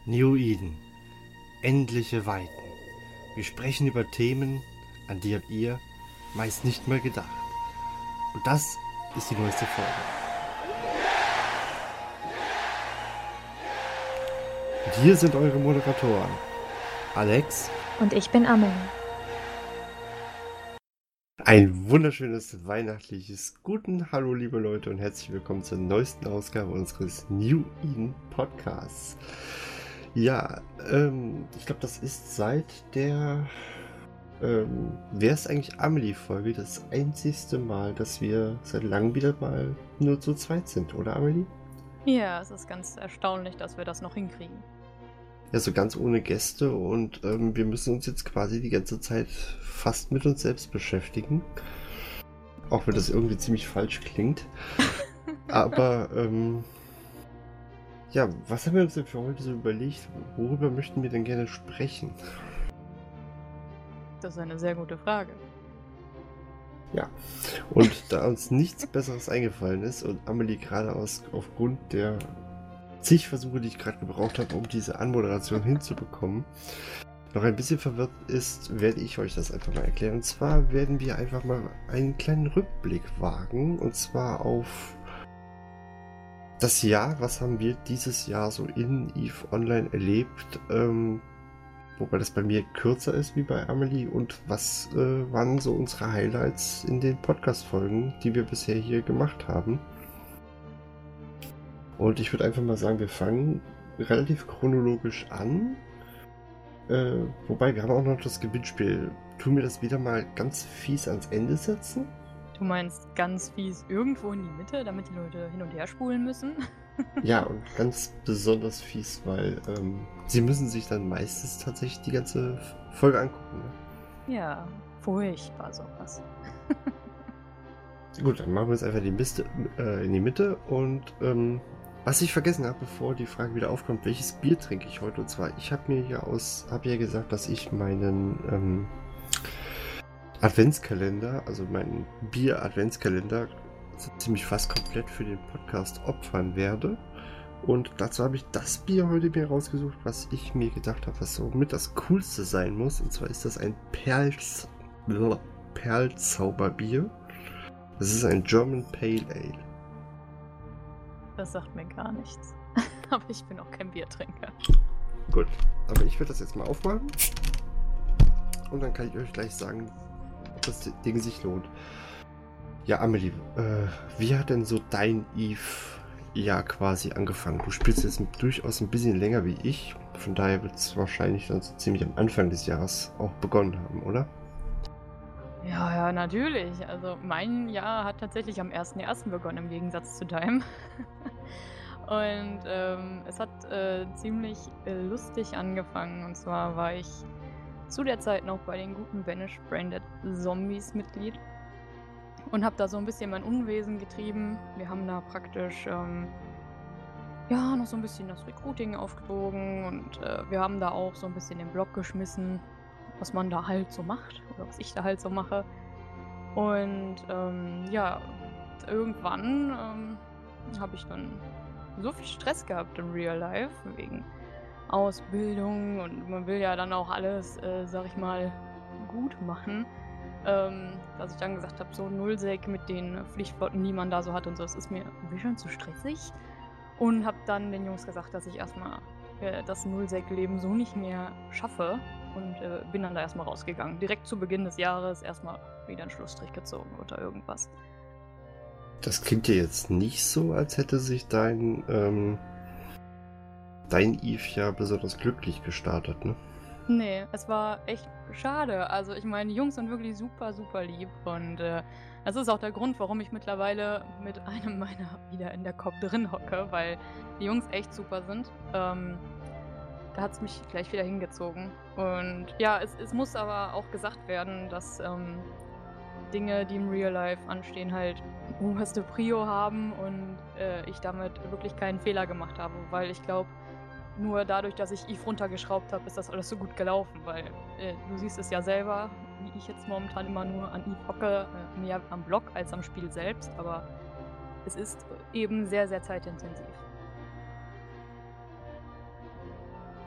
New Eden. Endliche Weiten. Wir sprechen über Themen, an die habt ihr meist nicht mal gedacht. Und das ist die neueste Folge. Und hier sind eure Moderatoren. Alex. Und ich bin Amelie. Ein wunderschönes weihnachtliches guten Hallo, liebe Leute, und herzlich willkommen zur neuesten Ausgabe unseres New Eden Podcasts. Ja, ich glaube, das ist seit der wer ist eigentlich Amelie-Folge das einzigste Mal, dass wir seit langem wieder mal nur zu zweit sind, oder Amelie? Ja, es ist ganz erstaunlich, dass wir das noch hinkriegen. Ja, so ganz ohne Gäste und wir müssen uns jetzt quasi die ganze Zeit fast mit uns selbst beschäftigen. Auch wenn das irgendwie ziemlich falsch klingt. Aber ja, was haben wir uns denn für heute so überlegt? Worüber möchten wir denn gerne sprechen? Das ist eine sehr gute Frage. Ja, und da uns nichts Besseres eingefallen ist und Amelie gerade aufgrund der zig Versuche, die ich gerade gebraucht habe, um diese Anmoderation hinzubekommen, noch ein bisschen verwirrt ist, werde ich euch das einfach mal erklären. Und zwar werden wir einfach mal einen kleinen Rückblick wagen, und zwar auf das Jahr. Was haben wir dieses Jahr so in EVE Online erlebt? Wobei das bei mir kürzer ist wie bei Amelie. Und was waren so unsere Highlights in den Podcast-Folgen, die wir bisher hier gemacht haben? Und ich würde einfach mal sagen, wir fangen relativ chronologisch an. Wobei, wir haben auch noch das Gewinnspiel. Tun wir das wieder mal ganz fies ans Ende setzen? Du meinst ganz fies irgendwo in die Mitte, damit die Leute hin und her spulen müssen? Ja, und ganz besonders fies, weil sie müssen sich dann meistens tatsächlich die ganze Folge angucken. Ne? Ja, furchtbar sowas. Gut, dann machen wir jetzt einfach die Miste in die Mitte. Und was ich vergessen habe, bevor die Frage wieder aufkommt, welches Bier trinke ich heute? Und zwar, ich habe ja gesagt, dass ich meinen Adventskalender, also meinen Bier-Adventskalender, so ziemlich fast komplett für den Podcast opfern werde. Und dazu habe ich das Bier heute mir rausgesucht, was ich mir gedacht habe, was so mit das Coolste sein muss. Und zwar ist das ein Perlzauberbier. Das ist ein German Pale Ale. Das sagt mir gar nichts. Aber ich bin auch kein Biertrinker. Gut, aber ich werde das jetzt mal aufmachen. Und dann kann ich euch gleich sagen, ob das Ding sich lohnt. Ja, Amelie, wie hat denn so dein EVE-Jahr quasi angefangen? Du spielst jetzt durchaus ein bisschen länger wie ich. Von daher wird es wahrscheinlich dann so ziemlich am Anfang des Jahres auch begonnen haben, oder? Ja, natürlich. Also mein Jahr hat tatsächlich am 1.1. begonnen, im Gegensatz zu deinem. Und es hat ziemlich lustig angefangen. Und zwar war ich zu der Zeit noch bei den guten Banished Branded Zombies Mitglied und habe da so ein bisschen mein Unwesen getrieben. Wir haben da praktisch noch so ein bisschen das Recruiting aufgezogen und wir haben da auch so ein bisschen den Blog geschmissen, was man da halt so macht oder was ich da halt so mache. Und irgendwann habe ich dann so viel Stress gehabt im Real Life wegen Ausbildung und man will ja dann auch alles, sag ich mal, gut machen, dass ich dann gesagt habe, so Nullsec mit den Pflichtflotten, die man da so hat und so, das ist mir ein bisschen zu stressig und habe dann den Jungs gesagt, dass ich erstmal das Nullsec-Leben so nicht mehr schaffe und bin dann da erstmal rausgegangen. Direkt zu Beginn des Jahres erstmal wieder einen Schlussstrich gezogen oder irgendwas. Das klingt ja jetzt nicht so, als hätte sich dein EVE ja besonders glücklich gestartet, ne? Nee, es war echt schade. Also ich meine, die Jungs sind wirklich super, super lieb und das ist auch der Grund, warum ich mittlerweile mit einem meiner wieder in der Kopf drin hocke, weil die Jungs echt super sind. Da hat es mich gleich wieder hingezogen. Und ja, es muss aber auch gesagt werden, dass Dinge, die im Real Life anstehen, halt oberste Prio haben und ich damit wirklich keinen Fehler gemacht habe, weil ich glaube, nur dadurch, dass ich EVE runtergeschraubt habe, ist das alles so gut gelaufen, weil du siehst es ja selber, wie ich jetzt momentan immer nur an EVE hocke, mehr am Blog als am Spiel selbst, aber es ist eben sehr, sehr zeitintensiv.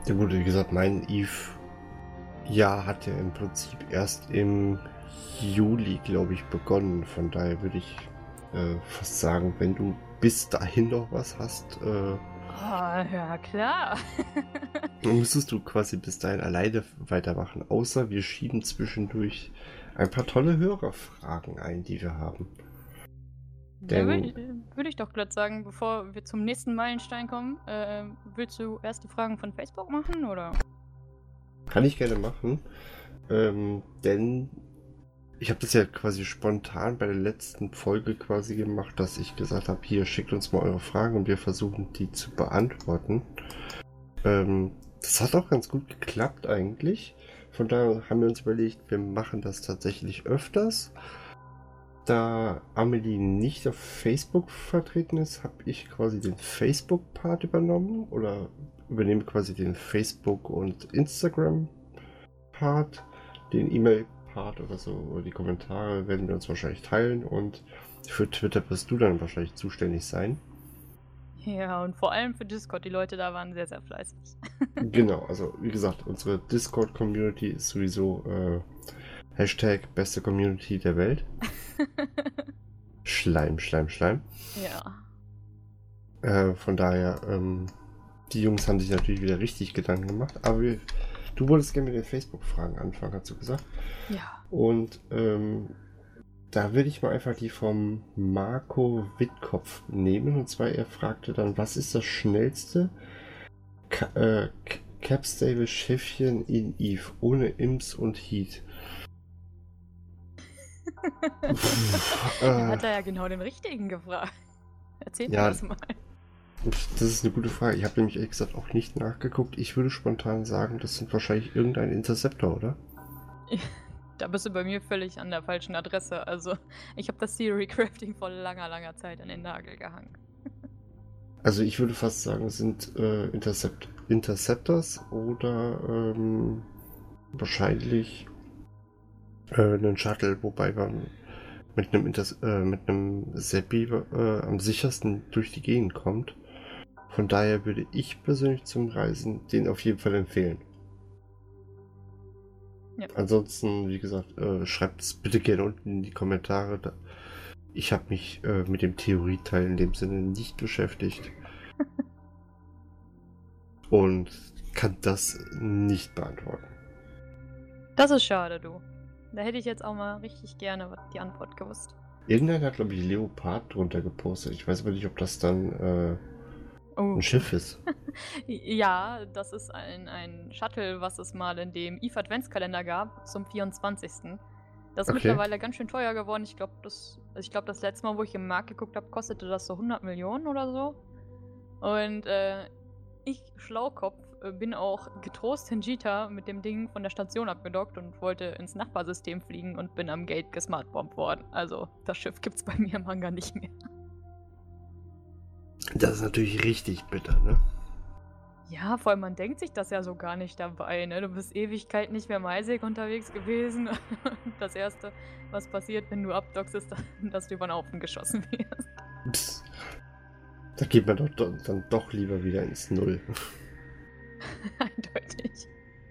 Ja gut, wie gesagt, mein Eve-Jahr hat ja im Prinzip erst im Juli, glaube ich, begonnen. Von daher würde ich fast sagen, wenn du bis dahin noch was hast, Ah, ja, klar. müsstest du quasi bis dahin alleine weitermachen. Außer wir schieben zwischendurch ein paar tolle Hörerfragen ein, die wir haben. Dann Denn würde ich doch glatt sagen, bevor wir zum nächsten Meilenstein kommen, willst du erst die Fragen von Facebook machen, oder? kann ich gerne machen. Denn ich habe das ja quasi spontan bei der letzten Folge quasi gemacht, dass ich gesagt habe, hier schickt uns mal eure Fragen und wir versuchen die zu beantworten. Das hat auch ganz gut geklappt eigentlich. Von daher haben wir uns überlegt, wir machen das tatsächlich öfters. Da Amelie nicht auf Facebook vertreten ist, habe ich quasi den Facebook-Part übernommen oder übernehme quasi den Facebook- und Instagram-Part, den E-Mail-Part oder so, oder die Kommentare werden wir uns wahrscheinlich teilen und für Twitter wirst du dann wahrscheinlich zuständig sein. Ja, und vor allem für Discord, die Leute da waren sehr, sehr fleißig. Genau, also wie gesagt, unsere Discord-Community ist sowieso Hashtag beste Community der Welt. Schleim, Schleim, Schleim. Ja. Von daher, die Jungs haben sich natürlich wieder richtig Gedanken gemacht, aber du wolltest gerne mit den Facebook-Fragen anfangen, hast du gesagt. Ja. Und da will ich mal einfach die vom Marco Wittkopf nehmen. Und zwar, er fragte dann, was ist das schnellste Capstable-Schiffchen in Eve ohne Imps und Heat? Da hat er ja genau den richtigen gefragt. Erzähl mir Ja. das mal. Das ist eine gute Frage. Ich habe nämlich ehrlich gesagt auch nicht nachgeguckt. Ich würde spontan sagen, das sind wahrscheinlich irgendein Interceptor, oder? Da bist du bei mir völlig an der falschen Adresse. Also, ich habe das Theory Crafting vor langer, langer Zeit an den Nagel gehangen. Also ich würde fast sagen, es sind Interceptors oder wahrscheinlich einen Shuttle, wobei man mit einem Seppi am sichersten durch die Gegend kommt. Von daher würde ich persönlich zum Reisen den auf jeden Fall empfehlen. Ja. Ansonsten, wie gesagt, schreibt es bitte gerne unten in die Kommentare. Ich habe mich mit dem Theorieteil in dem Sinne nicht beschäftigt und kann das nicht beantworten. Das ist schade, du. Da hätte ich jetzt auch mal richtig gerne die Antwort gewusst. Irgendeiner hat, glaube ich, Leopard drunter gepostet. Ich weiß aber nicht, ob das dann ein Schiff ist. Ja, das ist ein Shuttle, was es mal in dem EVE Adventskalender gab, zum 24. Das ist mittlerweile ganz schön teuer geworden. Ich glaube, das letzte Mal, wo ich im Markt geguckt habe, kostete das so 100 Millionen oder so. Und ich, Schlaukopf, bin auch getrost in Jita mit dem Ding von der Station abgedockt und wollte ins Nachbarsystem fliegen und bin am Gate gesmartbombt worden. Also, das Schiff gibt's bei mir im Hangar nicht mehr. Das ist natürlich richtig bitter, ne? Ja, vor allem man denkt sich das ja so gar nicht dabei, ne? Du bist Ewigkeit nicht mehr im Eisig unterwegs gewesen. Das Erste, was passiert, wenn du abdockst, ist, dass du über den Haufen geschossen wirst. Psst. Da geht man dann doch lieber wieder ins Null. Eindeutig.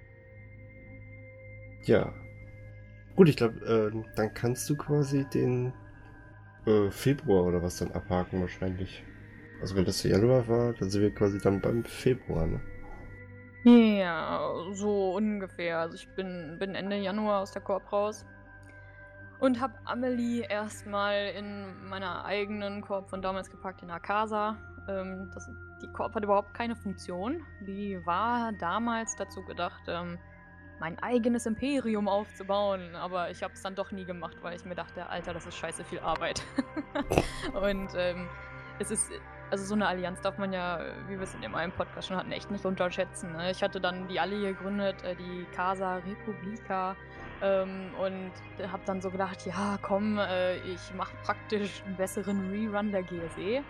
Ja. Gut, ich glaube, dann kannst du quasi den Februar oder was dann abhaken wahrscheinlich. Also wenn das der Januar war, dann sind wir quasi dann beim Februar, ne? Ja, so ungefähr. Also ich bin Ende Januar aus der Koop raus und habe Amelie erstmal in meiner eigenen Koop von damals gepackt, in Akasa. Die Koop hat überhaupt keine Funktion. Die war damals dazu gedacht, mein eigenes Imperium aufzubauen, aber ich habe es dann doch nie gemacht, weil ich mir dachte, Alter, das ist scheiße viel Arbeit. Und es ist, also so eine Allianz darf man ja, wie wir es in einem Podcast schon hatten, echt nicht unterschätzen. Ne? Ich hatte dann die alle gegründet, die Casa Republica, und habe dann so gedacht, ja komm, ich mache praktisch einen besseren Rerun der GSE.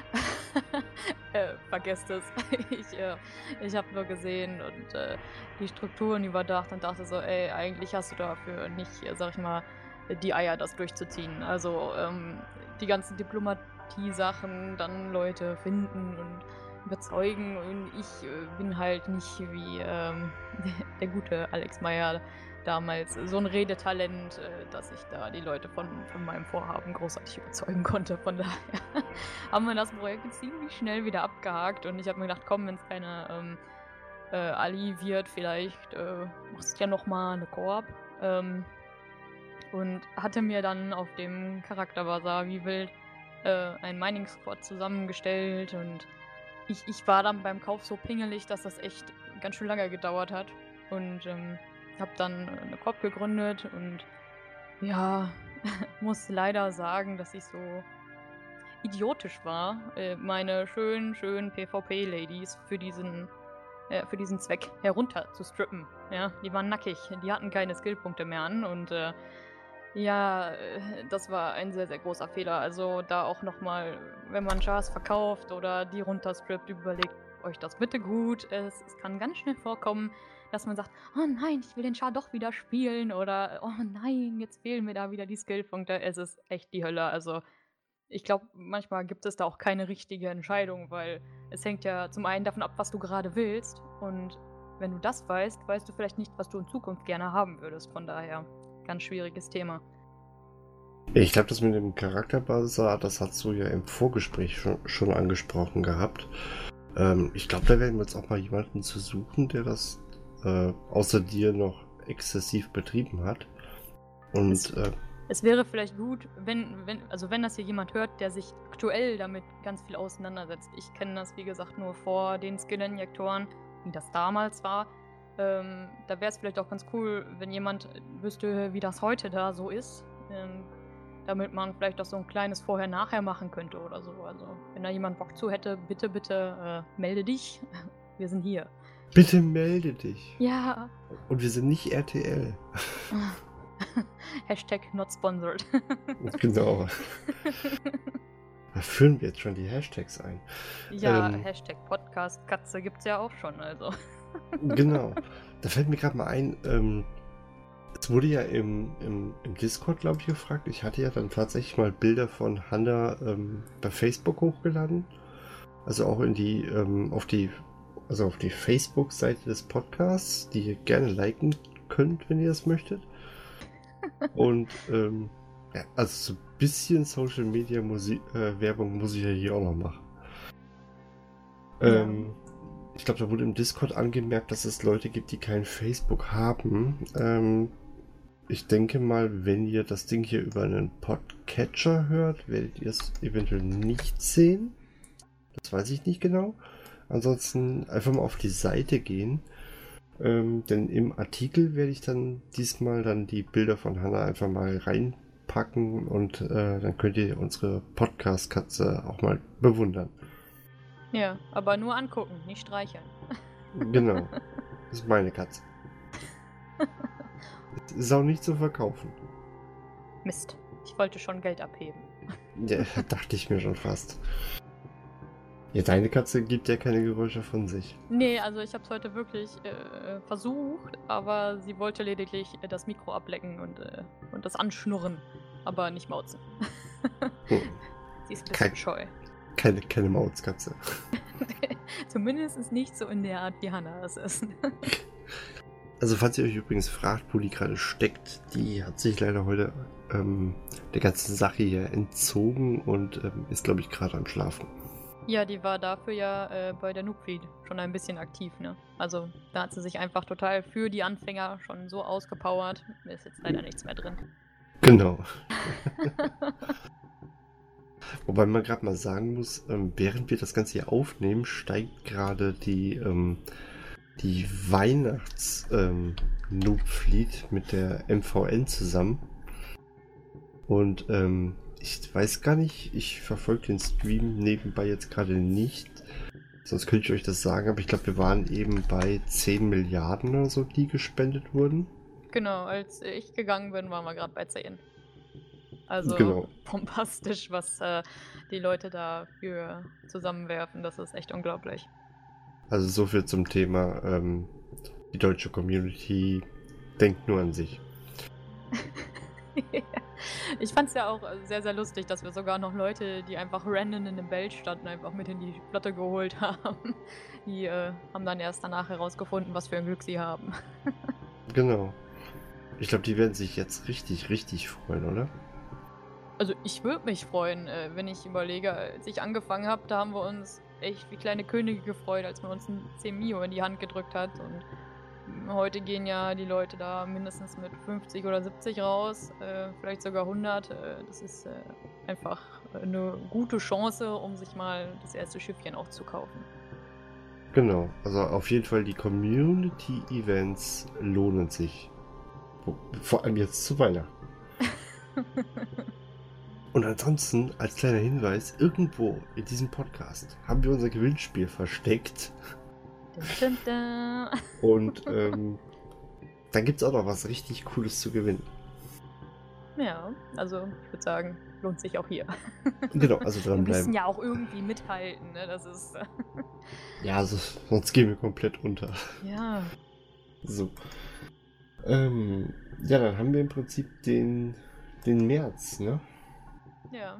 Vergesst es. Ich habe nur gesehen und die Strukturen überdacht und dachte so, ey, eigentlich hast du dafür nicht, sag ich mal, die Eier, das durchzuziehen. Also die ganzen Diplomatie-Sachen, dann Leute finden und überzeugen und ich bin halt nicht wie der gute Alex Meyer damals so ein Redetalent, dass ich da die Leute von meinem Vorhaben großartig überzeugen konnte. Von daher haben wir das Projekt ziemlich schnell wieder abgehakt und ich habe mir gedacht, komm, wenn es keine Ali wird, vielleicht machst du ja noch mal eine Koop. Und hatte mir dann auf dem Charakterbazar wie wild ein Mining Squad zusammengestellt und ich war dann beim Kauf so pingelig, dass das echt ganz schön lange gedauert hat und habe dann eine Koop gegründet und ja, muss leider sagen, dass ich so idiotisch war, meine schönen PvP-Ladies für diesen Zweck herunter zu strippen. Ja, die waren nackig, die hatten keine Skillpunkte mehr an und ja, das war ein sehr, sehr großer Fehler. Also da auch nochmal, wenn man Chars verkauft oder die runterstrippt, überlegt euch das bitte gut. Es kann ganz schnell vorkommen, dass man sagt, oh nein, ich will den Char doch wieder spielen oder oh nein, jetzt fehlen mir da wieder die Skillpunkte. Es ist echt die Hölle. Also ich glaube, manchmal gibt es da auch keine richtige Entscheidung, weil es hängt ja zum einen davon ab, was du gerade willst und wenn du das weißt, weißt du vielleicht nicht, was du in Zukunft gerne haben würdest. Von daher ganz schwieriges Thema. Ich glaube, das mit dem Charakterbazar, das hast du ja im Vorgespräch schon angesprochen gehabt. Ich glaube, da werden wir jetzt auch mal jemanden zu suchen, der das außer dir noch exzessiv betrieben hat. Und es wäre vielleicht gut, wenn das hier jemand hört, der sich aktuell damit ganz viel auseinandersetzt. Ich kenne das, wie gesagt, nur vor den Skill-Injektoren, wie das damals war. Da wäre es vielleicht auch ganz cool, wenn jemand wüsste, wie das heute da so ist. Damit man vielleicht auch so ein kleines Vorher-Nachher machen könnte oder so. Also, wenn da jemand Bock zu hätte, bitte melde dich. Wir sind hier. Bitte melde dich. Ja. Und wir sind nicht RTL. Hashtag not sponsored. Genau. Da führen wir jetzt schon die Hashtags ein. Ja, Hashtag Podcast Katze gibt's ja auch schon, also. Genau. Da fällt mir gerade mal ein, es wurde ja im Discord, glaube ich, gefragt. Ich hatte ja dann tatsächlich mal Bilder von Hannah bei Facebook hochgeladen. Also auch auf die Facebook-Seite des Podcasts, die ihr gerne liken könnt, wenn ihr das möchtet. Und ja, also so ein bisschen Social Media Werbung muss ich ja hier auch noch machen. Ja. Ich glaube, da wurde im Discord angemerkt, dass es Leute gibt, die kein Facebook haben. Ich denke mal, wenn ihr das Ding hier über einen Podcatcher hört, werdet ihr es eventuell nicht sehen. Das weiß ich nicht genau. Ansonsten einfach mal auf die Seite gehen. Denn im Artikel werde ich dann diesmal die Bilder von Hannah einfach mal reinpacken und dann könnt ihr unsere Podcast-Katze auch mal bewundern. Ja, aber nur angucken, nicht streicheln. Genau. Das ist meine Katze. Ist auch nicht zu verkaufen. Mist, ich wollte schon Geld abheben. Ja, dachte ich mir schon fast. Ja, deine Katze gibt ja keine Geräusche von sich. Nee, also ich habe es heute wirklich versucht, aber sie wollte lediglich das Mikro ablecken und das anschnurren, aber nicht mauzen. Sie ist ein bisschen scheu. Keine Mauzkatze. Zumindest ist nicht so in der Art, wie Hannah es ist. Also falls ihr euch übrigens fragt, wo die gerade steckt, die hat sich leider heute der ganzen Sache hier entzogen und ist, glaube ich, gerade am Schlafen. Ja, die war dafür ja bei der Noobfeed schon ein bisschen aktiv, ne? Also da hat sie sich einfach total für die Anfänger schon so ausgepowert. Da ist jetzt leider nichts mehr drin. Genau. Wobei man gerade mal sagen muss, während wir das Ganze hier aufnehmen, steigt gerade die Weihnachts-Noob-Fleet mit der MVN zusammen. Und ich weiß gar nicht, ich verfolge den Stream nebenbei jetzt gerade nicht. Sonst könnte ich euch das sagen, aber ich glaube, wir waren eben bei 10 Milliarden oder so, die gespendet wurden. Genau, als ich gegangen bin, waren wir gerade bei 10. Also genau. Bombastisch, was die Leute dafür zusammenwerfen, das ist echt unglaublich. Also so viel zum Thema, die deutsche Community denkt nur an sich. Ich fand's ja auch sehr, sehr lustig, dass wir sogar noch Leute, die einfach random in dem Belt standen, einfach mit in die Flotte geholt haben. Die haben dann erst danach herausgefunden, was für ein Glück sie haben. Genau. Ich glaube, die werden sich jetzt richtig, richtig freuen, oder? Also ich würde mich freuen, wenn ich überlege, als ich angefangen habe, da haben wir uns echt wie kleine Könige gefreut, als man uns ein 10 Mio in die Hand gedrückt hat. Und heute gehen ja die Leute da mindestens mit 50 oder 70 raus, vielleicht sogar 100. Das ist einfach eine gute Chance, um sich mal das erste Schiffchen auch zu kaufen. Genau. Also auf jeden Fall die Community-Events lohnen sich. Vor allem jetzt zu Weihnachten. Und ansonsten, als kleiner Hinweis, irgendwo in diesem Podcast haben wir unser Gewinnspiel versteckt. Dun, dun, dun. Und dann gibt es auch noch was richtig Cooles zu gewinnen. Ja, also ich würde sagen, lohnt sich auch hier. Genau, also Wir müssen dranbleiben. ja auch irgendwie mithalten, ne? Das ist. Ja, also, sonst gehen wir komplett unter. Ja. So. Ja, dann haben wir im Prinzip den März, ne? Ja.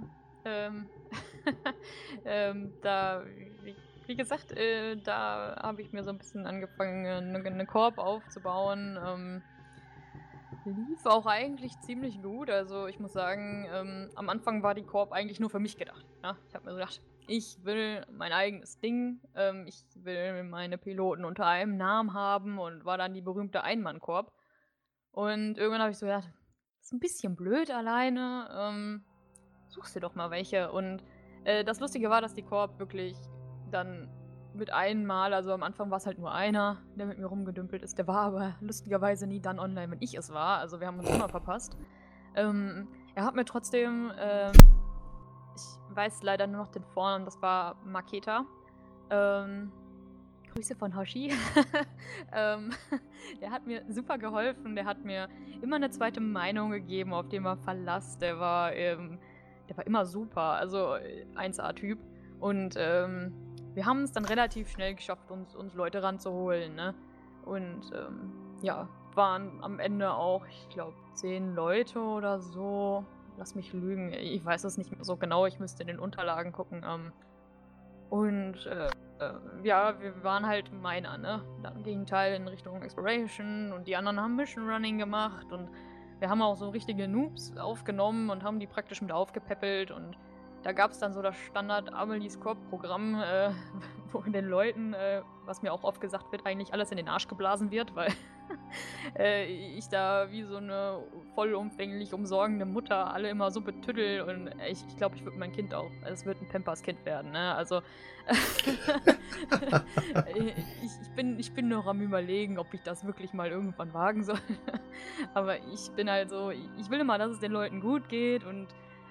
Da, wie gesagt, da habe ich mir so ein bisschen angefangen, eine Koop aufzubauen. Lief auch eigentlich ziemlich gut. Also ich muss sagen, am Anfang war die Koop eigentlich nur für mich gedacht. Ja? Ich habe mir gedacht, ich will mein eigenes Ding. Ich will meine Piloten unter einem Namen haben und war dann die berühmte Ein-Mann-Koop. Und irgendwann habe ich so gedacht, das ist ein bisschen blöd alleine. Suchst dir doch mal welche. Und das Lustige war, dass die Koop wirklich dann mit einmal, also am Anfang war es halt nur einer, der mit mir rumgedümpelt ist. Der war aber lustigerweise nie dann online, wenn ich es war. Also wir haben uns immer verpasst. Er hat mir trotzdem, ich weiß leider nur noch den Vornamen, das war Maketa. Grüße von Hoshi. Der hat mir super geholfen. Der hat mir immer eine zweite Meinung gegeben, auf den man Verlass. Der war immer super. Also 1A-Typ. Und wir haben es dann relativ schnell geschafft, uns Leute ranzuholen, ne? Und ja, waren am Ende auch, ich glaube, 10 Leute oder so. Lass mich lügen. Ich weiß es nicht mehr so genau. Ich müsste in den Unterlagen gucken. Und ja, wir waren halt Miner, ne? Dann ging ein Teil in Richtung Exploration und die anderen haben Mission Running gemacht und wir haben auch so richtige Noobs aufgenommen und haben die praktisch mit aufgepäppelt und da gab es dann so das Standard Amelie's Corp-Programm, wo den Leuten, was mir auch oft gesagt wird, eigentlich alles in den Arsch geblasen wird, weil ich da wie so eine vollumfänglich umsorgende Mutter alle immer so betüttel und ich glaube, ich würde mein Kind auch, es wird ein Pampers-Kind werden, ne? Also ich bin noch am Überlegen, ob ich das wirklich mal irgendwann wagen soll. Aber ich bin halt so, ich will immer, dass es den Leuten gut geht und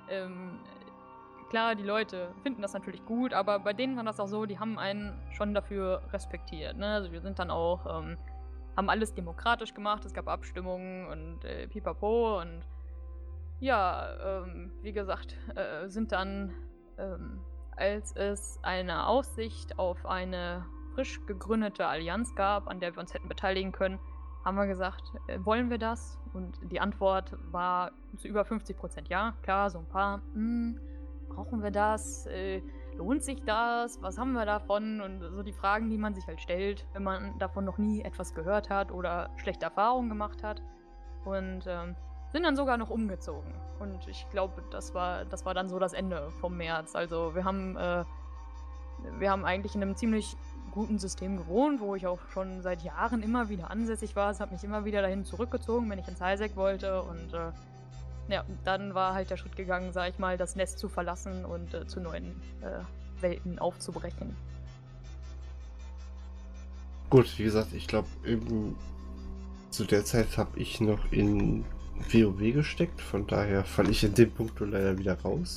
klar, die Leute finden das natürlich gut, aber bei denen war das auch so, die haben einen schon dafür respektiert, ne? Also wir sind dann auch, haben alles demokratisch gemacht, es gab Abstimmungen und pipapo und ja, wie gesagt, sind dann, als es eine Aussicht auf eine frisch gegründete Allianz gab, an der wir uns hätten beteiligen können, haben wir gesagt, wollen wir das? Und die Antwort war zu über 50% ja. Klar, so ein paar, brauchen wir das? Lohnt sich das? Was haben wir davon? Und so die Fragen, die man sich halt stellt, wenn man davon noch nie etwas gehört hat oder schlechte Erfahrungen gemacht hat. Und sind dann sogar noch umgezogen. Und ich glaube, das war dann so das Ende vom März. Also wir haben eigentlich in einem ziemlich guten System gewohnt, wo ich auch schon seit Jahren immer wieder ansässig war. Es hat mich immer wieder dahin zurückgezogen, wenn ich ins Highsec wollte. Und ja, dann war halt der Schritt gegangen, sag ich mal, das Nest zu verlassen und zu neuen Welten aufzubrechen. Gut, wie gesagt, ich glaube, eben zu der Zeit habe ich noch in WoW gesteckt, von daher falle ich in dem Punkt leider wieder raus.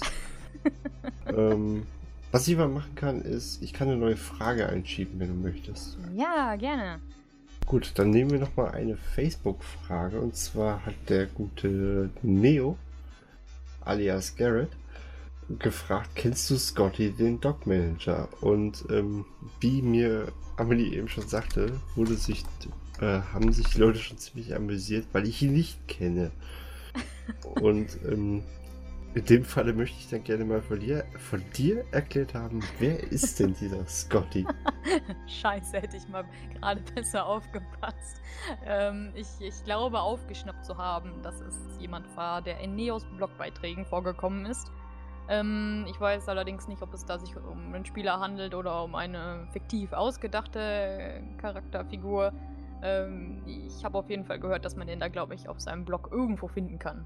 Was ich mal machen kann, ist, ich kann eine neue Frage einschieben, wenn du möchtest. Ja, gerne. Gut, dann nehmen wir nochmal eine Facebook-Frage. Und zwar hat der gute Neo, alias Garrett, gefragt, kennst du Scotty, den Dog Manager? Und wie mir Amelie eben schon sagte, haben sich die Leute schon ziemlich amüsiert, weil ich ihn nicht kenne. Und in dem Falle möchte ich dann gerne mal von dir erklärt haben, wer ist denn dieser Scotty? Scheiße, hätte ich mal gerade besser aufgepasst. Ich glaube, aufgeschnappt zu haben, dass es jemand war, der in Neos Blogbeiträgen vorgekommen ist. Ich weiß allerdings nicht, ob es da sich um einen Spieler handelt oder um eine fiktiv ausgedachte Charakterfigur. Ich habe auf jeden Fall gehört, dass man den da, glaube ich, auf seinem Blog irgendwo finden kann.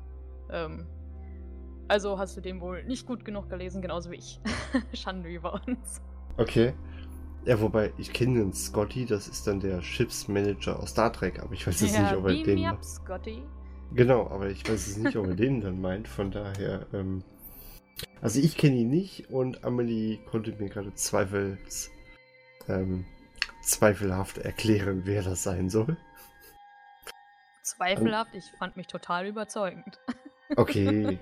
Also hast du den wohl nicht gut genug gelesen, genauso wie ich. Schande über uns. Okay. Ja, wobei, ich kenne den Scotty, das ist dann der Schiffsmanager aus Star Trek, aber ich weiß jetzt nicht, ob er beam den... me up, Scotty. Genau, aber ich weiß jetzt nicht, ob er den dann meint, von daher... Also ich kenne ihn nicht und Amelie konnte mir gerade zweifelhaft erklären, wer das sein soll. Zweifelhaft, ich fand mich total überzeugend. Okay.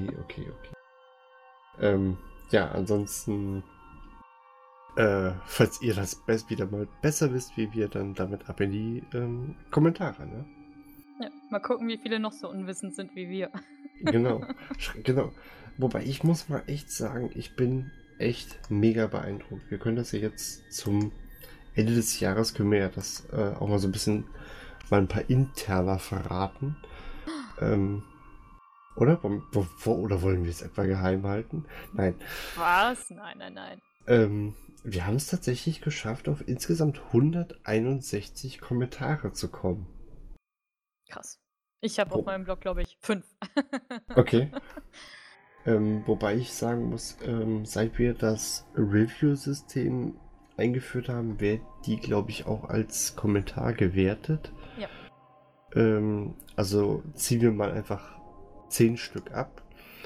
Ja, ansonsten, falls ihr das wieder mal besser wisst, wie wir, dann damit ab in die Kommentare, ne? Ja, mal gucken, wie viele noch so unwissend sind wie wir. Genau. Wobei, ich muss mal echt sagen, ich bin echt mega beeindruckt. Wir können das ja jetzt zum Ende des Jahres, können wir ja das auch mal so ein bisschen mal ein paar Interner verraten. Oder? Oder wollen wir es etwa geheim halten? Nein. Was? Nein. Wir haben es tatsächlich geschafft, auf insgesamt 161 Kommentare zu kommen. Krass. Ich habe auf meinem Blog, glaube ich, 5. Okay. Wobei ich sagen muss, seit wir das Review-System eingeführt haben, wird die, glaube ich, auch als Kommentar gewertet. Ja. Also ziehen wir mal einfach 10 Stück ab.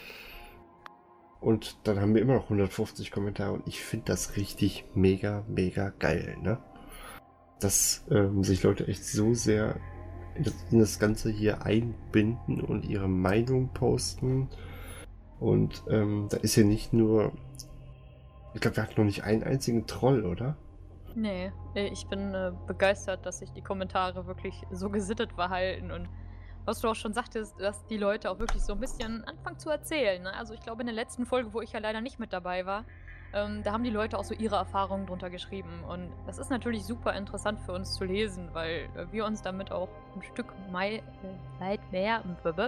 Und dann haben wir immer noch 150 Kommentare und ich finde das richtig mega geil, ne? Dass sich Leute echt so sehr in das Ganze hier einbinden und ihre Meinung posten. Und da ist ja nicht nur... Ich glaube, wir hatten noch nicht einen einzigen Troll, oder? Nee, ich bin begeistert, dass sich die Kommentare wirklich so gesittet verhalten und was du auch schon sagtest, dass die Leute auch wirklich so ein bisschen anfangen zu erzählen. Ne? Also ich glaube, in der letzten Folge, wo ich ja leider nicht mit dabei war, da haben die Leute auch so ihre Erfahrungen drunter geschrieben. Und das ist natürlich super interessant für uns zu lesen, weil wir uns damit auch ein Stück weit mehr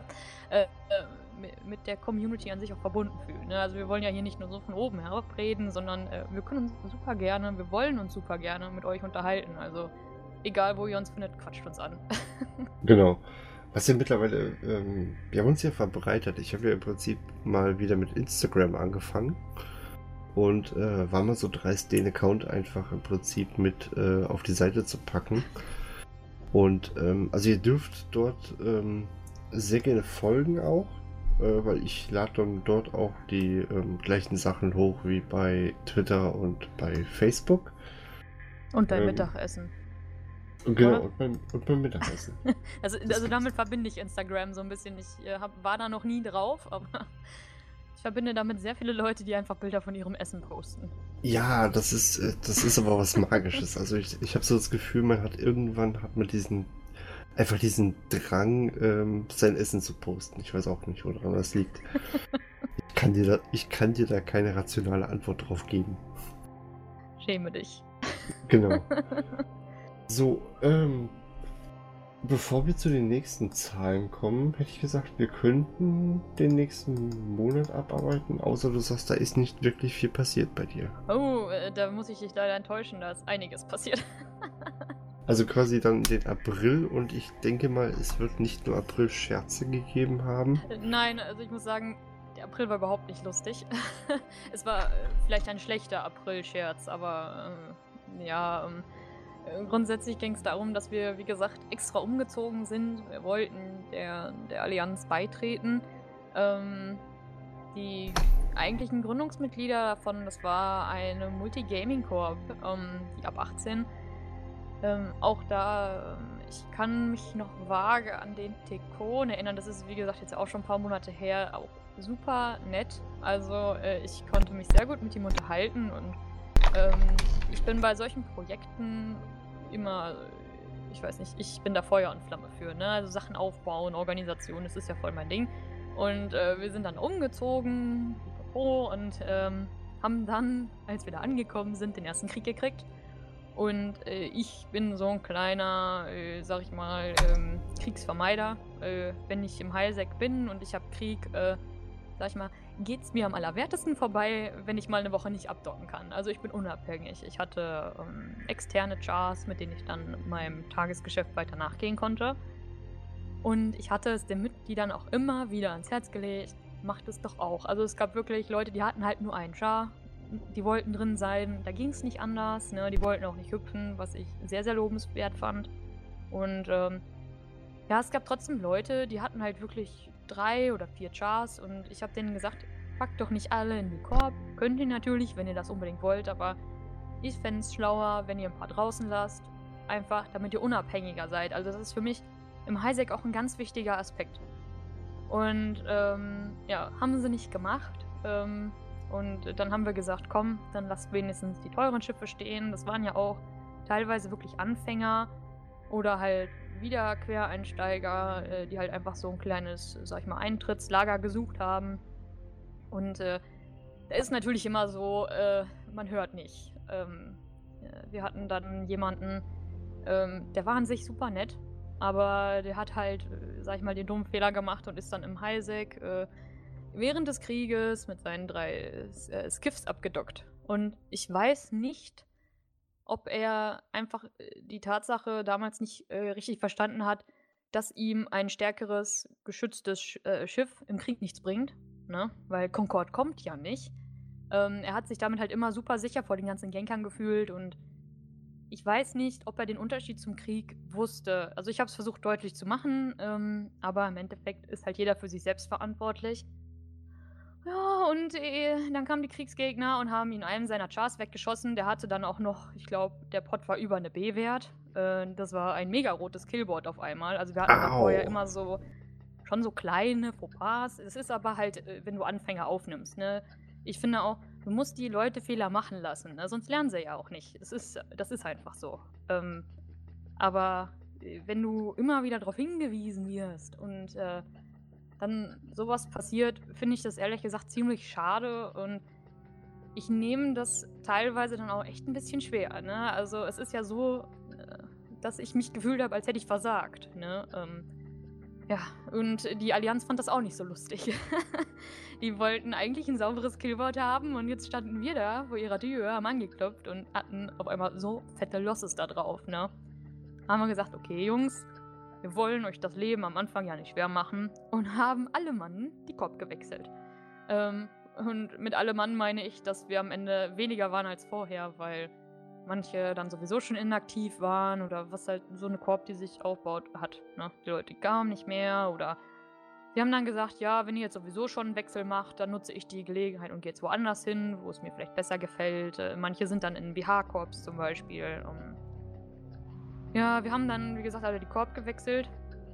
mit der Community an sich auch verbunden fühlen. Ne? Also wir wollen ja hier nicht nur so von oben herab reden, sondern wir wollen uns super gerne mit euch unterhalten. Also egal, wo ihr uns findet, quatscht uns an. Genau. Was ja mittlerweile, wir haben uns ja verbreitet. Ich habe ja im Prinzip mal wieder mit Instagram angefangen und war mal so dreist, den Account einfach im Prinzip mit auf die Seite zu packen. Und also ihr dürft dort sehr gerne folgen auch, weil ich lade dann dort auch die gleichen Sachen hoch wie bei Twitter und bei Facebook. Und dein Mittagessen. Genau, und beim Mittagessen. Also damit verbinde ich Instagram so ein bisschen. Ich war da noch nie drauf, aber ich verbinde damit sehr viele Leute, die einfach Bilder von ihrem Essen posten. Ja, das ist aber was Magisches. Also ich habe so das Gefühl, man diesen Drang, sein Essen zu posten. Ich weiß auch nicht, woran das liegt. Ich kann dir da keine rationale Antwort drauf geben. Schäme dich. Genau. So, bevor wir zu den nächsten Zahlen kommen, hätte ich gesagt, wir könnten den nächsten Monat abarbeiten, außer du sagst, da ist nicht wirklich viel passiert bei dir. Oh, da muss ich dich leider enttäuschen, da ist einiges passiert. Also quasi dann den April und ich denke mal, es wird nicht nur April-Scherze gegeben haben. Nein, also ich muss sagen, der April war überhaupt nicht lustig. Es war vielleicht ein schlechter April-Scherz, aber grundsätzlich ging es darum, dass wir, wie gesagt, extra umgezogen sind. Wir wollten der Allianz beitreten. Die eigentlichen Gründungsmitglieder davon, das war eine Multi-Gaming-Corp, die ab 18. Auch da, ich kann mich noch vage an den Tekon erinnern. Das ist, wie gesagt, jetzt auch schon ein paar Monate her. Auch super nett. Also ich konnte mich sehr gut mit ihm unterhalten und ich bin bei solchen Projekten immer, ich weiß nicht, ich bin da Feuer und Flamme für, ne? Also Sachen aufbauen, Organisation, das ist ja voll mein Ding. Und wir sind dann umgezogen, pipapo, und haben dann, als wir da angekommen sind, den ersten Krieg gekriegt. Und ich bin so ein kleiner, sag ich mal, Kriegsvermeider. Wenn ich im Highsec bin und ich habe Krieg, sag ich mal, geht's mir am allerwertesten vorbei, wenn ich mal eine Woche nicht abdocken kann. Also ich bin unabhängig. Ich hatte externe Chars, mit denen ich dann meinem Tagesgeschäft weiter nachgehen konnte. Und ich hatte es den Mitgliedern auch immer wieder ans Herz gelegt, macht es doch auch. Also es gab wirklich Leute, die hatten halt nur einen Char, die wollten drin sein, da ging es nicht anders, ne? Die wollten auch nicht hüpfen, was ich sehr, sehr lobenswert fand. Und ja, es gab trotzdem Leute, die hatten halt wirklich 3 oder 4 Chars, und ich habe denen gesagt, packt doch nicht alle in die Korb. Könnt ihr natürlich, wenn ihr das unbedingt wollt, aber ich fände es schlauer, wenn ihr ein paar draußen lasst, einfach damit ihr unabhängiger seid. Also das ist für mich im Highsec auch ein ganz wichtiger Aspekt. Und ja, haben sie nicht gemacht. Und dann haben wir gesagt, komm, dann lasst wenigstens die teuren Schiffe stehen. Das waren ja auch teilweise wirklich Anfänger oder halt wieder Quereinsteiger, die halt einfach so ein kleines, sag ich mal, Eintrittslager gesucht haben. Und da ist natürlich immer so, man hört nicht. Wir hatten dann jemanden, der war an sich super nett, aber der hat halt, sag ich mal, den dummen Fehler gemacht und ist dann im Highsec während des Krieges mit seinen 3 Skiffs abgedockt. Und ich weiß nicht, ob er einfach die Tatsache damals nicht richtig verstanden hat, dass ihm ein stärkeres, geschütztes Schiff im Krieg nichts bringt, ne? Weil Concorde kommt ja nicht. Er hat sich damit halt immer super sicher vor den ganzen Genkern gefühlt, und ich weiß nicht, ob er den Unterschied zum Krieg wusste. Also ich habe es versucht deutlich zu machen, aber im Endeffekt ist halt jeder für sich selbst verantwortlich. Ja, und dann kamen die Kriegsgegner und haben ihn einem seiner Chars weggeschossen. Der hatte dann auch noch, ich glaube, der Pot war über eine B-Wert. Das war ein mega rotes Killboard auf einmal. Also wir hatten da vorher immer so, schon so kleine Fauxpas. Es ist aber halt, wenn du Anfänger aufnimmst, ne? Ich finde auch, du musst die Leute Fehler machen lassen, ne? Sonst lernen sie ja auch nicht. Das ist einfach so. Aber wenn du immer wieder darauf hingewiesen wirst und dann sowas passiert, finde ich das ehrlich gesagt ziemlich schade, und ich nehme das teilweise dann auch echt ein bisschen schwer, ne? Also, es ist ja so, dass ich mich gefühlt habe, als hätte ich versagt, ne? Ja, und die Allianz fand das auch nicht so lustig. Die wollten eigentlich ein sauberes Killboard haben, und jetzt standen wir da vor ihrer Tür, haben angeklopft und hatten auf einmal so fette Losses da drauf, ne? Haben wir gesagt: „Okay, Jungs, wir wollen euch das Leben am Anfang ja nicht schwer machen", und haben alle Mann die Korb gewechselt. Und mit alle Mann meine ich, dass wir am Ende weniger waren als vorher, weil manche dann sowieso schon inaktiv waren oder was halt so eine Korb, die sich aufbaut, hat, ne? Die Leute kamen nicht mehr, oder wir haben dann gesagt, ja, wenn ihr jetzt sowieso schon einen Wechsel macht, dann nutze ich die Gelegenheit und gehe jetzt woanders hin, wo es mir vielleicht besser gefällt. Manche sind dann in BH-Korps zum Beispiel. Ja, wir haben dann, wie gesagt, alle die Korb gewechselt.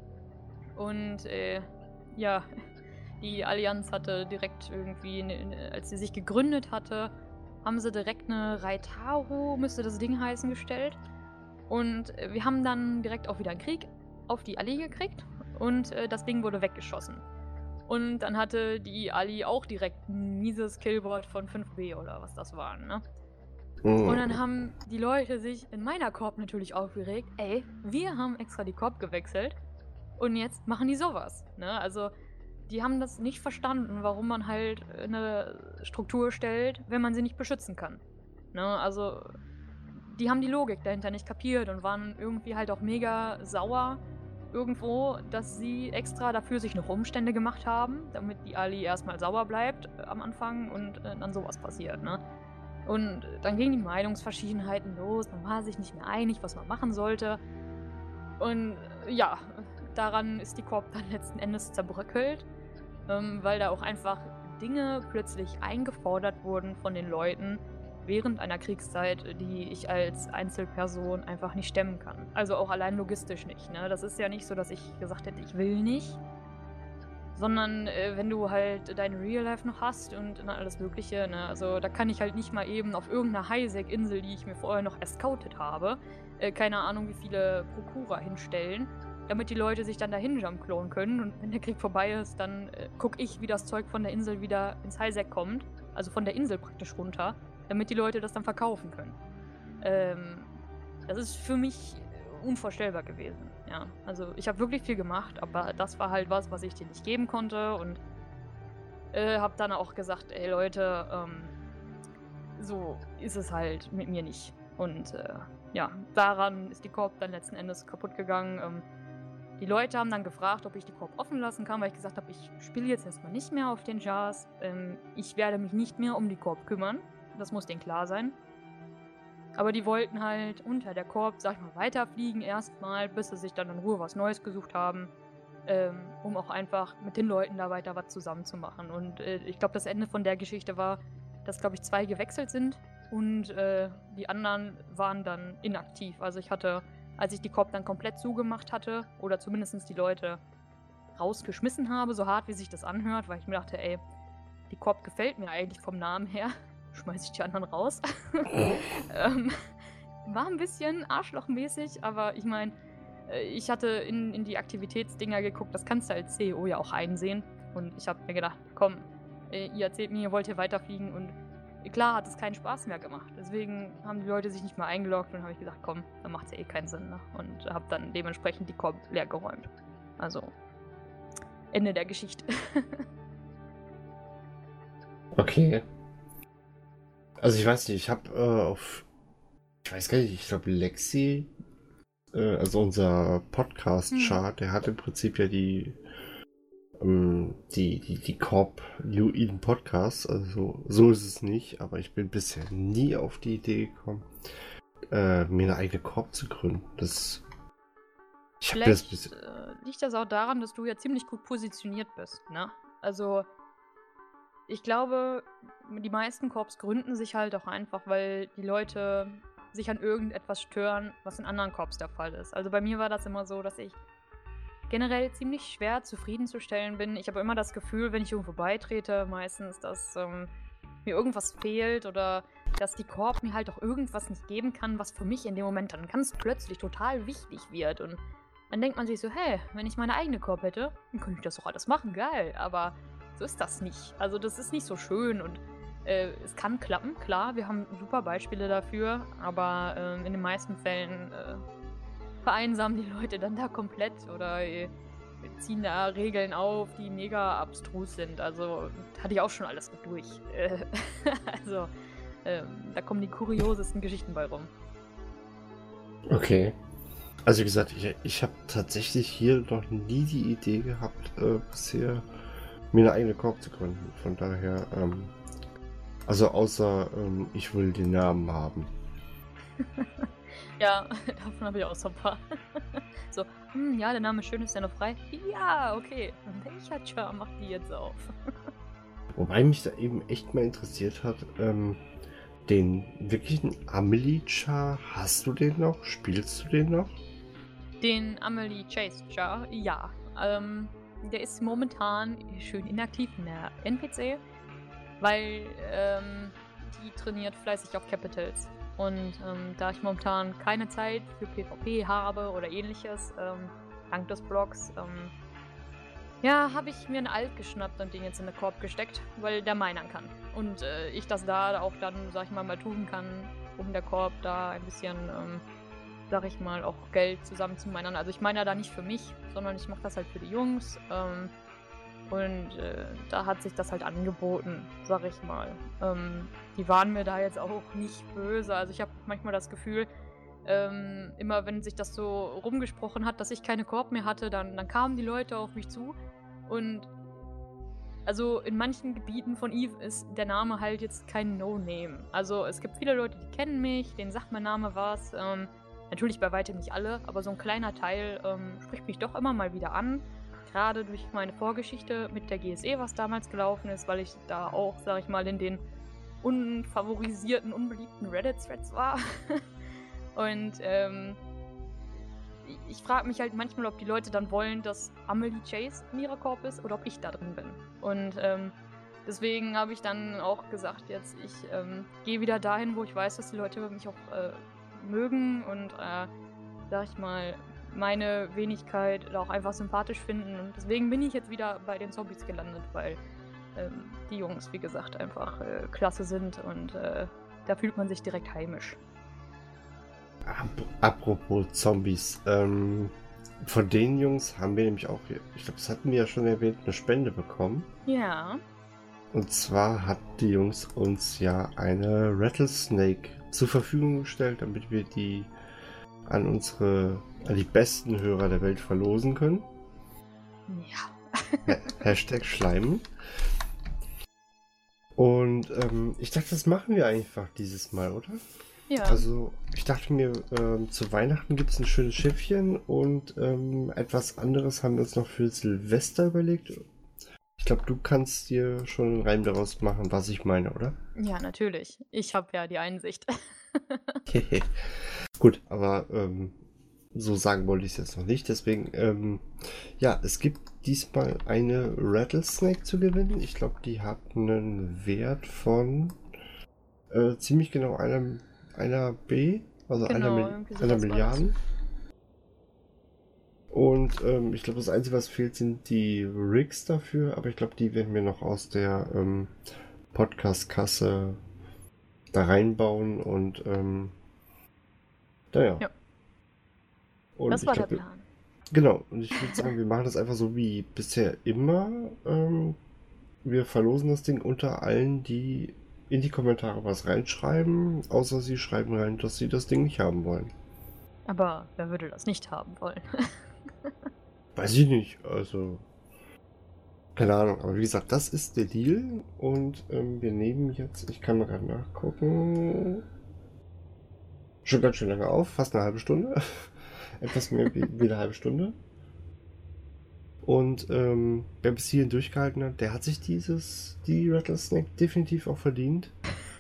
Und ja, die Allianz hatte direkt irgendwie, als sie sich gegründet hatte, haben sie direkt eine Raitaru, müsste das Ding heißen, gestellt. Und wir haben dann direkt auch wieder einen Krieg auf die Ali gekriegt, und das Ding wurde weggeschossen. Und dann hatte die Ali auch direkt ein mieses Killboard von 5B oder was das waren, ne? Und dann haben die Leute sich in meiner Korb natürlich aufgeregt. Ey, wir haben extra die Korb gewechselt und jetzt machen die sowas, ne? Also, die haben das nicht verstanden, warum man halt eine Struktur stellt, wenn man sie nicht beschützen kann, ne? Also, die haben die Logik dahinter nicht kapiert und waren irgendwie halt auch mega sauer irgendwo, dass sie extra dafür sich noch Umstände gemacht haben, damit die Ali erstmal sauer bleibt am Anfang und dann sowas passiert, ne? Und dann gingen die Meinungsverschiedenheiten los, man war sich nicht mehr einig, was man machen sollte. Und ja, daran ist die Korb dann letzten Endes zerbröckelt, weil da auch einfach Dinge plötzlich eingefordert wurden von den Leuten während einer Kriegszeit, die ich als Einzelperson einfach nicht stemmen kann. Also auch allein logistisch nicht, ne? Das ist ja nicht so, dass ich gesagt hätte, ich will nicht, sondern wenn du halt dein Real Life noch hast und alles Mögliche, ne? Also da kann ich halt nicht mal eben auf irgendeiner Highsec-Insel, die ich mir vorher noch erscoutet habe, keine Ahnung wie viele Prokura hinstellen, damit die Leute sich dann dahin jumpklonen können. Und wenn der Krieg vorbei ist, dann gucke ich, wie das Zeug von der Insel wieder ins Highsec kommt. Also von der Insel praktisch runter, damit die Leute das dann verkaufen können. Das ist für mich unvorstellbar gewesen. Ja, also ich habe wirklich viel gemacht, aber das war halt was ich dir nicht geben konnte. Und habe dann auch gesagt, ey Leute, so ist es halt mit mir nicht. Und ja, daran ist die Koop dann letzten Endes kaputt gegangen. Die Leute haben dann gefragt, ob ich die Koop offen lassen kann, weil ich gesagt habe, ich spiele jetzt erstmal nicht mehr auf den Jars. Ich werde mich nicht mehr um die Koop kümmern. Das muss denen klar sein. Aber die wollten halt unter der Koop, sag ich mal, weiterfliegen erstmal, bis sie sich dann in Ruhe was Neues gesucht haben, um auch einfach mit den Leuten da weiter was zusammen zu machen. Und ich glaube, das Ende von der Geschichte war, dass, glaube ich, 2 gewechselt sind und die anderen waren dann inaktiv. Also ich hatte, als ich die Koop dann komplett zugemacht hatte, oder zumindest die Leute rausgeschmissen habe, so hart wie sich das anhört, weil ich mir dachte, ey, die Koop gefällt mir eigentlich vom Namen her, schmeiß ich die anderen raus. War ein bisschen arschlochmäßig, aber ich meine, ich hatte in die Aktivitätsdinger geguckt, das kannst du als CEO ja auch einsehen. Und ich habe mir gedacht, komm, ihr erzählt mir, ihr wollt hier weiterfliegen. Und klar hat es keinen Spaß mehr gemacht. Deswegen haben die Leute sich nicht mehr eingeloggt und habe ich gesagt, komm, dann macht es ja eh keinen Sinn. Ne? Und habe dann dementsprechend die Koop leer geräumt. Also, Ende der Geschichte. Okay. Also ich weiß nicht, ich habe ich weiß gar nicht, ich glaube Lexi, also unser Podcast-Chart, der hat im Prinzip ja die Koop New Eden Podcast, also so ist es nicht, aber ich bin bisher nie auf die Idee gekommen, mir eine eigene Koop zu gründen. Vielleicht liegt das auch daran, dass du ja ziemlich gut positioniert bist, ne? Also, ich glaube, die meisten Korps gründen sich halt auch einfach, weil die Leute sich an irgendetwas stören, was in anderen Korps der Fall ist. Also bei mir war das immer so, dass ich generell ziemlich schwer zufriedenzustellen bin. Ich habe immer das Gefühl, wenn ich irgendwo beitrete, meistens, dass mir irgendwas fehlt oder dass die Koop mir halt auch irgendwas nicht geben kann, was für mich in dem Moment dann ganz plötzlich total wichtig wird. Und dann denkt man sich so, hey, wenn ich meine eigene Koop hätte, dann könnte ich das doch alles machen, geil. Aber so ist das nicht. Also das ist nicht so schön und es kann klappen, klar, wir haben super Beispiele dafür, aber in den meisten Fällen vereinsamen die Leute dann da komplett oder ziehen da Regeln auf, die mega abstrus sind. Also hatte ich auch schon alles mit durch. Also da kommen die kuriosesten Geschichten bei rum. Okay. Also wie gesagt, ich habe tatsächlich hier noch nie die Idee gehabt, bisher mir eine eigene Koop zu gründen. Von daher, also außer ich will den Namen haben. Ja, davon habe ich auch so ein paar. So, ja, der Name ist schön, ist der noch frei? Ja, okay. Welcher Char macht die jetzt auf? Wobei mich da eben echt mal interessiert hat, den wirklichen Amelie-Char, hast du den noch? Spielst du den noch? Den Amelie Chase Char, ja. Der ist momentan schön inaktiv in der NPC, weil die trainiert fleißig auf Capitals. Und da ich momentan keine Zeit für PvP habe oder ähnliches, dank des Blogs, ja, habe ich mir einen Alt geschnappt und den jetzt in eine Koop gesteckt, weil der minern kann. Und ich das da auch dann, sag ich mal tun kann, um der Koop da ein bisschen, sag ich mal, auch Geld zusammen zu minern. Also ich meine da nicht für mich, sondern ich mache das halt für die Jungs. Und da hat sich das halt angeboten, sag ich mal. Die waren mir da jetzt auch nicht böse. Also ich habe manchmal das Gefühl, immer wenn sich das so rumgesprochen hat, dass ich keine Koop mehr hatte, dann kamen die Leute auf mich zu. Und also in manchen Gebieten von Eve ist der Name halt jetzt kein No-Name. Also es gibt viele Leute, die kennen mich, denen sagt mein Name was. Natürlich bei weitem nicht alle, aber so ein kleiner Teil spricht mich doch immer mal wieder an. Gerade durch meine Vorgeschichte mit der GSE, was damals gelaufen ist, weil ich da auch, sag ich mal, in den unfavorisierten, unbeliebten Reddit-Threads war. Und ich frage mich halt manchmal, ob die Leute dann wollen, dass Amelie Chase in ihrer Koop ist oder ob ich da drin bin. Und deswegen habe ich dann auch gesagt, jetzt ich gehe wieder dahin, wo ich weiß, dass die Leute mich auch mögen und, sag ich mal, meine Wenigkeit auch einfach sympathisch finden. Und deswegen bin ich jetzt wieder bei den Zombies gelandet, weil die Jungs, wie gesagt, einfach klasse sind und da fühlt man sich direkt heimisch. Apropos Zombies, von den Jungs haben wir nämlich auch, ich glaube, das hatten wir ja schon erwähnt, eine Spende bekommen. Ja. Und zwar hat die Jungs uns ja eine Rattlesnake zur Verfügung gestellt, damit wir die an die besten Hörer der Welt verlosen können. Ja. Hashtag Schleimen. Und ich dachte, das machen wir einfach dieses Mal, oder? Ja. Also, ich dachte mir, zu Weihnachten gibt es ein schönes Schiffchen und etwas anderes haben wir uns noch für Silvester überlegt. Ich glaube, du kannst dir schon einen Reim daraus machen, was ich meine, oder? Ja, natürlich. Ich habe ja die Einsicht. Gut, aber so sagen wollte ich es jetzt noch nicht. Deswegen, ja, es gibt diesmal eine Rattlesnake zu gewinnen. Ich glaube, die hat einen Wert von ziemlich genau einer B, also Genau, einer irgendwie sowas war das. Milliarden. Und ich glaube, das Einzige, was fehlt, sind die Rigs dafür, aber ich glaube, die werden wir noch aus der Podcast-Kasse da reinbauen und naja. Ja. Und Das ich war glaub, der Plan. Genau, und ich würde sagen, wir machen das einfach so wie bisher immer. Wir verlosen das Ding unter allen, die in die Kommentare was reinschreiben, außer sie schreiben rein, dass sie das Ding nicht haben wollen. Aber wer würde das nicht haben wollen? Weiß ich nicht, also keine Ahnung, aber wie gesagt, das ist der Deal und wir nehmen jetzt, ich kann mal gerade nachgucken, schon ganz schön lange auf, fast eine halbe Stunde, etwas mehr wie eine halbe Stunde. Und wer bis hierhin durchgehalten hat, der hat sich die Rattlesnake definitiv auch verdient.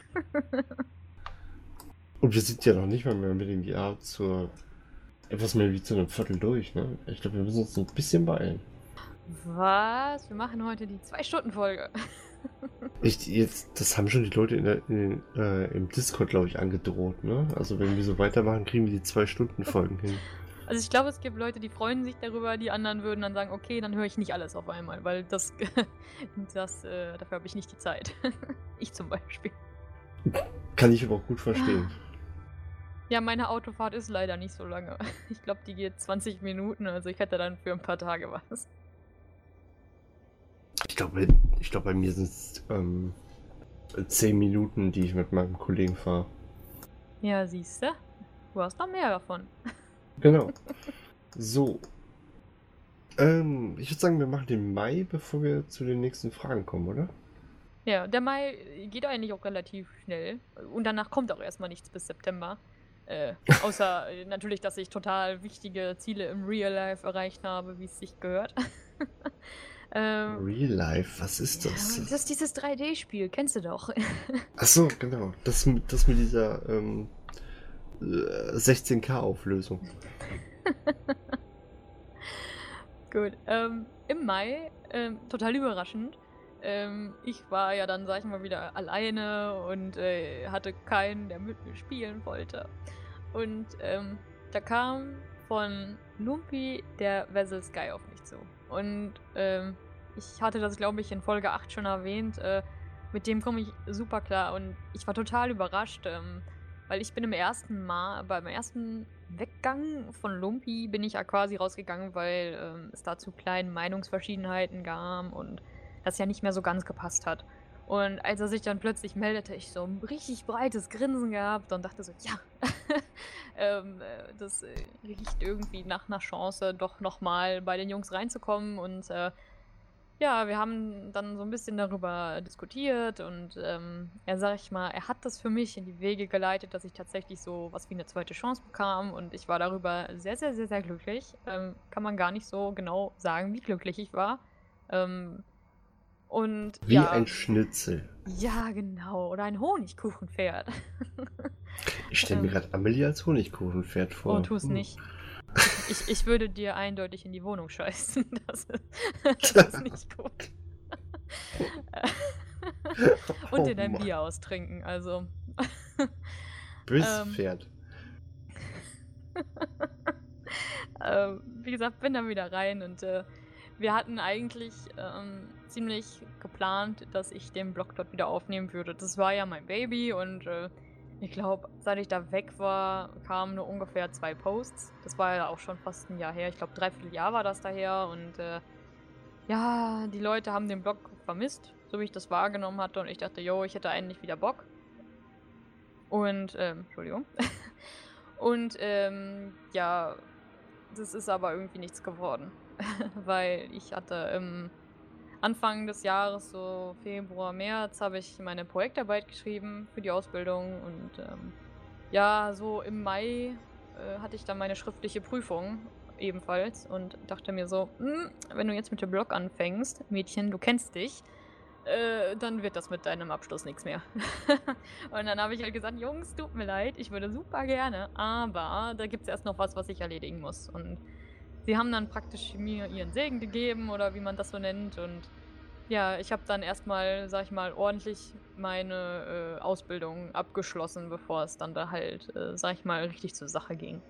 Und wir sind ja noch nicht mal mehr mit dem Jahr etwas mehr wie zu einem Viertel durch, ne? Ich glaube, wir müssen uns ein bisschen beeilen. Was? Wir machen heute die 2-Stunden-Folge. Das haben schon die Leute im Discord, glaube ich, angedroht, ne? Also wenn wir so weitermachen, kriegen wir die 2-Stunden-Folgen hin. Also ich glaube, es gibt Leute, die freuen sich darüber, die anderen würden dann sagen, okay, dann höre ich nicht alles auf einmal, weil dafür habe ich nicht die Zeit. Ich zum Beispiel. Kann ich aber auch gut verstehen. Ja, meine Autofahrt ist leider nicht so lange. Ich glaube, die geht 20 Minuten, also ich hätte dann für ein paar Tage was. Ich glaube, bei mir sind es 10 Minuten, die ich mit meinem Kollegen fahre. Ja, siehst du? Du hast noch mehr davon. Genau. So. Ich würde sagen, wir machen den Mai, bevor wir zu den nächsten Fragen kommen, oder? Ja, der Mai geht eigentlich auch relativ schnell. Und danach kommt auch erstmal nichts bis September. Außer natürlich, dass ich total wichtige Ziele im Real Life erreicht habe, wie es sich gehört. Real Life, was ist das? Ja, das ist dieses 3D-Spiel, kennst du doch. Achso, genau. Das mit dieser 16K-Auflösung. Gut. Im Mai, total überraschend. Ich war ja dann, sag ich mal, wieder alleine und hatte keinen, der mit mir spielen wollte. Und da kam von Lumpy der Vessel Sky auf mich zu. Und ich hatte das, glaube ich, in Folge 8 schon erwähnt. Mit dem komme ich super klar und ich war total überrascht, weil ich bin beim ersten Weggang von Lumpy bin ich ja quasi rausgegangen, weil es da zu kleinen Meinungsverschiedenheiten gab und das ja nicht mehr so ganz gepasst hat. Und als er sich dann plötzlich meldete, ich so ein richtig breites Grinsen gehabt und dachte so, ja, das riecht irgendwie nach einer Chance, doch nochmal bei den Jungs reinzukommen. Und ja, wir haben dann so ein bisschen darüber diskutiert und er hat das für mich in die Wege geleitet, dass ich tatsächlich so was wie eine zweite Chance bekam und ich war darüber sehr, sehr, sehr, sehr glücklich. Kann man gar nicht so genau sagen, wie glücklich ich war. Und Wie ja, ein Schnitzel. ja, genau. Oder ein Honigkuchenpferd. Ich stelle mir gerade Amelie als Honigkuchenpferd vor. Oh, tu es nicht. Ich würde dir eindeutig in die Wohnung scheißen. Das ist nicht gut. Und dir dein Bier austrinken, also. Böses Pferd. wie gesagt, bin dann wieder rein und wir hatten eigentlich ziemlich geplant, dass ich den Blog dort wieder aufnehmen würde. Das war ja mein Baby und ich glaube, seit ich da weg war, kamen nur ungefähr 2 Posts. Das war ja auch schon fast ein Jahr her. Ich glaube, 3/4 Jahr war das daher und ja, die Leute haben den Blog vermisst, so wie ich das wahrgenommen hatte und ich dachte: „Jo, ich hätte eigentlich wieder Bock." Und, Entschuldigung. Und, ja, das ist aber irgendwie nichts geworden, weil ich hatte Anfang des Jahres, so Februar, März, habe ich meine Projektarbeit geschrieben für die Ausbildung und, ja, so im Mai, hatte ich dann meine schriftliche Prüfung ebenfalls und dachte mir so: wenn du jetzt mit dem Blog anfängst, Mädchen, du kennst dich, dann wird das mit deinem Abschluss nichts mehr." Und dann habe ich halt gesagt: „Jungs, tut mir leid, ich würde super gerne, aber da gibt's erst noch was, was ich erledigen muss." Und sie haben dann praktisch mir ihren Segen gegeben oder wie man das so nennt und ja, ich habe dann erstmal, sage ich mal, ordentlich meine, Ausbildung abgeschlossen, bevor es dann da halt, sage ich mal, richtig zur Sache ging.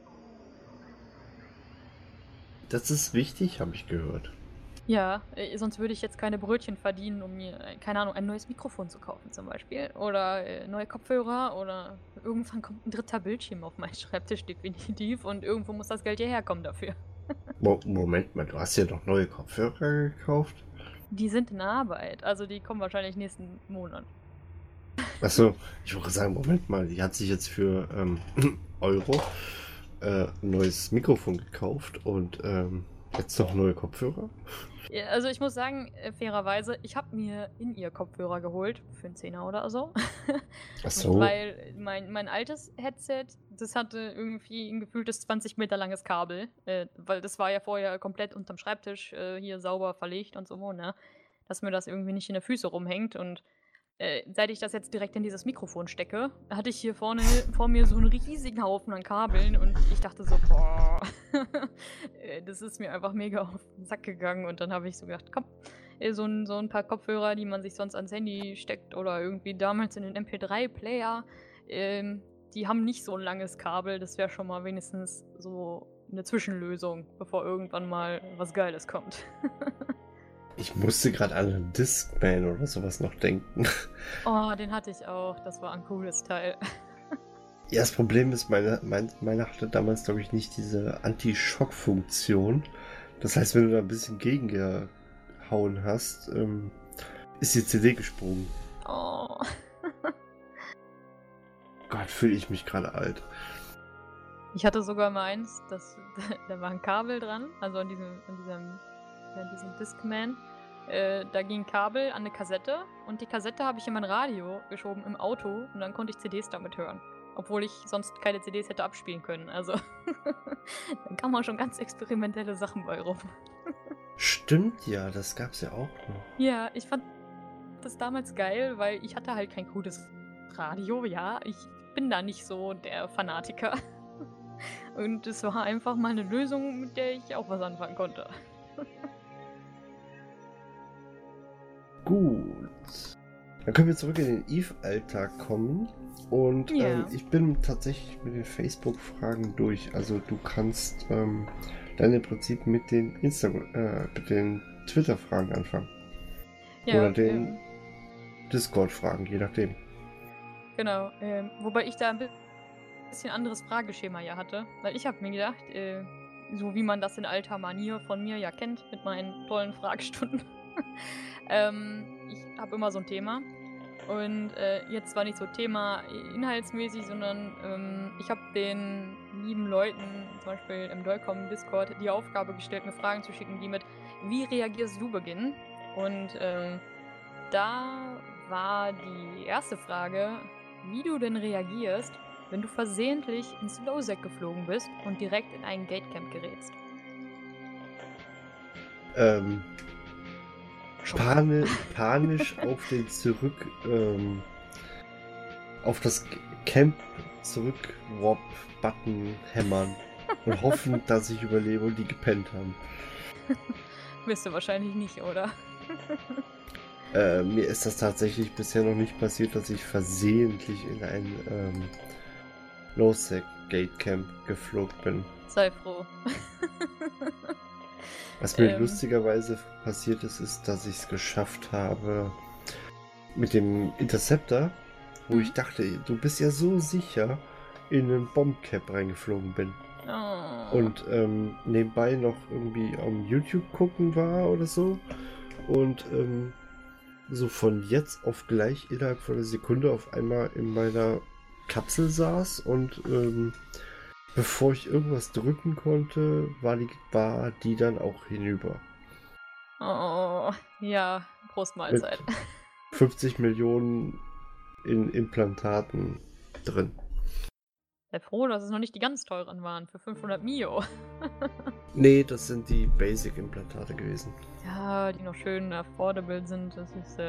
Das ist wichtig, habe ich gehört. Ja, sonst würde ich jetzt keine Brötchen verdienen, um mir, keine Ahnung, ein neues Mikrofon zu kaufen zum Beispiel oder, neue Kopfhörer oder irgendwann kommt ein dritter Bildschirm auf meinen Schreibtisch definitiv und irgendwo muss das Geld ja herkommen dafür. Moment mal, du hast ja doch neue Kopfhörer gekauft? Die sind in Arbeit, also die kommen wahrscheinlich nächsten Monat. Achso, ich wollte sagen, Moment mal, die hat sich jetzt für Euro ein neues Mikrofon gekauft und jetzt noch neue Kopfhörer? Ja, also ich muss sagen, fairerweise, ich habe mir In-Ear Kopfhörer geholt für 'n Zehner oder so. Ach so. Weil mein altes Headset, das hatte irgendwie 'n gefühltes 20 Meter langes Kabel, weil das war ja vorher komplett unterm Schreibtisch, hier sauber verlegt und so, ne, dass mir das irgendwie nicht in den Füße rumhängt und seit ich das jetzt direkt in dieses Mikrofon stecke, hatte ich hier vorne vor mir so 'n riesigen Haufen an Kabeln und ich dachte so: „Boah." Das ist mir einfach mega auf 'n Sack gegangen und dann habe ich so gedacht: „Komm, so 'n paar Kopfhörer, die man sich sonst ans Handy steckt oder irgendwie damals in den MP3-Player, die haben nicht so 'n langes Kabel. Das wäre schon mal wenigstens so 'ne Zwischenlösung, bevor irgendwann mal was Geiles kommt." Ich musste gerade an einen Discman oder sowas noch denken. Oh, den hatte ich auch. Das war 'n cooles Teil. Ja, das Problem ist, meine hatte damals, glaube ich, nicht diese Anti-Schock-Funktion. Das heißt, wenn du da ein bisschen gegengehauen hast, ist die CD gesprungen. Oh. Gott, fühle ich mich gerade alt. Ich hatte sogar mal eins, das da war 'n Kabel dran, also an diesem Discman. Da ging 'n Kabel an 'ne Kassette und die Kassette habe ich in mein Radio geschoben im Auto und dann konnte ich CDs damit hören, obwohl ich sonst keine CDs hätte abspielen können. Also, da kamen auch schon ganz experimentelle Sachen bei rum. Stimmt ja, das gab's ja auch noch. Ja, ich fand das damals geil, weil ich hatte halt kein gutes Radio, ja. Ich bin da nicht so der Fanatiker. Und es war einfach mal 'ne Lösung, mit der ich auch was anfangen konnte. Gut. Dann können wir zurück in den Eve-Alltag kommen. Und Ja. ich bin tatsächlich mit den Facebook-Fragen durch. Also du kannst dann im Prinzip mit den mit den Twitter-Fragen anfangen. Ja, Oder den Discord-Fragen, je nachdem. genau. Wobei ich da 'n bisschen anderes Frageschema ja hatte, weil ich habe mir gedacht, so wie man das in alter Manier von mir ja kennt mit meinen tollen Fragestunden, ich habe immer so 'n Thema und, jetzt zwar nicht so Thema inhaltsmäßig, sondern, ich habe den lieben Leuten, zum Beispiel im Dolcom Discord, die Aufgabe gestellt, mir Fragen zu schicken, die mit „Wie reagierst du?" beginnen. Und, da war die erste Frage, wie du denn reagierst, wenn du versehentlich ins Lowsec geflogen bist und direkt in ein Gatecamp gerätst. Panisch auf den auf das Camp zurück-Warp-Button hämmern und hoffen, dass ich überlebe und die gepennt haben. Wirst du wahrscheinlich nicht, oder? Mir ist das tatsächlich bisher noch nicht passiert, dass ich versehentlich in ein Lowsec Gatecamp geflogen bin. Sei froh. Was mir lustigerweise passiert ist, dass ich es geschafft habe mit dem Interceptor, wo ich dachte, du bist ja so sicher, in einen Bombcap reingeflogen bin. Oh. Und nebenbei noch irgendwie am YouTube gucken war oder so. Und so von jetzt auf gleich innerhalb von einer Sekunde auf einmal in meiner Kapsel saß und bevor ich irgendwas drücken konnte, war die dann auch hinüber. Oh, ja, Prostmahlzeit. Mit 50 Millionen in Implantaten drin. Sei froh, dass es noch nicht die ganz teuren waren, für 500 Mio. Nee, das sind die Basic-Implantate gewesen. Ja, die noch schön affordable sind, das ist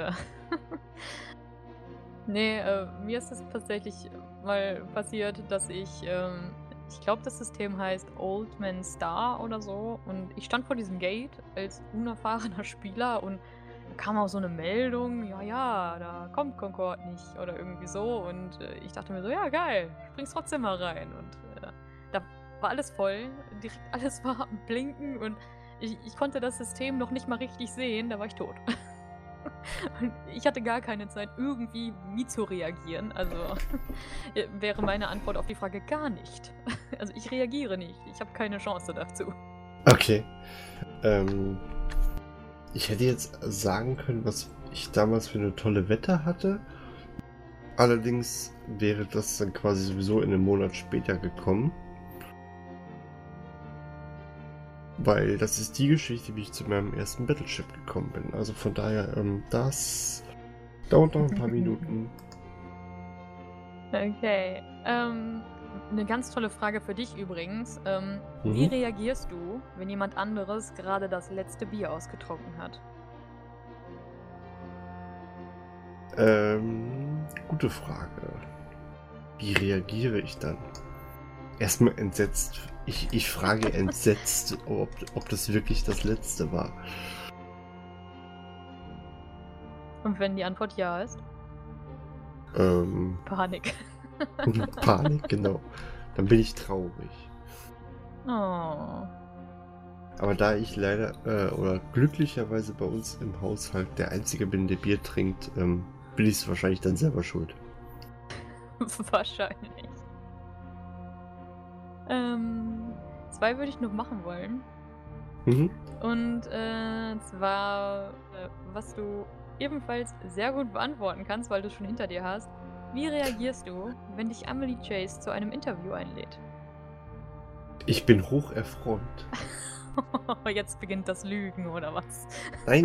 Nee, mir ist es tatsächlich mal passiert, dass ich glaube, das System heißt Old Man Star oder so. Und ich stand vor diesem Gate als unerfahrener Spieler und da kam auch so eine Meldung, ja, da kommt Concorde nicht oder irgendwie so. Und ich dachte mir so, ja, geil, springst trotzdem mal rein. Und da war alles voll, direkt alles war am Blinken und ich konnte das System noch nicht mal richtig sehen, da war ich tot. Und ich hatte gar keine Zeit, irgendwie zu reagieren. Also wäre meine Antwort auf die Frage gar nicht. Also ich reagiere nicht. Ich habe keine Chance dazu. Okay. Ich hätte jetzt sagen können, was ich damals für eine tolle Wette hatte. Allerdings wäre das dann quasi sowieso in einem Monat später gekommen. Weil das ist die Geschichte, wie ich zu meinem ersten Battleship gekommen bin. Also von daher, das dauert noch ein paar Minuten. Okay. Eine ganz tolle Frage für dich übrigens. Wie reagierst du, wenn jemand anderes gerade das letzte Bier ausgetrunken hat? Gute Frage. Wie reagiere ich dann? Erstmal entsetzt. Ich frage entsetzt, ob das wirklich das letzte war. Und wenn die Antwort ja ist? Panik. Panik, genau. Dann bin ich traurig. Oh. Aber da ich leider, oder glücklicherweise bei uns im Haushalt der Einzige bin, der Bier trinkt, bin ich es wahrscheinlich dann selber schuld. Wahrscheinlich. Zwei würde ich noch machen wollen. Und zwar, was du ebenfalls sehr gut beantworten kannst, weil du es schon hinter dir hast. Wie reagierst du, wenn dich Amelie Chase zu einem Interview einlädt? Ich bin hoch erfreut. Jetzt beginnt das Lügen, oder was? Nein,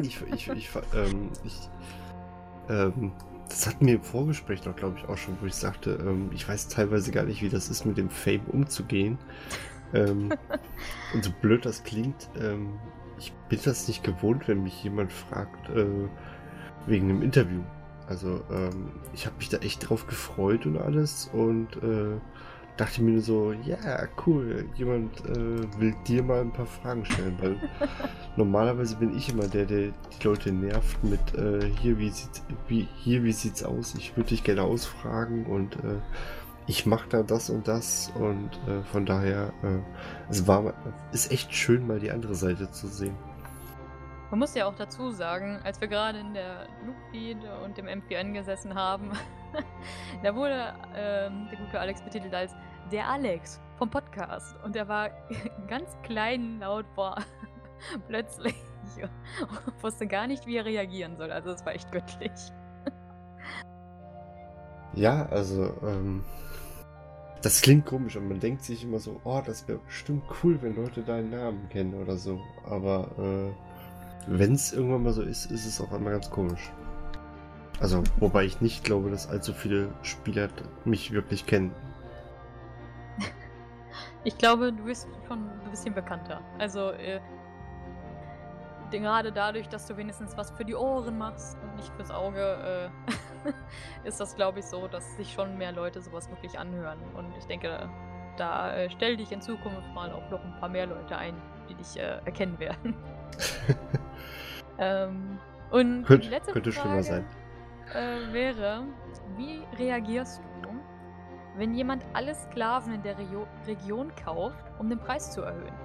das hatten wir im Vorgespräch noch, glaube ich, auch schon, wo ich sagte, ich weiß teilweise gar nicht, wie das ist, mit dem Fame umzugehen. Und so blöd das klingt, ich bin das nicht gewohnt, wenn mich jemand fragt, wegen einem Interview. Also, ich habe mich da echt drauf gefreut und alles und dachte mir nur so, ja, cool, jemand will dir mal ein paar Fragen stellen, weil normalerweise bin ich immer der die Leute nervt mit wie sieht's aus, ich würde dich gerne ausfragen und ich mache da das und das und von daher, ist echt schön, mal die andere Seite zu sehen. Man muss ja auch dazu sagen, als wir gerade in der Loopfeed und dem MPN gesessen haben, da wurde der gute Alex betitelt als der Alex vom Podcast. Und er war ganz klein laut, plötzlich. Und wusste gar nicht, wie er reagieren soll. Also es war echt göttlich. Ja, also, das klingt komisch und man denkt sich immer so, oh, das wäre bestimmt cool, wenn Leute deinen Namen kennen oder so. Aber wenn es irgendwann mal so ist, ist es auf einmal ganz komisch. Also, wobei ich nicht glaube, dass allzu viele Spieler mich wirklich kennen. Ich glaube, du bist schon ein bisschen bekannter. Also, gerade dadurch, dass du wenigstens was für die Ohren machst und nicht fürs Auge, ist das, glaube ich, so, dass sich schon mehr Leute sowas wirklich anhören. Und ich denke, da stell dich in Zukunft mal auch noch ein paar mehr Leute ein, die dich erkennen werden. Und die letzte könnte schlimmer Frage sein. wäre, wie reagierst du, wenn jemand alle Sklaven in der Region kauft, um den Preis zu erhöhen?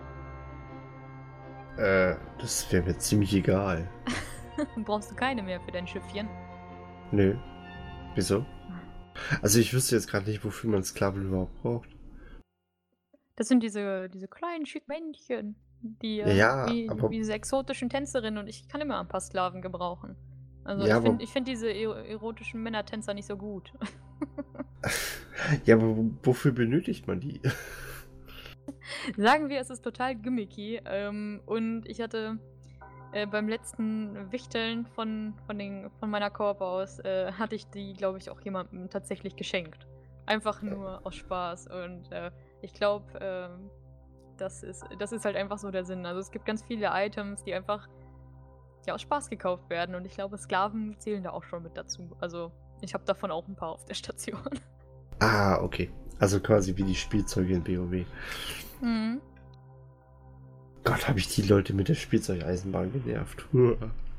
Das wäre mir ziemlich egal. Brauchst du keine mehr für dein Schiffchen? Nö. Wieso? Also ich wüsste jetzt gerade nicht, wofür man Sklaven überhaupt braucht. Das sind diese kleinen schicken Männchen, die Ja, wie aber diese exotischen Tänzerinnen, und ich kann immer ein paar Sklaven gebrauchen. Also ja, aber ich finde diese erotischen Männertänzer nicht so gut. ja, aber wofür benötigt man die? Sagen wir, es ist total gimmicky. Und ich hatte beim letzten Wichteln von meiner Koop aus, hatte ich die, glaube ich, auch jemandem tatsächlich geschenkt. Einfach nur aus Spaß. Und ich glaube, das ist halt einfach so der Sinn. Also es gibt ganz viele Items, die einfach ja, aus Spaß gekauft werden. Und ich glaube, Sklaven zählen da auch schon mit dazu. Also ich habe davon auch ein paar auf der Station. Ah, okay. Also quasi wie die Spielzeuge in WoW. Mhm. Gott, habe ich die Leute mit der Spielzeugeisenbahn genervt. Uah.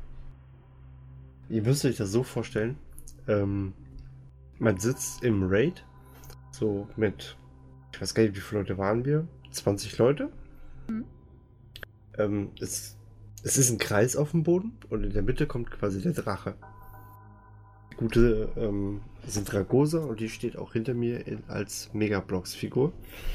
Ihr müsst euch das so vorstellen. Man sitzt im Raid. So mit, ich weiß gar nicht, wie viele Leute waren wir? 20 Leute. Mhm. Es ist ein Kreis auf dem Boden und in der Mitte kommt quasi der Drache. Die gute sind Dragosa und die steht auch hinter mir als Megablocks-Figur.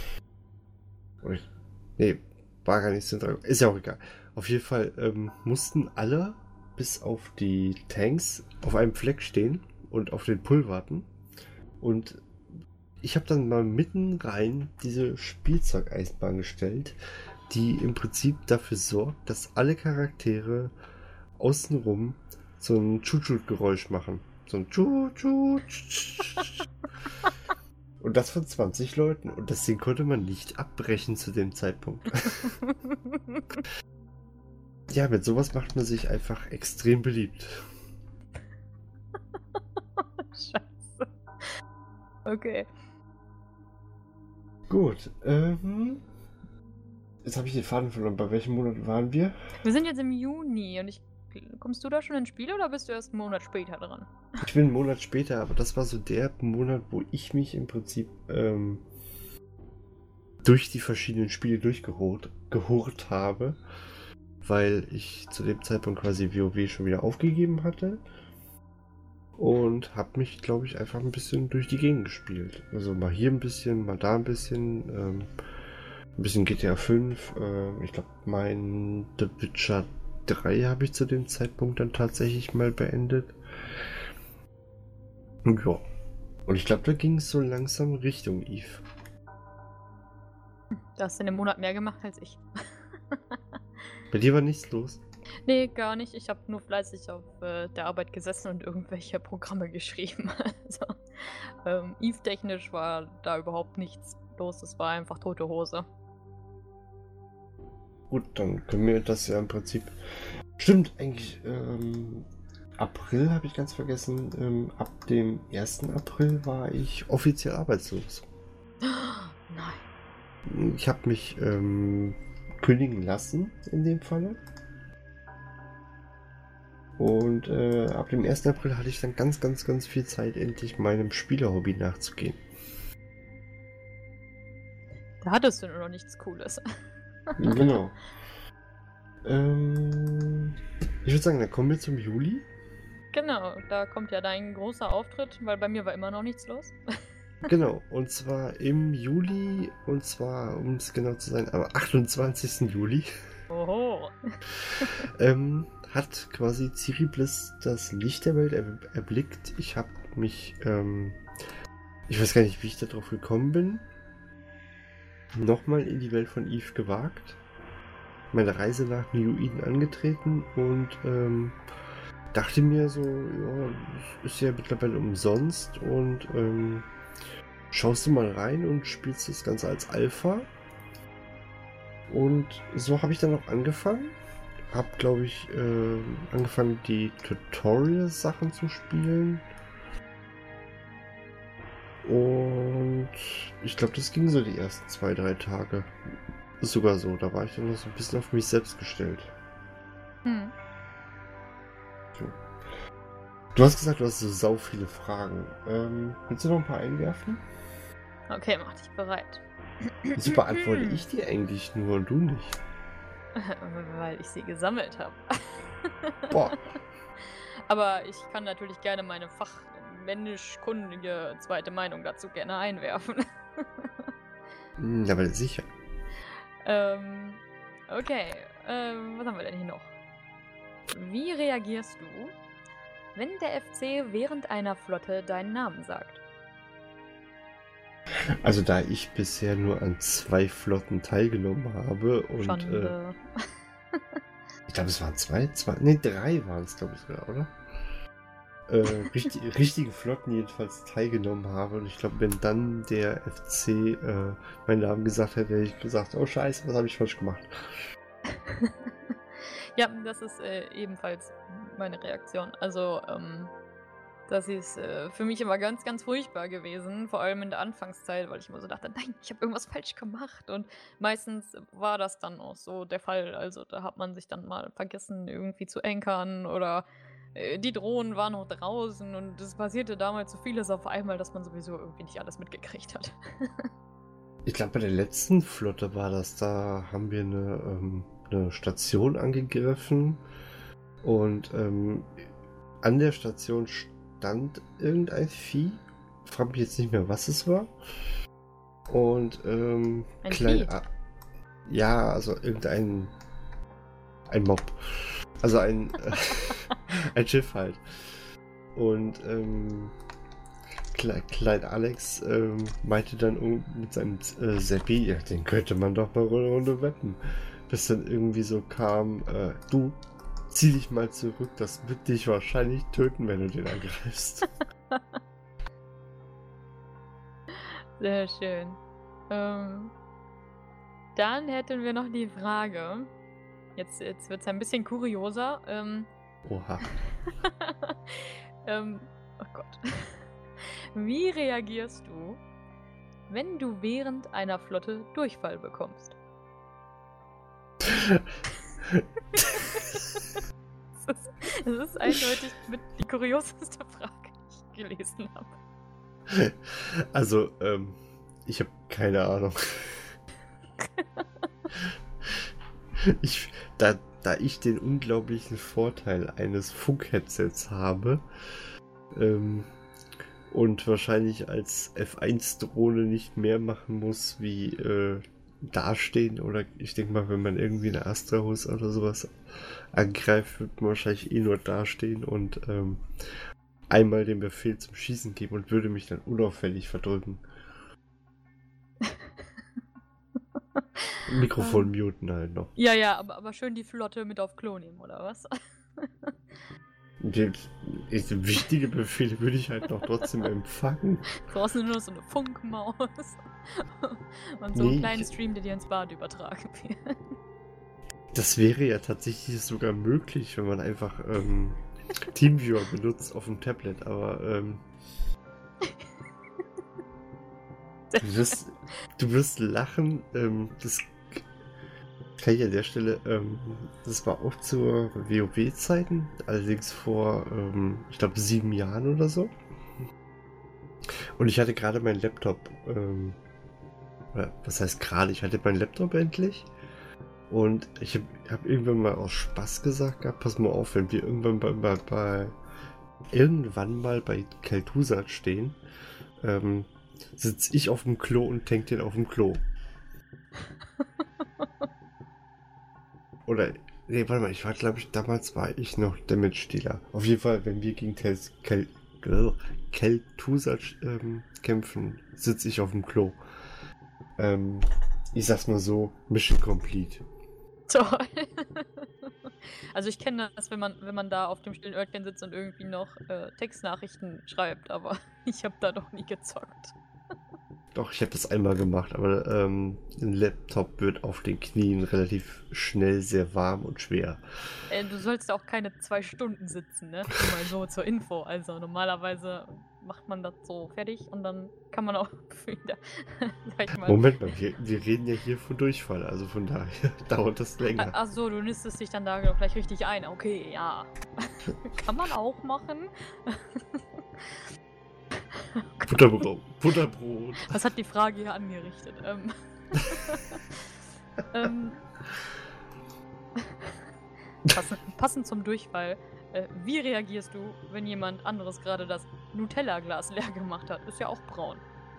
Nee, war gar nicht Sintra. Ist ja auch egal. Auf jeden Fall mussten alle bis auf die Tanks auf einem Fleck stehen und auf den Pull warten. Und ich habe dann mal mitten rein diese Spielzeugeisenbahn gestellt, die im Prinzip dafür sorgt, dass alle Charaktere außenrum so ein Tschut-Tschut-Geräusch machen. So ein Tschut-Tschut. Und das von 20 Leuten. Und das Ding konnte man nicht abbrechen zu dem Zeitpunkt. Ja, mit sowas macht man sich einfach extrem beliebt. Scheiße. Okay. Gut, jetzt habe ich den Faden verloren. Bei welchem Monat waren wir? Wir sind jetzt im Juni und kommst du da schon ins Spiel oder bist du erst einen Monat später dran? Ich bin einen Monat später, aber das war so der Monat, wo ich mich im Prinzip durch die verschiedenen Spiele gehurt habe, weil ich zu dem Zeitpunkt quasi WoW schon wieder aufgegeben hatte und habe mich, glaube ich, einfach ein bisschen durch die Gegend gespielt. Also mal hier ein bisschen, mal da ein bisschen GTA 5. Ich glaube, mein The Witcher 3 habe ich zu dem Zeitpunkt dann tatsächlich mal beendet. Ja. Und ich glaube, da ging es so langsam Richtung Eve. Da hast du in einem Monat mehr gemacht als ich. Bei dir war nichts los? Nee, gar nicht. Ich habe nur fleißig auf der Arbeit gesessen und irgendwelche Programme geschrieben. Also, Eve-technisch war da überhaupt nichts los. Es war einfach tote Hose. Gut, dann können wir das ja im Prinzip... Stimmt, eigentlich, April habe ich ganz vergessen. Ab dem 1. April war ich offiziell arbeitslos. Nein. Ich habe mich kündigen lassen in dem Falle. Und ab dem 1. April hatte ich dann ganz, ganz, ganz viel Zeit, endlich meinem Spielerhobby nachzugehen. Da hattest du nur noch nichts Cooles. Genau. Ich würde sagen, dann kommen wir zum Juli. Genau, da kommt ja dein großer Auftritt, weil bei mir war immer noch nichts los. Genau, und zwar im Juli, und zwar, um es genau zu sein, am 28. Juli. Oho. Hat quasi Ciri Bliss das Licht der Welt erblickt. Ich habe mich, ich weiß gar nicht, wie ich darauf gekommen bin, nochmal in die Welt von Eve gewagt, meine Reise nach New Eden angetreten und dachte mir so, ja, ist ja mittlerweile umsonst und schaust du mal rein und spielst das Ganze als Alpha. Und so habe ich dann auch angefangen. Hab, glaube ich, angefangen, die Tutorial-Sachen zu spielen. Und ich glaube, das ging so die ersten 2-3 Tage. Ist sogar so, da war ich dann noch so ein bisschen auf mich selbst gestellt. Hm. So. Du hast gesagt, du hast so sau viele Fragen. Willst du noch ein paar einwerfen? Okay, mach dich bereit. Wieso beantworte ich die eigentlich nur und du nicht? Weil ich sie gesammelt habe. Boah. Aber ich kann natürlich gerne meine fachmännisch-kundige zweite Meinung dazu gerne einwerfen. Aber sicher. Okay, was haben wir denn hier noch? Wie reagierst du, wenn der FC während einer Flotte deinen Namen sagt? Also da ich bisher nur an 2 Flotten teilgenommen habe und Schande. ich glaube es waren 2, 3 waren es glaube ich sogar, oder? Richtige Flotten jedenfalls teilgenommen habe und ich glaube, wenn dann der FC meinen Namen gesagt hätte, hätte ich gesagt, oh scheiße, was habe ich falsch gemacht? Ja, das ist ebenfalls meine Reaktion. Also, das ist für mich immer ganz, ganz furchtbar gewesen, vor allem in der Anfangszeit, weil ich immer so dachte, nein, ich habe irgendwas falsch gemacht. Und meistens war das dann auch so der Fall. Also da hat man sich dann mal vergessen, irgendwie zu ankern oder die Drohnen waren noch draußen und es passierte damals so vieles auf einmal, dass man sowieso irgendwie nicht alles mitgekriegt hat. Ich glaube, bei der letzten Flotte war das, da haben wir eine Station angegriffen und an der Station stand irgendein Vieh. Ich frage mich jetzt nicht mehr, was es war. Und Ein Vieh? Ja, also ein Mob. Also ein Schiff halt. Und Klein Alex meinte dann mit seinem Seppi, ja, den könnte man doch mal eine Runde wetten. Bis dann irgendwie so kam, du, zieh dich mal zurück, das wird dich wahrscheinlich töten, wenn du den angreifst. Sehr schön. Dann hätten wir noch die Frage. Jetzt wird es ein bisschen kurioser. Oha. Oh Gott. Wie reagierst du, wenn du während einer Flotte Durchfall bekommst? Das ist eindeutig mit die kurioseste Frage, die ich gelesen habe. Also, ich habe keine Ahnung. Da ich den unglaublichen Vorteil eines Funkheadsets habe und wahrscheinlich als F1-Drohne nicht mehr machen muss wie dastehen, oder ich denke mal, wenn man irgendwie eine Astrahus oder sowas angreift, wird man wahrscheinlich eh nur dastehen und einmal den Befehl zum Schießen geben und würde mich dann unauffällig verdrücken. Mikrofon muten halt noch. Ja, aber schön die Flotte mit auf Klo nehmen, oder was? Wichtige Befehle würde ich halt noch trotzdem empfangen. Du brauchst nur noch so eine Funkmaus und so einen kleinen Stream, der dir ins Bad übertragen wird. Das wäre ja tatsächlich sogar möglich, wenn man einfach Teamviewer benutzt auf dem Tablet, aber du wirst lachen, das kann ich an der Stelle, das war auch zur WoW-Zeiten, allerdings vor, ich glaube 7 Jahren oder so. Und ich hatte gerade meinen Laptop, was heißt gerade, ich hatte meinen Laptop endlich. Und ich hab irgendwann mal aus Spaß gesagt, pass mal auf, wenn wir irgendwann mal bei Kel'Thuzad stehen, sitze ich auf dem Klo und tank den auf dem Klo. Oder, nee, warte mal, damals war ich noch Damage-Dealer. Auf jeden Fall, wenn wir gegen Kel'Thuzad kämpfen, sitze ich auf dem Klo. Ich sag's mal so, Mission complete. Toll. Also ich kenne das, wenn man da auf dem stillen Örtchen sitzt und irgendwie noch Textnachrichten schreibt, aber ich habe da noch nie gezockt. Doch, ich habe das einmal gemacht, aber ein Laptop wird auf den Knien relativ schnell sehr warm und schwer. Du sollst auch keine 2 Stunden sitzen, ne? Nur mal so zur Info. Also normalerweise macht man das so fertig und dann kann man auch wieder, sag ich mal. Moment mal, wir reden ja hier von Durchfall, also von daher dauert das länger. Ach so, du nistest dich dann da gleich richtig ein. Okay, ja. Kann man auch machen. Butterbrot. Was hat die Frage hier angerichtet? Ähm, passend zum Durchfall. Wie reagierst du, wenn jemand anderes gerade das Nutella-Glas leer gemacht hat? Ist ja auch braun.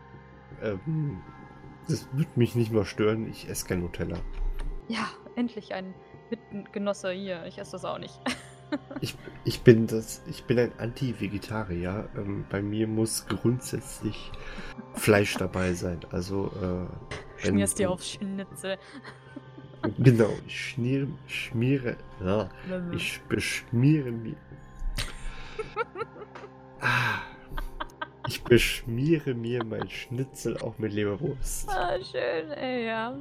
Das wird mich nicht mal stören. Ich esse kein Nutella. Ja, endlich ein Mitgenosse hier. Ich esse das auch nicht. Ich bin ein Anti-Vegetarier. Bei mir muss grundsätzlich Fleisch dabei sein. Also, Schmierst dir aufs Schnitzel. Genau, ich beschmiere mir. Ich beschmiere mir mein Schnitzel auch mit Leberwurst. Ah, schön, ey, ja.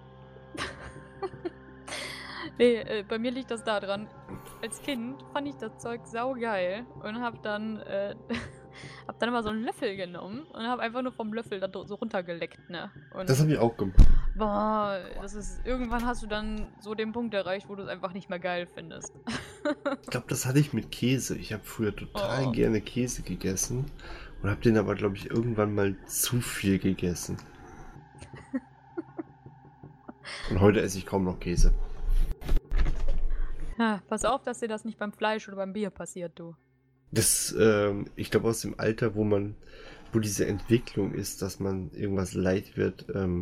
Nee, bei mir liegt das daran. Als Kind fand ich das Zeug saugeil und hab dann immer so einen Löffel genommen und hab einfach nur vom Löffel dann so runtergeleckt, ne? Und Das habe ich auch gemacht. boah, irgendwann hast du dann so den Punkt erreicht, wo du es einfach nicht mehr geil findest. Ich glaube, das hatte ich mit Käse. Ich habe früher total gerne Käse gegessen und habe den aber, glaube ich, irgendwann mal zu viel gegessen. Und heute esse ich kaum noch Käse. Ja, pass auf, dass dir das nicht beim Fleisch oder beim Bier passiert, du. Das, ich glaube, aus dem Alter, wo diese Entwicklung ist, dass man irgendwas leid wird,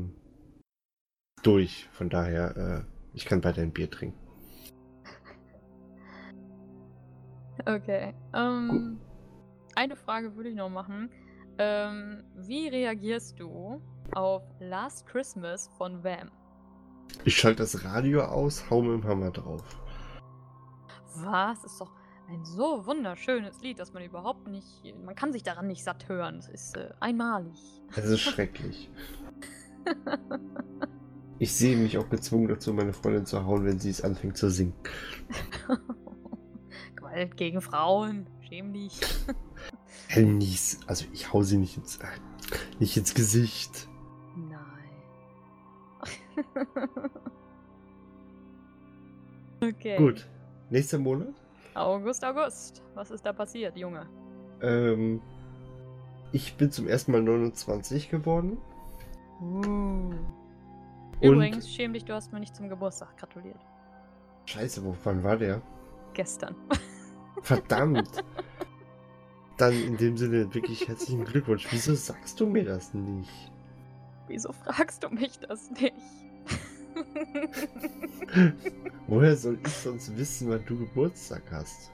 durch. Von daher, ich kann weiterhin Bier trinken. Okay. Eine Frage würde ich noch machen. Wie reagierst du auf Last Christmas von Wham? Ich schalte das Radio aus, hau mit dem Hammer drauf. Was? Ist doch ein so wunderschönes Lied, dass man überhaupt nicht. Man kann sich daran nicht satt hören. Es ist einmalig. Es ist schrecklich. Ich sehe mich auch gezwungen dazu, meine Freundin zu hauen, wenn sie es anfängt zu singen. Gewalt gegen Frauen. Schäm dich. Also ich hau sie nicht ins Gesicht. Nein. Okay. Gut. Nächster Monat? August. Was ist da passiert, Junge? Ich bin zum ersten Mal 29 geworden. Übrigens, schäm dich, du hast mir nicht zum Geburtstag gratuliert. Scheiße, wann war der? Gestern. Verdammt. Dann in dem Sinne wirklich herzlichen Glückwunsch. Wieso sagst du mir das nicht? Wieso fragst du mich das nicht? Woher soll ich sonst wissen, wann du Geburtstag hast?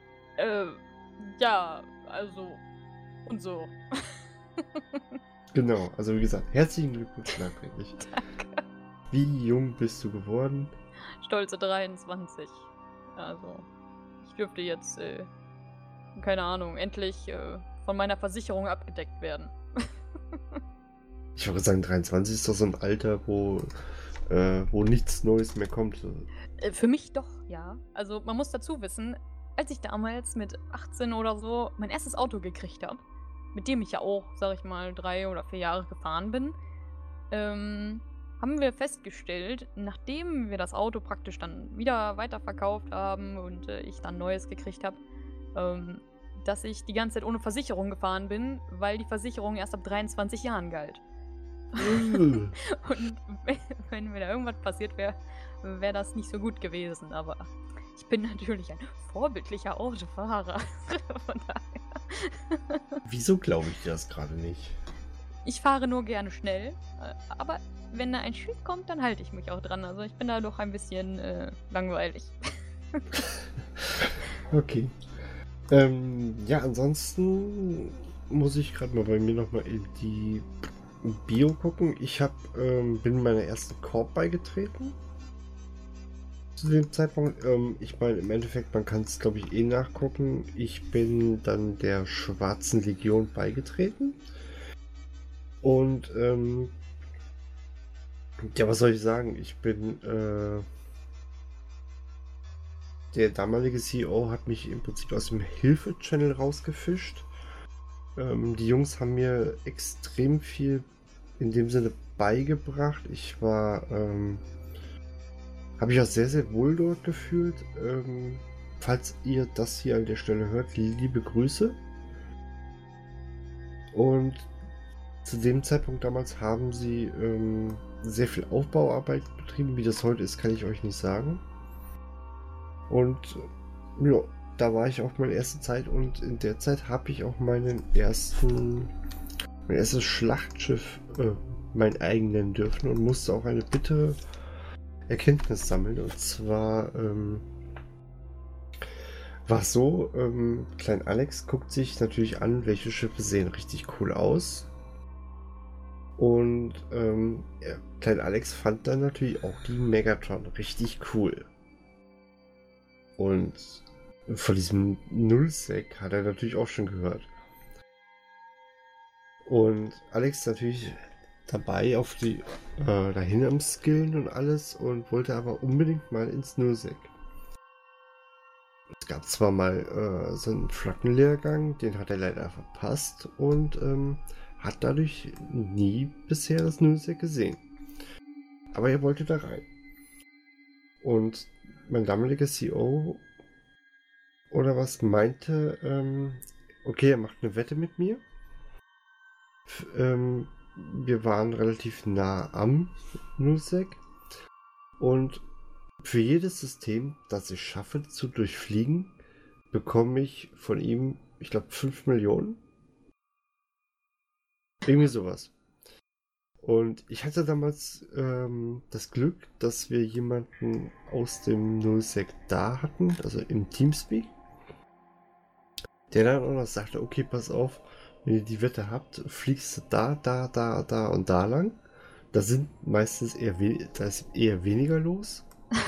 Ja, also und so. Genau, also wie gesagt, herzlichen Glückwunsch nachträglich. Danke. Wie jung bist du geworden? Stolze 23. Also, ich dürfte jetzt, keine Ahnung, endlich von meiner Versicherung abgedeckt werden. Ich würde sagen, 23 ist doch so ein Alter, wo nichts Neues mehr kommt. Für mich doch, ja. Also man muss dazu wissen, als ich damals mit 18 oder so mein erstes Auto gekriegt habe, mit dem ich ja auch, sag ich mal, 3 oder 4 Jahre gefahren bin, haben wir festgestellt, nachdem wir das Auto praktisch dann wieder weiterverkauft haben und ich dann Neues gekriegt habe, dass ich die ganze Zeit ohne Versicherung gefahren bin, weil die Versicherung erst ab 23 Jahren galt. Und wenn mir da irgendwas passiert wäre, wäre das nicht so gut gewesen. Aber ich bin natürlich ein vorbildlicher Autofahrer. Von daher. Wieso glaube ich dir das gerade nicht? Ich fahre nur gerne schnell. Aber wenn da ein Schild kommt, dann halte ich mich auch dran. Also ich bin da doch ein bisschen langweilig. Okay. Ja, ansonsten muss ich gerade mal bei mir nochmal in die Bio gucken. Ich bin meiner ersten Korb beigetreten. Zu dem Zeitpunkt. Ich meine, im Endeffekt, man kann es, glaube ich, nachgucken. Ich bin dann der Schwarzen Legion beigetreten. Und, ja, was soll ich sagen? Ich bin, der damalige CEO hat mich im Prinzip aus dem Hilfe-Channel rausgefischt. Die Jungs haben mir extrem viel in dem Sinne beigebracht. Habe ich auch sehr, sehr wohl dort gefühlt. Falls ihr das hier an der Stelle hört, liebe Grüße. Und zu dem Zeitpunkt damals haben sie sehr viel Aufbauarbeit betrieben. Wie das heute ist, kann ich euch nicht sagen. Und ja, da war ich auch meine erste Zeit und in der Zeit habe ich auch mein erstes Schlachtschiff mein eigen nennen dürfen und musste auch eine bittere Erkenntnis sammeln. Und zwar war es so, Klein Alex guckt sich natürlich an, welche Schiffe sehen richtig cool aus. Und ja, Klein Alex fand dann natürlich auch die Megatron richtig cool. Und von diesem Nullsec hat er natürlich auch schon gehört. Und Alex natürlich dabei auf die dahin am Skillen und alles und wollte aber unbedingt mal ins Nullsec. Es gab zwar mal so einen Flottenlehrgang, den hat er leider verpasst und hat dadurch nie bisher das Nullsec gesehen. Aber er wollte da rein. Und mein damaliger CEO oder was meinte, okay, er macht eine Wette mit mir. Wir waren relativ nah am Nullsec und für jedes System, das ich schaffe zu durchfliegen, bekomme ich von ihm, ich glaube, 5 Millionen. Irgendwie sowas. Und ich hatte damals das Glück, dass wir jemanden aus dem Nullsec da hatten, also im Teamspeak, der dann auch noch sagte, okay, pass auf, wenn ihr die Wette habt, fliegst du da und da lang. Da sind meistens da ist eher weniger los.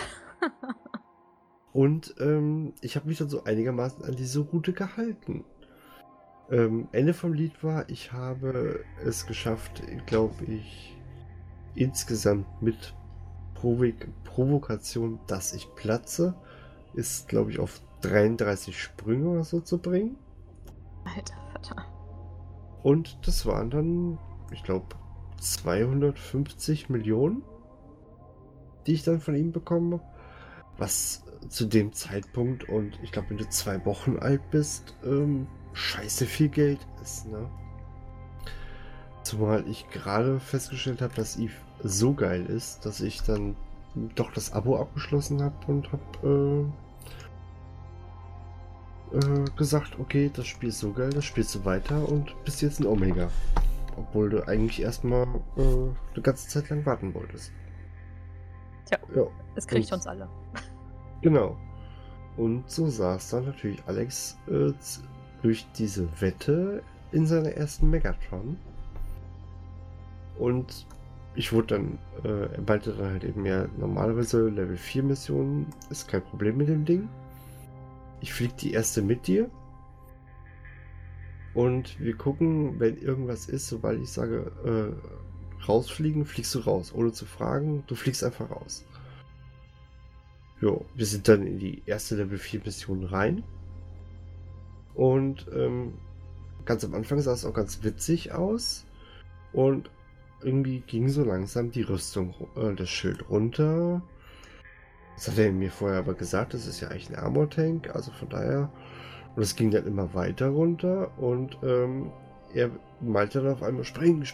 Und ich habe mich dann so einigermaßen an diese Route gehalten. Ende vom Lied war, ich habe es geschafft, glaube ich, insgesamt mit Provokation, dass ich platze, ist, glaube ich, auf 33 Sprünge oder so zu bringen. Alter Vater. Und das waren dann, ich glaube, 250 Millionen, die ich dann von ihm bekomme. Was zu dem Zeitpunkt, und ich glaube, wenn du 2 Wochen alt bist, scheiße viel Geld ist, ne? Zumal ich gerade festgestellt habe, dass Eve so geil ist, dass ich dann doch das Abo abgeschlossen habe und habe gesagt, okay, das Spiel ist so geil, das spielst du weiter und bist jetzt ein Omega. Obwohl du eigentlich erstmal eine ganze Zeit lang warten wolltest. Tja, ja. Es kriegt uns alle. Genau. Und so saß dann natürlich Alex durch diese Wette in seiner ersten Megatron. Und ich wurde dann, er meinte dann halt eben, ja, normalerweise Level 4 Missionen ist kein Problem mit dem Ding. Ich fliege die erste mit dir. Und wir gucken, wenn irgendwas ist, sobald ich sage, rausfliegen, fliegst du raus. Ohne zu fragen, du fliegst einfach raus. Jo, wir sind dann in die erste Level 4 Mission rein. Und ganz am Anfang sah es auch ganz witzig aus. Und irgendwie ging so langsam die Rüstung, das Schild runter. Das hat er mir vorher aber gesagt, das ist ja eigentlich ein Armor-Tank, also von daher. Und es ging dann immer weiter runter und er meinte dann auf einmal, springen.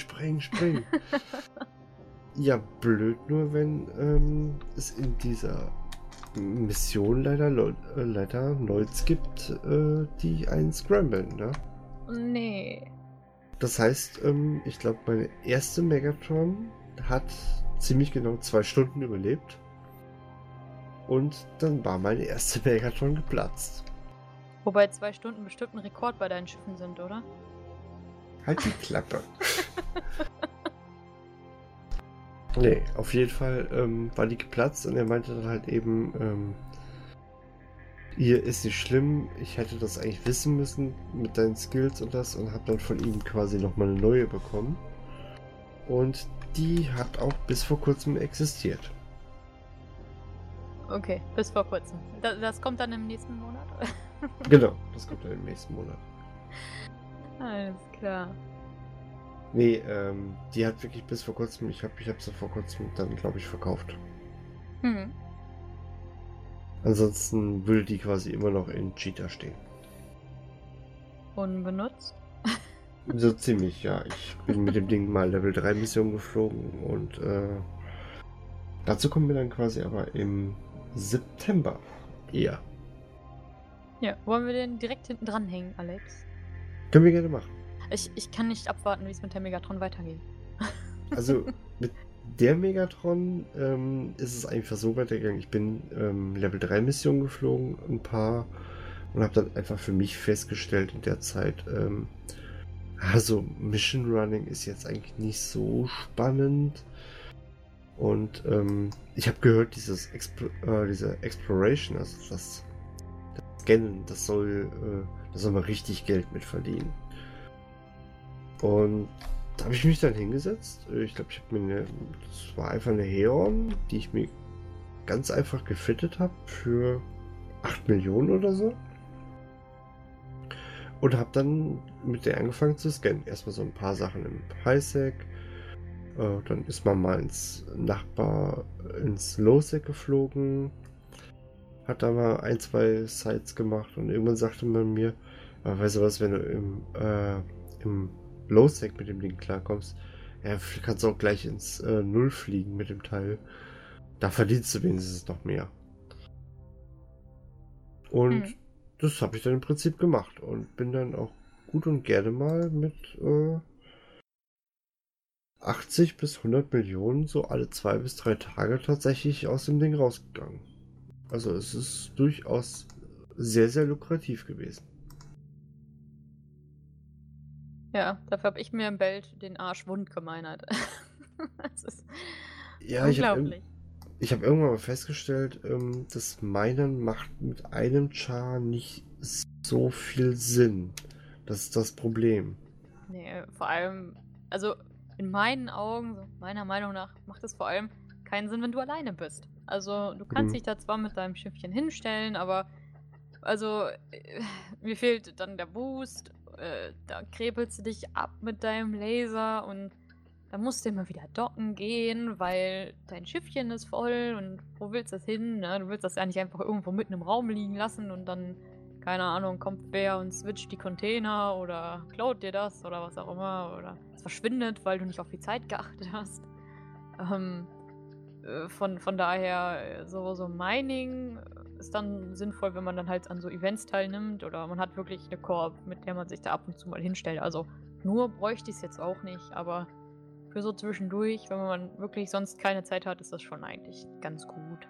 Ja, blöd nur, wenn es in dieser Mission leider Neuts gibt, die einen scramblen, ne? Nee. Das heißt, ich glaube, meine erste Megatron hat ziemlich genau 2 Stunden überlebt. Und dann war meine erste Megatron geplatzt. Wobei 2 Stunden bestimmt ein Rekord bei deinen Schiffen sind, oder? Halt die Klappe. Nee, auf jeden Fall war die geplatzt und er meinte dann halt eben, ihr ist nicht schlimm, ich hätte das eigentlich wissen müssen mit deinen Skills und das und habe dann von ihm quasi nochmal eine neue bekommen. Und die hat auch bis vor kurzem existiert. Okay, bis vor kurzem. Das kommt dann im nächsten Monat? Genau, das kommt dann im nächsten Monat. Alles klar. Nee, die hat wirklich bis vor kurzem, ich hab sie vor kurzem dann, glaube ich, verkauft. Hm. Ansonsten würde die quasi immer noch in Cheetah stehen. Unbenutzt? So ziemlich, ja. Ich bin mit dem Ding mal Level 3 Mission geflogen und dazu kommen wir dann quasi aber im September eher. Ja, wollen wir den direkt hinten dranhängen, Alex? Können wir gerne machen. Ich kann nicht abwarten, wie es mit der Megatron weitergeht. Also mit der Megatron ist es einfach so weitergegangen. Ich bin Level 3 Mission geflogen, ein paar, und habe dann einfach für mich festgestellt in der Zeit, also Mission Running ist jetzt eigentlich nicht so spannend. Und ich habe gehört, diese Exploration, also das Scannen, das soll man richtig Geld mit verdienen. Und da habe ich mich dann hingesetzt. Ich glaube, das war einfach eine Heron, die ich mir ganz einfach gefittet habe für 8 Millionen oder so. Und habe dann mit der angefangen zu scannen. Erstmal so ein paar Sachen im Highsec. Dann ist man mal ins Lowsec geflogen. Hat da mal 1-2 Sites gemacht. Und irgendwann sagte man mir, weißt du was, wenn du im Lowsec mit dem Ding klarkommst, ja, kannst du auch gleich ins Null fliegen mit dem Teil. Da verdienst du wenigstens noch mehr. Und das habe ich dann im Prinzip gemacht und bin dann auch gut und gerne mal mit 80 bis 100 Millionen so alle 2 bis 3 Tage tatsächlich aus dem Ding rausgegangen. Also es ist durchaus sehr, sehr lukrativ gewesen. Ja, dafür habe ich mir im Belt den Arsch wund gemeinert. Das ist Ja, unglaublich. ich hab irgendwann mal festgestellt, das Minen macht mit einem Char nicht so viel Sinn. Das ist das Problem. Nee, vor allem, also in meinen Augen, so meiner Meinung nach, macht es vor allem keinen Sinn, wenn du alleine bist. Also du kannst dich da zwar mit deinem Schiffchen hinstellen, aber also mir fehlt dann der Boost, da krepelst du dich ab mit deinem Laser und dann musst du immer wieder docken gehen, weil dein Schiffchen ist voll und wo willst du das hin? Ne? Du willst das ja nicht einfach irgendwo mitten im Raum liegen lassen und dann, keine Ahnung, kommt wer und switcht die Container oder klaut dir das oder was auch immer oder es verschwindet, weil du nicht auf die Zeit geachtet hast. Von daher, so Mining ist dann sinnvoll, wenn man dann halt an so Events teilnimmt oder man hat wirklich eine Koop, mit der man sich da ab und zu mal hinstellt. Also nur bräuchte ich es jetzt auch nicht, aber für so zwischendurch, wenn man wirklich sonst keine Zeit hat, ist das schon eigentlich ganz gut.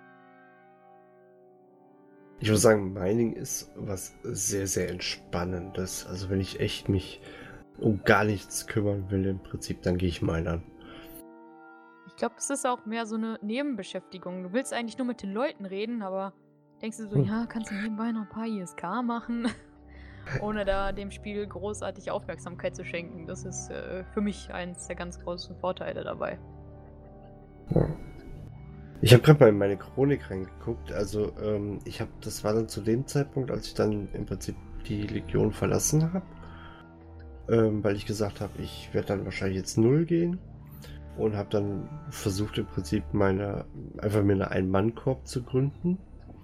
Ich würde sagen, Mining ist was sehr, sehr Entspannendes. Also wenn ich echt mich um gar nichts kümmern will im Prinzip, dann gehe ich minern. Ich glaube, es ist auch mehr so eine Nebenbeschäftigung. Du willst eigentlich nur mit den Leuten reden, aber denkst du so, ja, kannst du nebenbei noch ein paar ISK machen, ohne da dem Spiel großartig Aufmerksamkeit zu schenken. Das ist für mich eins der ganz großen Vorteile dabei. Ja. Ich habe gerade mal in meine Chronik reingeguckt. Also das war dann zu dem Zeitpunkt, als ich dann im Prinzip die Legion verlassen habe, weil ich gesagt habe, ich werde dann wahrscheinlich jetzt 0 gehen. Und habe dann versucht, im Prinzip einfach mir eine Ein-Mann-Korb zu gründen.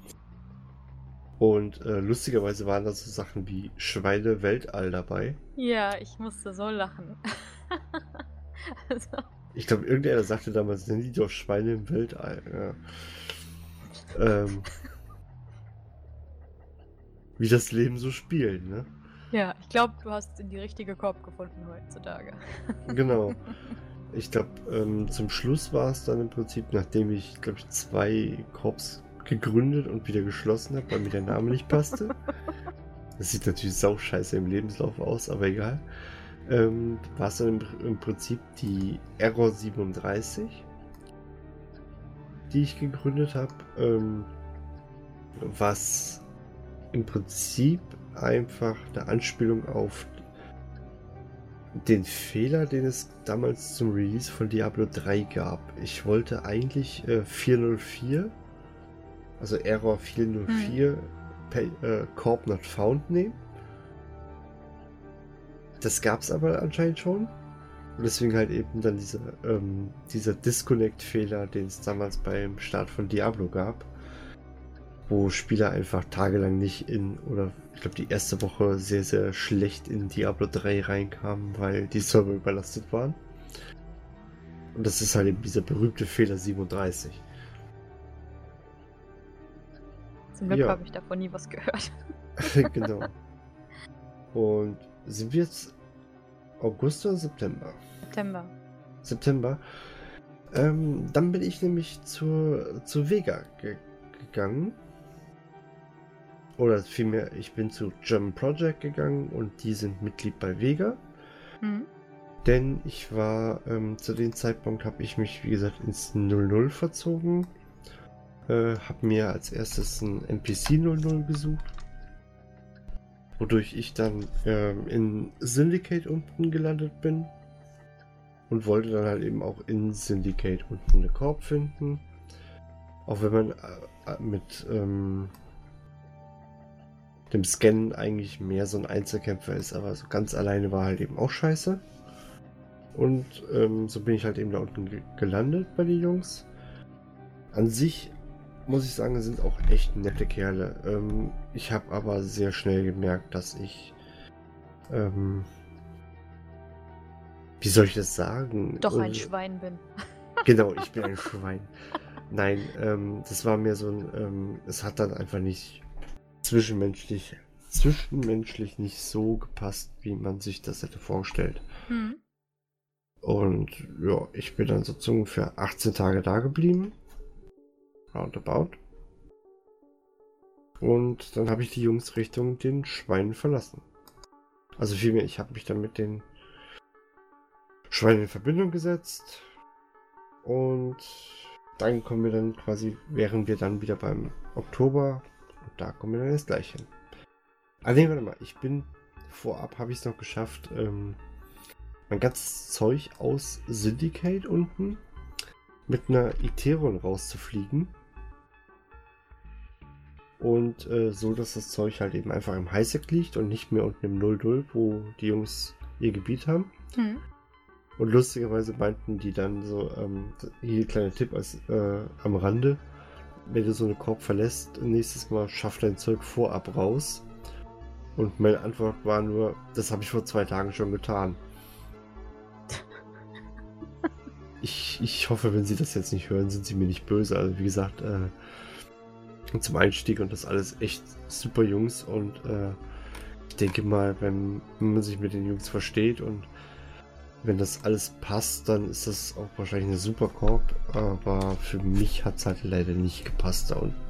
Und lustigerweise waren da so Sachen wie Schweine Weltall dabei. Ja, ich musste so lachen. Also. Ich glaube, irgendeiner sagte damals, sind die doch Schweine im Weltall. Ja. Wie das Leben so spielt, ne? Ja, ich glaube, du hast in die richtige Korb gefunden heutzutage. Genau. Ich glaube, zum Schluss war es dann im Prinzip, nachdem ich, glaube ich, 2 Korps gegründet und wieder geschlossen habe, weil mir der Name nicht passte. Das sieht natürlich sauscheiße im Lebenslauf aus, aber egal. War es dann im Prinzip die Error 37, die ich gegründet habe, was im Prinzip einfach eine Anspielung auf den Fehler, den es damals zum Release von Diablo 3 gab. Ich wollte eigentlich 404, also Error 404, Corp Not Found nehmen. Das gab es aber anscheinend schon. Und deswegen halt eben dann dieser Disconnect-Fehler, den es damals beim Start von Diablo gab. wo Spieler einfach tagelang nicht oder ich glaube die erste Woche sehr, sehr schlecht in Diablo 3 reinkamen, weil die Server überlastet waren. Und das ist halt eben dieser berühmte Fehler 37. Zum Glück Ja. habe ich davon nie was gehört. Genau. Und sind wir jetzt August oder September? September. September. Dann bin ich nämlich zur Vega gegangen. Oder vielmehr, ich bin zu German Project gegangen und die sind Mitglied bei Vega. Mhm. Denn ich war, zu dem Zeitpunkt habe ich mich, wie gesagt, ins 00 verzogen. Habe mir als erstes ein NPC 00 gesucht. Wodurch ich dann in Syndicate unten gelandet bin. Und wollte dann halt eben auch in Syndicate unten eine Korb finden. Auch wenn man mit dem Scannen eigentlich mehr so ein Einzelkämpfer ist, aber so ganz alleine war halt eben auch scheiße. Und so bin ich halt eben da unten gelandet bei den Jungs. An sich muss ich sagen, sind auch echt nette Kerle. Ich habe aber sehr schnell gemerkt, dass ich wie soll ich das sagen? Doch ein Schwein bin. Genau, ich bin ein Schwein. Nein, das war mir so ein, es hat dann einfach nicht zwischenmenschlich nicht so gepasst, wie man sich das hätte vorgestellt. Mhm. Und ja, ich bin dann so ungefähr 18 Tage da geblieben. Roundabout. Und dann habe ich die Jungs Richtung den Schweinen verlassen. Also vielmehr, ich habe mich dann mit den Schweinen in Verbindung gesetzt. Und dann kommen wir dann quasi, wären wir dann wieder beim Oktober. Und da kommen wir dann jetzt gleich hin. Ah ne, warte mal, vorab habe ich es noch geschafft, mein ganzes Zeug aus Syndicate unten mit einer Iteron rauszufliegen. Und so, dass das Zeug halt eben einfach im Highsec liegt und nicht mehr unten im 00, wo die Jungs ihr Gebiet haben. Mhm. Und lustigerweise meinten die dann so, hier kleiner Tipp am Rande, wenn du so eine Korb verlässt, nächstes Mal schaff dein Zeug vorab raus. Und meine Antwort war nur, das habe ich vor 2 Tagen schon getan. Ich hoffe, wenn sie das jetzt nicht hören, sind sie mir nicht böse. Also wie gesagt, zum Einstieg und das alles echt super Jungs. Und ich denke mal, wenn man sich mit den Jungs versteht und wenn das alles passt, dann ist das auch wahrscheinlich eine super Korb. Aber für mich hat es halt leider nicht gepasst da unten.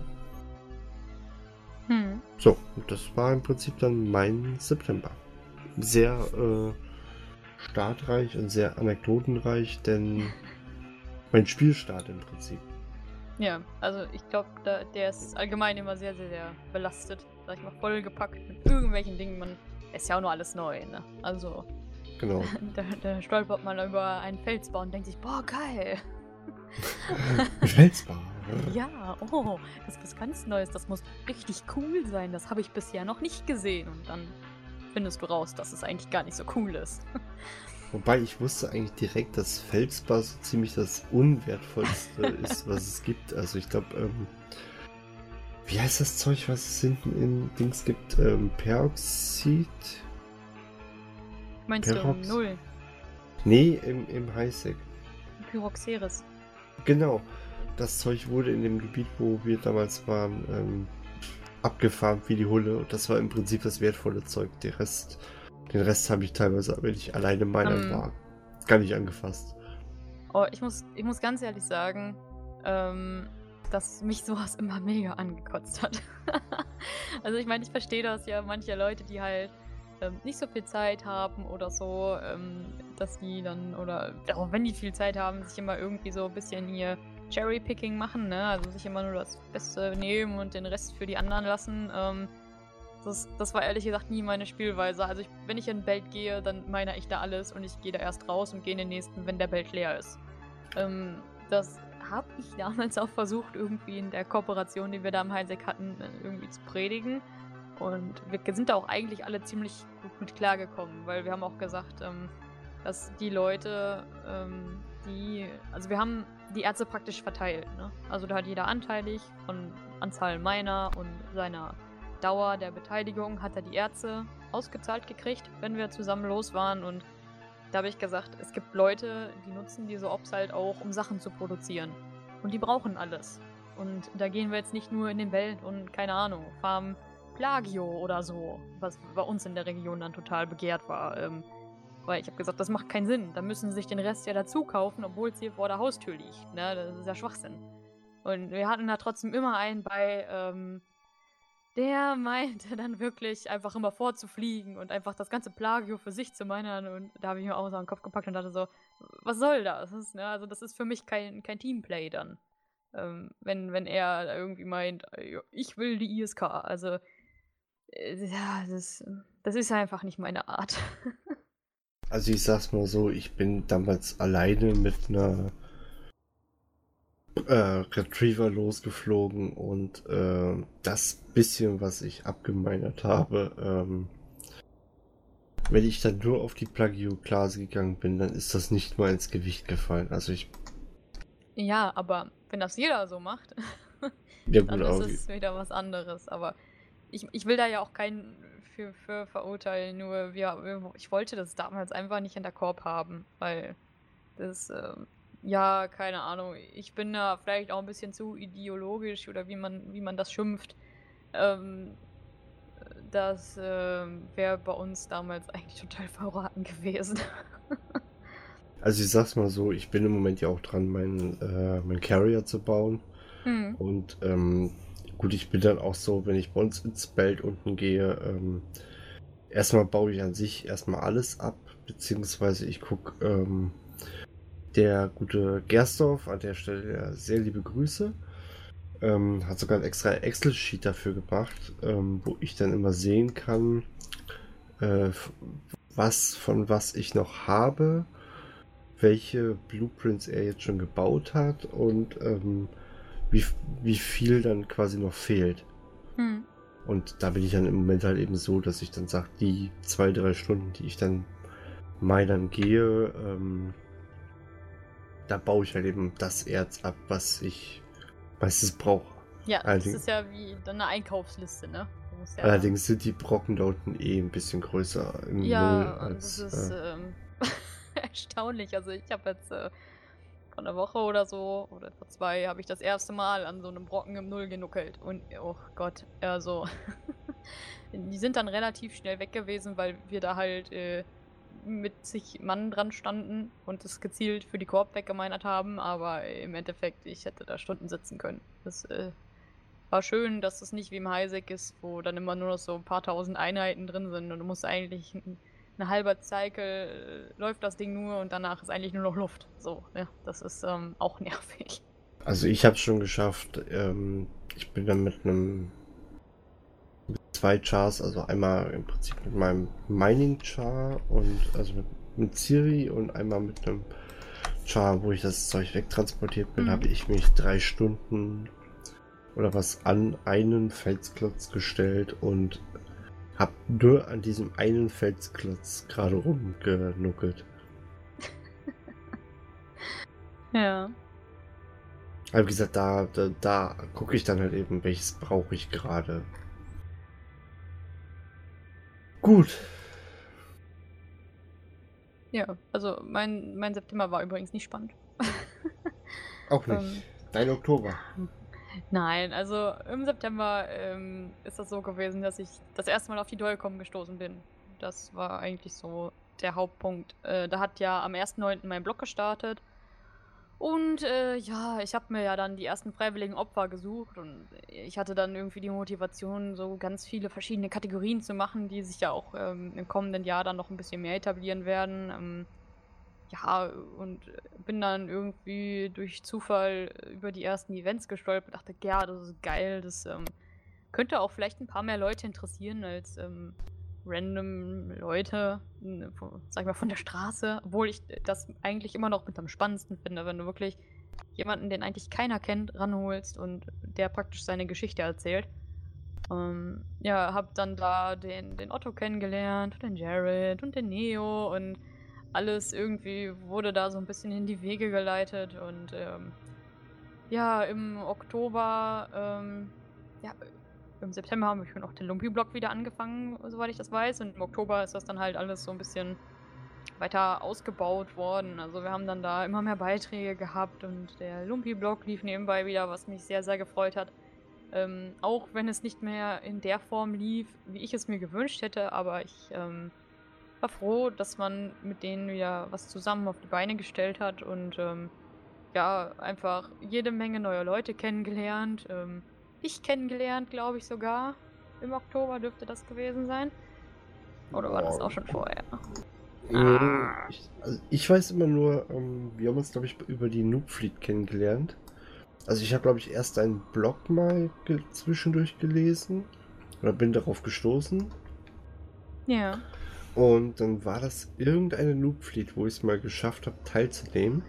So, und das war im Prinzip dann mein September. Sehr startreich und sehr anekdotenreich, denn mein Spielstart im Prinzip. Ja, also ich glaube, der ist allgemein immer sehr, sehr, sehr belastet. Sag ich mal, vollgepackt mit irgendwelchen Dingen. Ist ja auch nur alles neu, ne? Also, Genau. da stolpert man über einen Felsbau und denkt sich, boah, geil. Felsbau. Ja, oh, das ist was ganz Neues. Das muss richtig cool sein. Das habe ich bisher noch nicht gesehen. Und dann findest du raus, dass es eigentlich gar nicht so cool ist. Wobei ich wusste eigentlich direkt, dass Felsbar so ziemlich das Unwertvollste ist, was es gibt. Also ich glaube, wie heißt das Zeug, was es hinten in Dings gibt? Peroxid? Meinst du im 0? Nee, im Highsec. Pyroxeris. Genau. Das Zeug wurde in dem Gebiet, wo wir damals waren, abgefarmt wie die Hulle. Und das war im Prinzip das wertvolle Zeug. Den Rest habe ich teilweise, wenn ich alleine meiner war, gar nicht angefasst. Oh, ich muss ganz ehrlich sagen, dass mich sowas immer mega angekotzt hat. Also ich meine, ich verstehe das ja, manche Leute, die halt nicht so viel Zeit haben oder so, dass die dann, oder auch wenn die viel Zeit haben, sich immer irgendwie so ein bisschen ihr Cherry-Picking machen, ne? Also sich immer nur das Beste nehmen und den Rest für die anderen lassen. Das war ehrlich gesagt nie meine Spielweise. Also wenn ich in ein Belt gehe, dann meine ich da alles und ich gehe da erst raus und gehe in den nächsten, wenn der Belt leer ist. Das habe ich damals auch versucht, irgendwie in der Kooperation, die wir da im Highsec hatten, irgendwie zu predigen. Und wir sind da auch eigentlich alle ziemlich gut mit klargekommen, weil wir haben auch gesagt, dass die Leute, also wir haben die Erze praktisch verteilt, ne? Also da hat jeder anteilig von Anzahl meiner und seiner Dauer der Beteiligung hat er die Erze ausgezahlt gekriegt, wenn wir zusammen los waren. Und da habe ich gesagt, es gibt Leute, die nutzen diese Ops halt auch, um Sachen zu produzieren. Und die brauchen alles. Und da gehen wir jetzt nicht nur in den Wald und, keine Ahnung, farmen Plagio oder so, was bei uns in der Region dann total begehrt war. Weil ich habe gesagt, das macht keinen Sinn. Da müssen sie sich den Rest ja dazu kaufen, obwohl es hier vor der Haustür liegt. Ne? Das ist ja Schwachsinn. Und wir hatten da trotzdem immer einen bei, der meinte dann wirklich einfach immer vorzufliegen und einfach das ganze Plagio für sich zu meinen. Und da habe ich mir auch so an den Kopf gepackt und dachte so, was soll das? Ne? Also das ist für mich kein Teamplay dann. Wenn er da irgendwie meint, ich will die ISK. Also, ja, das ist einfach nicht meine Art. Also ich sag's mal so, ich bin damals alleine mit einer Retriever losgeflogen und das bisschen, was ich abgemeinert habe, wenn ich dann nur auf die Plagio-Klase gegangen bin, dann ist das nicht mal ins Gewicht gefallen. Also Ja, aber wenn das jeder so macht, ja dann gut, ist aber es wieder was anderes. Aber ich will da ja auch keinen für verurteilen, nur ich wollte das damals einfach nicht in der Korb haben, weil das, ja, keine Ahnung, ich bin da vielleicht auch ein bisschen zu ideologisch oder wie man das schimpft. Ähm, Das wäre bei uns damals eigentlich total verraten gewesen. also ich sag's mal so, ich bin im Moment ja auch dran, mein Carrier zu bauen. Hm. Und gut, ich bin dann auch so, wenn ich bei uns ins Belt unten gehe, erstmal baue ich an sich erstmal alles ab, beziehungsweise ich gucke, der gute Gersdorf, an der Stelle sehr liebe Grüße, hat sogar ein extra Excel-Sheet dafür gemacht, wo ich dann immer sehen kann, was ich noch habe, welche Blueprints er jetzt schon gebaut hat und wie viel dann quasi noch fehlt. Hm. Und da bin ich dann im Moment halt eben so, dass ich dann sage, die 2, 3 Stunden, die ich dann minern gehe, da baue ich halt eben das Erz ab, was ich meistens brauche. Ja, das ist ja wie dann eine Einkaufsliste, ne? Du musst ja Allerdings sind die Brocken da unten ein bisschen größer im Null ja, und als. das ist erstaunlich. Also ich habe jetzt vor einer Woche oder so, oder vor 2, habe ich das erste Mal an so einem Brocken im Null genuckelt. Und, oh Gott, also die sind dann relativ schnell weg gewesen, weil wir da halt mit zig Mann dran standen und es gezielt für die Korb weggemeinert haben. Aber im Endeffekt, ich hätte da Stunden sitzen können. Das war schön, dass es nicht wie im Highsec ist, wo dann immer nur noch so ein paar tausend Einheiten drin sind und du musst eigentlich eine halber Cycle läuft das Ding nur und danach ist eigentlich nur noch Luft. So, ja, das ist auch nervig. Also ich habe es schon geschafft. Ich bin dann mit 2 Chars, also einmal im Prinzip mit meinem Mining Char und also mit Ciri und einmal mit einem Char, wo ich das Zeug wegtransportiert bin, habe ich mich 3 Stunden oder was an einen Felsklotz gestellt und habe nur an diesem einen Felsklotz gerade rumgenuckelt. Ja. Aber wie gesagt, da gucke ich dann halt eben, welches brauche ich gerade. Gut. Ja, also mein September war übrigens nicht spannend. Auch nicht. Dein Oktober. Nein, also im September ist das so gewesen, dass ich das erste Mal auf die Dualcom gestoßen bin. Das war eigentlich so der Hauptpunkt. Da hat ja am 1.9. mein Blog gestartet. Und ja, ich habe mir ja dann die ersten freiwilligen Opfer gesucht und ich hatte dann irgendwie die Motivation, so ganz viele verschiedene Kategorien zu machen, die sich ja auch im kommenden Jahr dann noch ein bisschen mehr etablieren werden. Ja, und bin dann irgendwie durch Zufall über die ersten Events gestolpert und dachte, ja, das ist geil, das könnte auch vielleicht ein paar mehr Leute interessieren als random Leute, sag ich mal, von der Straße, obwohl ich das eigentlich immer noch mit am spannendsten finde, wenn du wirklich jemanden, den eigentlich keiner kennt, ranholst und der praktisch seine Geschichte erzählt. Ja, hab dann da den Otto kennengelernt, den Jared und den Neo und alles irgendwie wurde da so ein bisschen in die Wege geleitet und Ja, im Oktober, ja, im September haben wir schon auch den Lumpi-Block wieder angefangen, soweit ich das weiß. Und im Oktober ist das dann halt alles so ein bisschen weiter ausgebaut worden. Also, wir haben dann da immer mehr Beiträge gehabt und der Lumpi-Blog lief nebenbei wieder, was mich sehr, sehr gefreut hat. Auch wenn es nicht mehr in der Form lief, wie ich es mir gewünscht hätte, aber ich, war froh, dass man mit denen wieder was zusammen auf die Beine gestellt hat und, ja, einfach jede Menge neue Leute kennengelernt. Ich kennengelernt, glaube ich sogar. Im Oktober dürfte das gewesen sein. Oder war das auch schon vorher? Ich weiß immer nur, wir haben uns, glaube ich, über die Noobfleet kennengelernt. Also ich habe, glaube ich, erst einen Blog mal zwischendurch gelesen oder bin darauf gestoßen. Ja. Und dann war das irgendeine Noobfleet, wo ich es mal geschafft habe, teilzunehmen.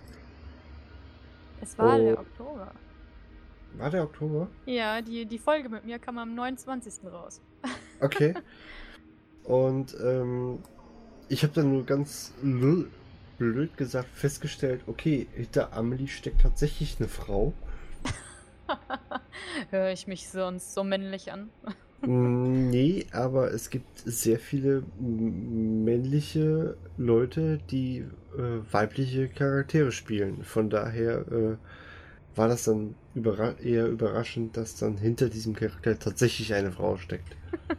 Es war der Oh. Oktober. War der Oktober? Ja, die Folge mit mir kam am 29. raus. Okay. Und ich habe dann nur ganz blöd gesagt festgestellt, okay, hinter Amelie steckt tatsächlich eine Frau. Höre ich mich sonst so männlich an? Nee, aber es gibt sehr viele männliche Leute, die weibliche Charaktere spielen. Von daher war das dann eher überraschend, dass dann hinter diesem Charakter tatsächlich eine Frau steckt.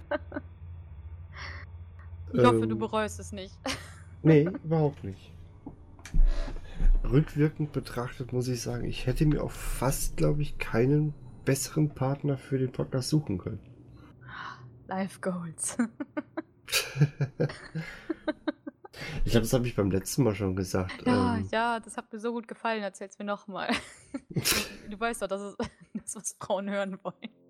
Ich hoffe, du bereust es nicht. Nee, überhaupt nicht. Rückwirkend betrachtet muss ich sagen, ich hätte mir auch fast, glaube ich, keinen besseren Partner für den Podcast suchen können. Life Goals. Ich glaube, das habe ich beim letzten Mal schon gesagt. Ja, das hat mir so gut gefallen. Erzähl's mir nochmal. Du weißt doch, das ist das, was Frauen hören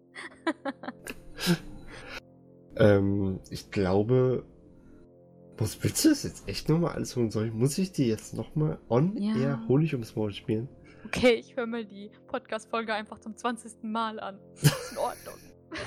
wollen. Ich glaube, willst du das jetzt echt nochmal alles holen? Muss ich dir jetzt nochmal on-air Honig ums Maul spielen? Okay, ich höre mal die Podcast-Folge einfach zum 20. Mal an. Das ist in Ordnung.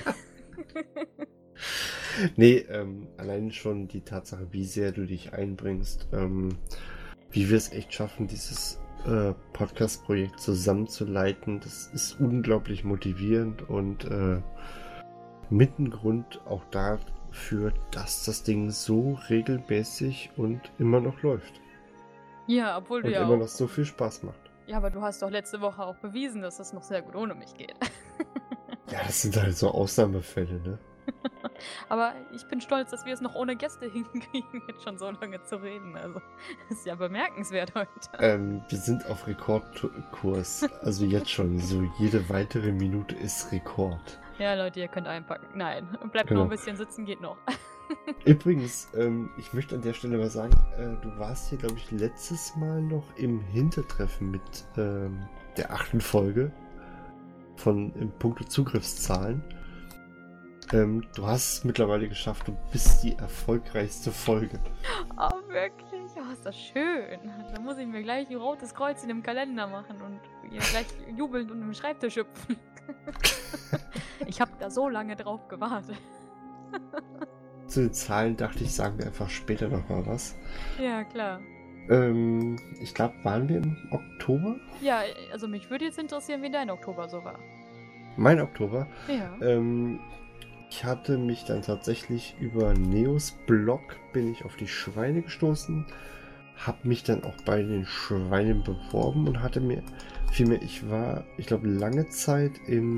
Nee, allein schon die Tatsache, wie sehr du dich einbringst, wie wir es echt schaffen, dieses Podcast-Projekt zusammenzuleiten, das ist unglaublich motivierend und mit ein Grund auch dafür, dass das Ding so regelmäßig und immer noch läuft. Ja, obwohl du und ja immer auch noch so viel Spaß macht. Ja, aber du hast doch letzte Woche auch bewiesen, dass es noch sehr gut ohne mich geht. Ja, das sind halt so Ausnahmefälle, ne? Aber ich bin stolz, dass wir es noch ohne Gäste hinkriegen, jetzt schon so lange zu reden. Also, das ist ja bemerkenswert heute. Wir sind auf Rekordkurs. Also jetzt schon. So jede weitere Minute ist Rekord. Ja, Leute, ihr könnt einpacken. Nein, bleibt Genau. noch ein bisschen sitzen, geht noch. Übrigens, ich möchte an der Stelle mal sagen, du warst hier, glaube ich, letztes Mal noch im Hintertreffen mit der 8. Folge von im Punkte Zugriffszahlen. Du hast es mittlerweile geschafft, du bist die erfolgreichste Folge. Oh, wirklich? Oh, ist das schön. Da muss ich mir gleich ein rotes Kreuzchen im Kalender machen und ihr gleich jubelnd unter dem Schreibtisch hüpfen. Ich habe da so lange drauf gewartet. Zu den Zahlen dachte ich, sagen wir einfach später nochmal was. Ja, klar. Ich glaube, waren wir im Oktober? Ja, also mich würde jetzt interessieren, wie dein Oktober so war. Mein Oktober? Ja. Ich hatte mich dann tatsächlich über Neos Blog bin ich auf die Schweine gestoßen, habe mich dann auch bei den Schweinen beworben und hatte mir vielmehr, ich glaube, lange Zeit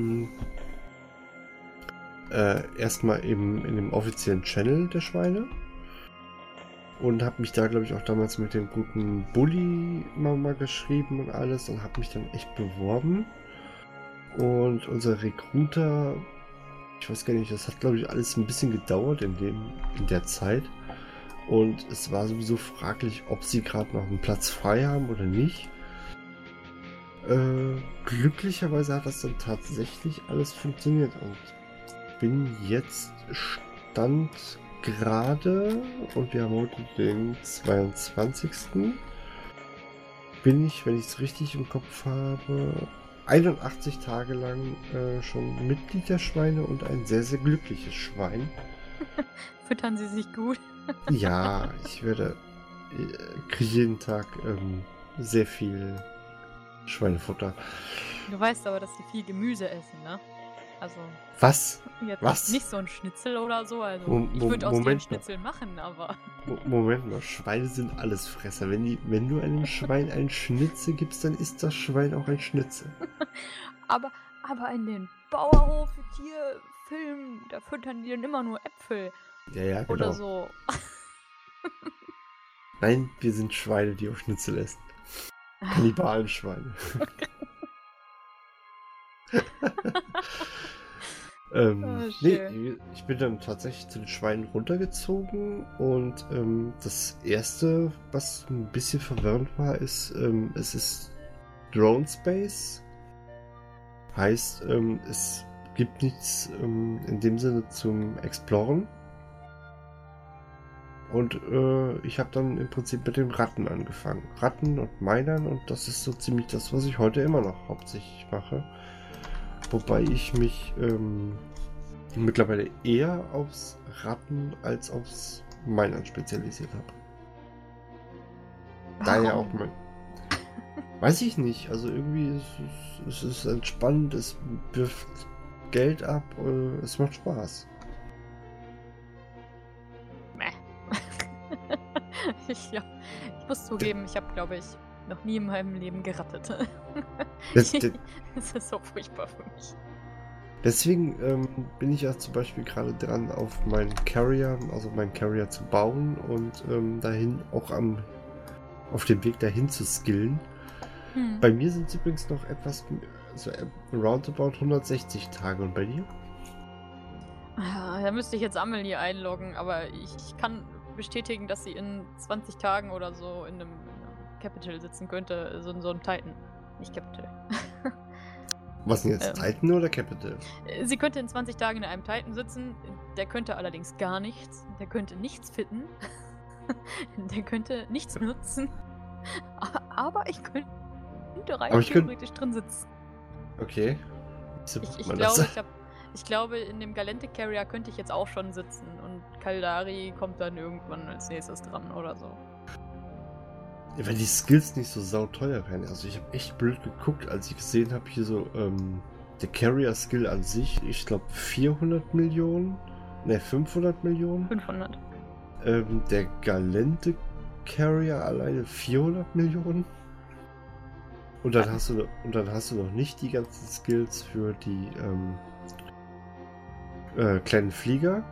erstmal in dem offiziellen Channel der Schweine und habe mich da, glaube ich, auch damals mit dem guten Bulli mal geschrieben und alles und habe mich dann echt beworben und unser Recruiter, ich weiß gar nicht, das hat, glaube ich, alles ein bisschen gedauert in der Zeit. Und es war sowieso fraglich, ob sie gerade noch einen Platz frei haben oder nicht. Glücklicherweise hat das dann tatsächlich alles funktioniert. Und bin jetzt Stand gerade, und wir haben heute den 22. Bin ich, wenn ich es richtig im Kopf habe, 81 Tage lang schon Mitglied der Schweine und ein sehr, sehr glückliches Schwein. Füttern sie sich gut? Ja, ich kriege jeden Tag sehr viel Schweinefutter. Du weißt aber, dass die viel Gemüse essen, ne? Also Was? jetzt Was? nicht so ein Schnitzel oder so. Also ich Mo- würde aus dir einen Moment mal. Schnitzel machen, aber Moment mal, Schweine sind Allesfresser. Wenn du einem Schwein ein Schnitzel gibst, dann ist das Schwein auch ein Schnitzel. aber in den Bauerhof Tierfilmen, da füttern die dann immer nur Äpfel Ja, genau. oder so. Nein, wir sind Schweine, die auch Schnitzel essen. Kannibalenschweine. Nee, ich bin dann tatsächlich zu den Schweinen runtergezogen und das erste, was ein bisschen verwirrend war, ist, es ist Drone Space. Heißt, es gibt nichts in dem Sinne zum Exploren. Und ich habe dann im Prinzip mit den Ratten angefangen. Ratten und Minern, und das ist so ziemlich das, was ich heute immer noch hauptsächlich mache. Wobei ich mich mittlerweile eher aufs Ratten als aufs Minern spezialisiert habe. Daher auch mein. Weiß ich nicht. Also irgendwie es ist entspannend, es wirft Geld ab, es macht Spaß. Ich muss zugeben, ich habe, glaube ich, noch nie in meinem Leben gerattet. Das ist so furchtbar für mich. Deswegen bin ich ja zum Beispiel gerade dran, auf meinen Carrier zu bauen und dahin auch auf dem Weg dahin zu skillen. Bei mir sind es übrigens noch etwas, so roundabout 160 Tage. Und bei dir? Da müsste ich jetzt Amelie einloggen, aber ich kann bestätigen, dass sie in 20 Tagen oder so in einem Capital sitzen könnte, so in so einem Titan. Nicht Capital. Was denn jetzt, Titan oder Capital? Sie könnte in 20 Tagen in einem Titan sitzen, der könnte allerdings gar nichts, der könnte nichts fitten, der könnte nichts nutzen, aber ich könnte rein theoretisch drin sitzen. Okay. Ich glaube, in dem Galente Carrier könnte ich jetzt auch schon sitzen und Kaldari kommt dann irgendwann als nächstes dran oder so. Ja, weil die Skills nicht so sauteuer werden. Also ich habe echt blöd geguckt, als ich gesehen habe, hier so der Carrier-Skill an sich, ich glaube 400 Millionen, ne 500 Millionen. 500. Der Galente Carrier alleine 400 Millionen. Und dann hast du noch nicht die ganzen Skills für die kleinen Flieger.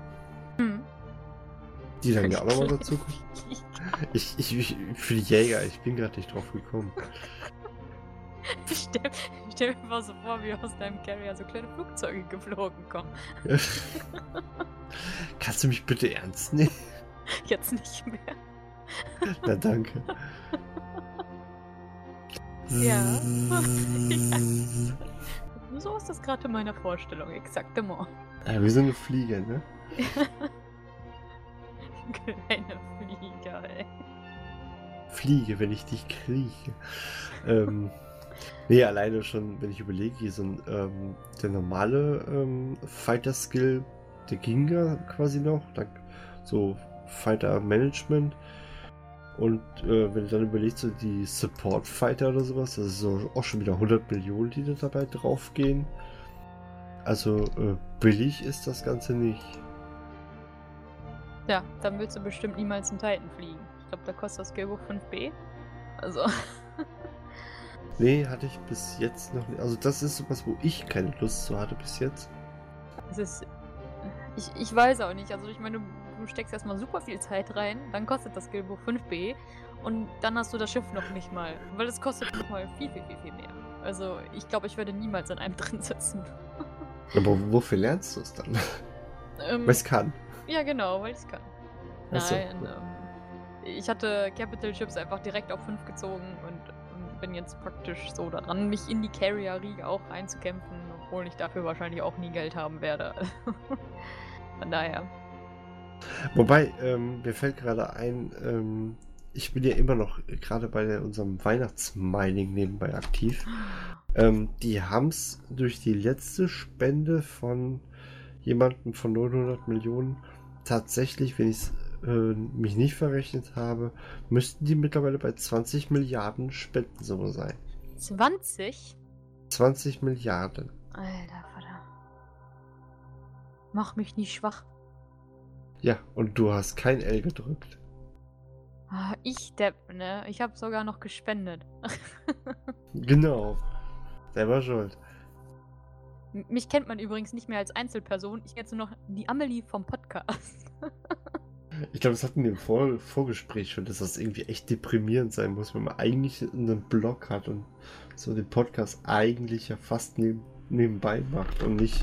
Die dann ja auch nochmal dazu kommen. Ich für die Jäger, ich bin gerade nicht drauf gekommen. Ich stell mir mal so vor, wie aus deinem Carrier so kleine Flugzeuge geflogen kommen. Kannst du mich bitte ernst nehmen? Jetzt nicht mehr. Na danke. Ja. So ist das gerade in meiner Vorstellung, exaktement. Ja, wir sind eine Fliege, ne? Kleine Flieger, ey. Fliege, wenn ich dich kriege. Nee, alleine schon, wenn ich überlege, hier so der normale Fighter-Skill, der ging ja quasi noch. So Fighter-Management. Und wenn du dann überlegst, so die Support-Fighter oder sowas, das ist so auch schon wieder 100 Millionen, die da dabei draufgehen. Also billig ist das Ganze nicht. Ja, dann willst du bestimmt niemals einen Titan fliegen. Ich glaube, da kostet das Skillbuch 5B. Also. Nee, hatte ich bis jetzt noch nicht. Also das ist sowas, wo ich keine Lust zu hatte bis jetzt. Es ist. Ich weiß auch nicht. Also ich meine, du steckst erstmal super viel Zeit rein, dann kostet das Skillbuch 5B und dann hast du das Schiff noch nicht mal. Weil es kostet nochmal viel, viel, viel, viel mehr. Also ich glaube, ich würde niemals in einem drin sitzen. Aber wofür lernst du es dann? Weil es kann. Ja, genau, weil ich es kann. Achso. Nein, ich hatte Capital Ships einfach direkt auf 5 gezogen und bin jetzt praktisch so daran, mich in die Carrier-Riege auch einzukämpfen, obwohl ich dafür wahrscheinlich auch nie Geld haben werde. Von daher. Wobei, mir fällt gerade ein, ich bin ja immer noch gerade bei unserem Weihnachtsmining nebenbei aktiv. Die haben es durch die letzte Spende von jemandem von 900 Millionen tatsächlich, wenn ich es mich nicht verrechnet habe, müssten die mittlerweile bei 20 Milliarden Spendensumme sein. 20? 20 Milliarden. Alter Vater. Mach mich nicht schwach. Ja, und du hast kein L gedrückt. Ich Depp, ne? Ich habe sogar noch gespendet. Genau. Selber schuld. Mich kennt man übrigens nicht mehr als Einzelperson. Ich kenne jetzt nur noch die Amelie vom Podcast. Ich glaube, das hatten wir im Vorgespräch schon, dass das irgendwie echt deprimierend sein muss, wenn man eigentlich einen Blog hat und so den Podcast eigentlich ja fast nebenbei macht und nicht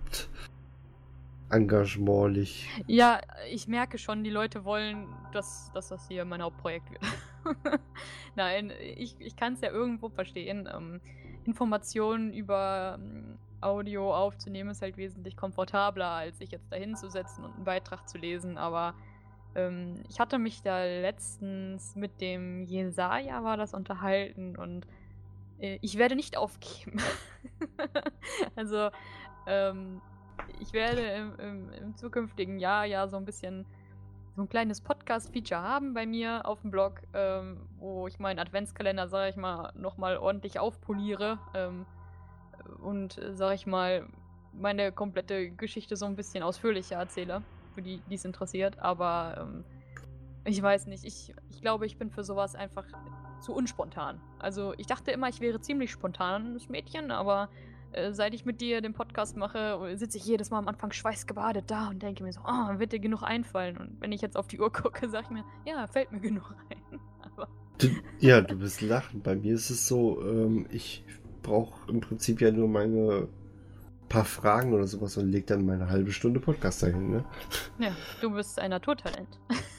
hauptengagementlich. Ja, ich merke schon, die Leute wollen, dass das hier mein Hauptprojekt wird. Nein, ich kann es ja irgendwo verstehen. Informationen über Audio aufzunehmen ist halt wesentlich komfortabler, als sich jetzt dahin zu setzen und einen Beitrag zu lesen. Aber ich hatte mich da letztens mit dem Jesaja war das unterhalten und ich werde nicht aufgeben. Also, ich werde im zukünftigen Jahr ja so ein bisschen so ein kleines Podcast-Feature haben bei mir auf dem Blog, wo ich meinen Adventskalender, sage ich mal, nochmal ordentlich aufpoliere und, sage ich mal, meine komplette Geschichte so ein bisschen ausführlicher erzähle, für die es interessiert. Aber ich weiß nicht, ich glaube, ich bin für sowas einfach zu unspontan. Also ich dachte immer, ich wäre ziemlich spontanes Mädchen, aber seit ich mit dir den Podcast mache, sitze ich jedes Mal am Anfang schweißgebadet da und denke mir so, wird dir genug einfallen? Und wenn ich jetzt auf die Uhr gucke, sage ich mir, ja, fällt mir genug ein. Aber Ja, du bist lachen. Bei mir ist es so, ich brauche im Prinzip ja nur meine paar Fragen oder sowas und leg dann meine halbe Stunde Podcast dahin, ne? ja, du bist ein Naturtalent.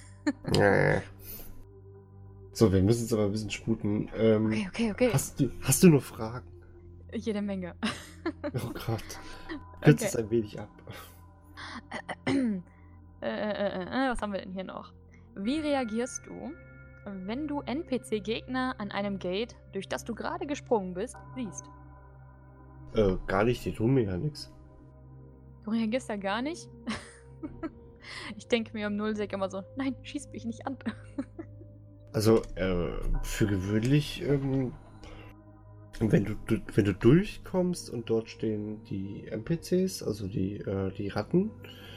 So, wir müssen es aber ein bisschen sputen. Okay. Hast du noch Fragen? Jede Menge. Oh Gott. Kürzt es ein wenig ab. Was haben wir denn hier noch? Wie reagierst du, wenn du NPC-Gegner an einem Gate, durch das du gerade gesprungen bist, siehst? Gar nicht, die tun mir ja nichts. Du reagierst ja gar nicht? Ich denke mir im Nullsec immer so, nein, schieß mich nicht an. Also, für gewöhnlich, wenn du durchkommst und dort stehen die NPCs, also die Ratten,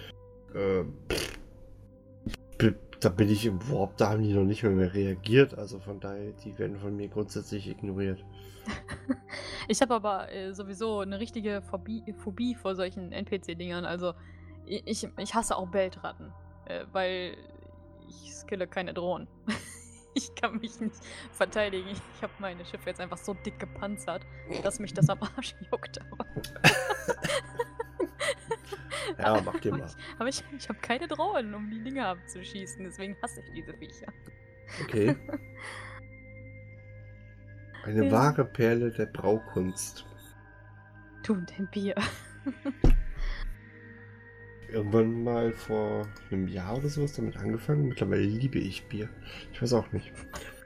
da bin ich im Warp, da haben die noch nicht mehr reagiert, also von daher, die werden von mir grundsätzlich ignoriert. Ich habe aber sowieso eine richtige Phobie vor solchen NPC-Dingern, also ich hasse auch Beltratten, weil ich skille keine Drohnen. Ich kann mich nicht verteidigen. Ich habe meine Schiffe jetzt einfach so dick gepanzert, dass mich das am Arsch juckt. Ja, mach dir mal. Aber ich habe keine Drohnen, um die Dinger abzuschießen. Deswegen hasse ich diese Viecher. Okay. Eine Ja. wahre Perle der Braukunst. Du und dein Bier. Irgendwann mal vor einem Jahr oder sowas damit angefangen. Mittlerweile liebe ich Bier. Ich weiß auch nicht.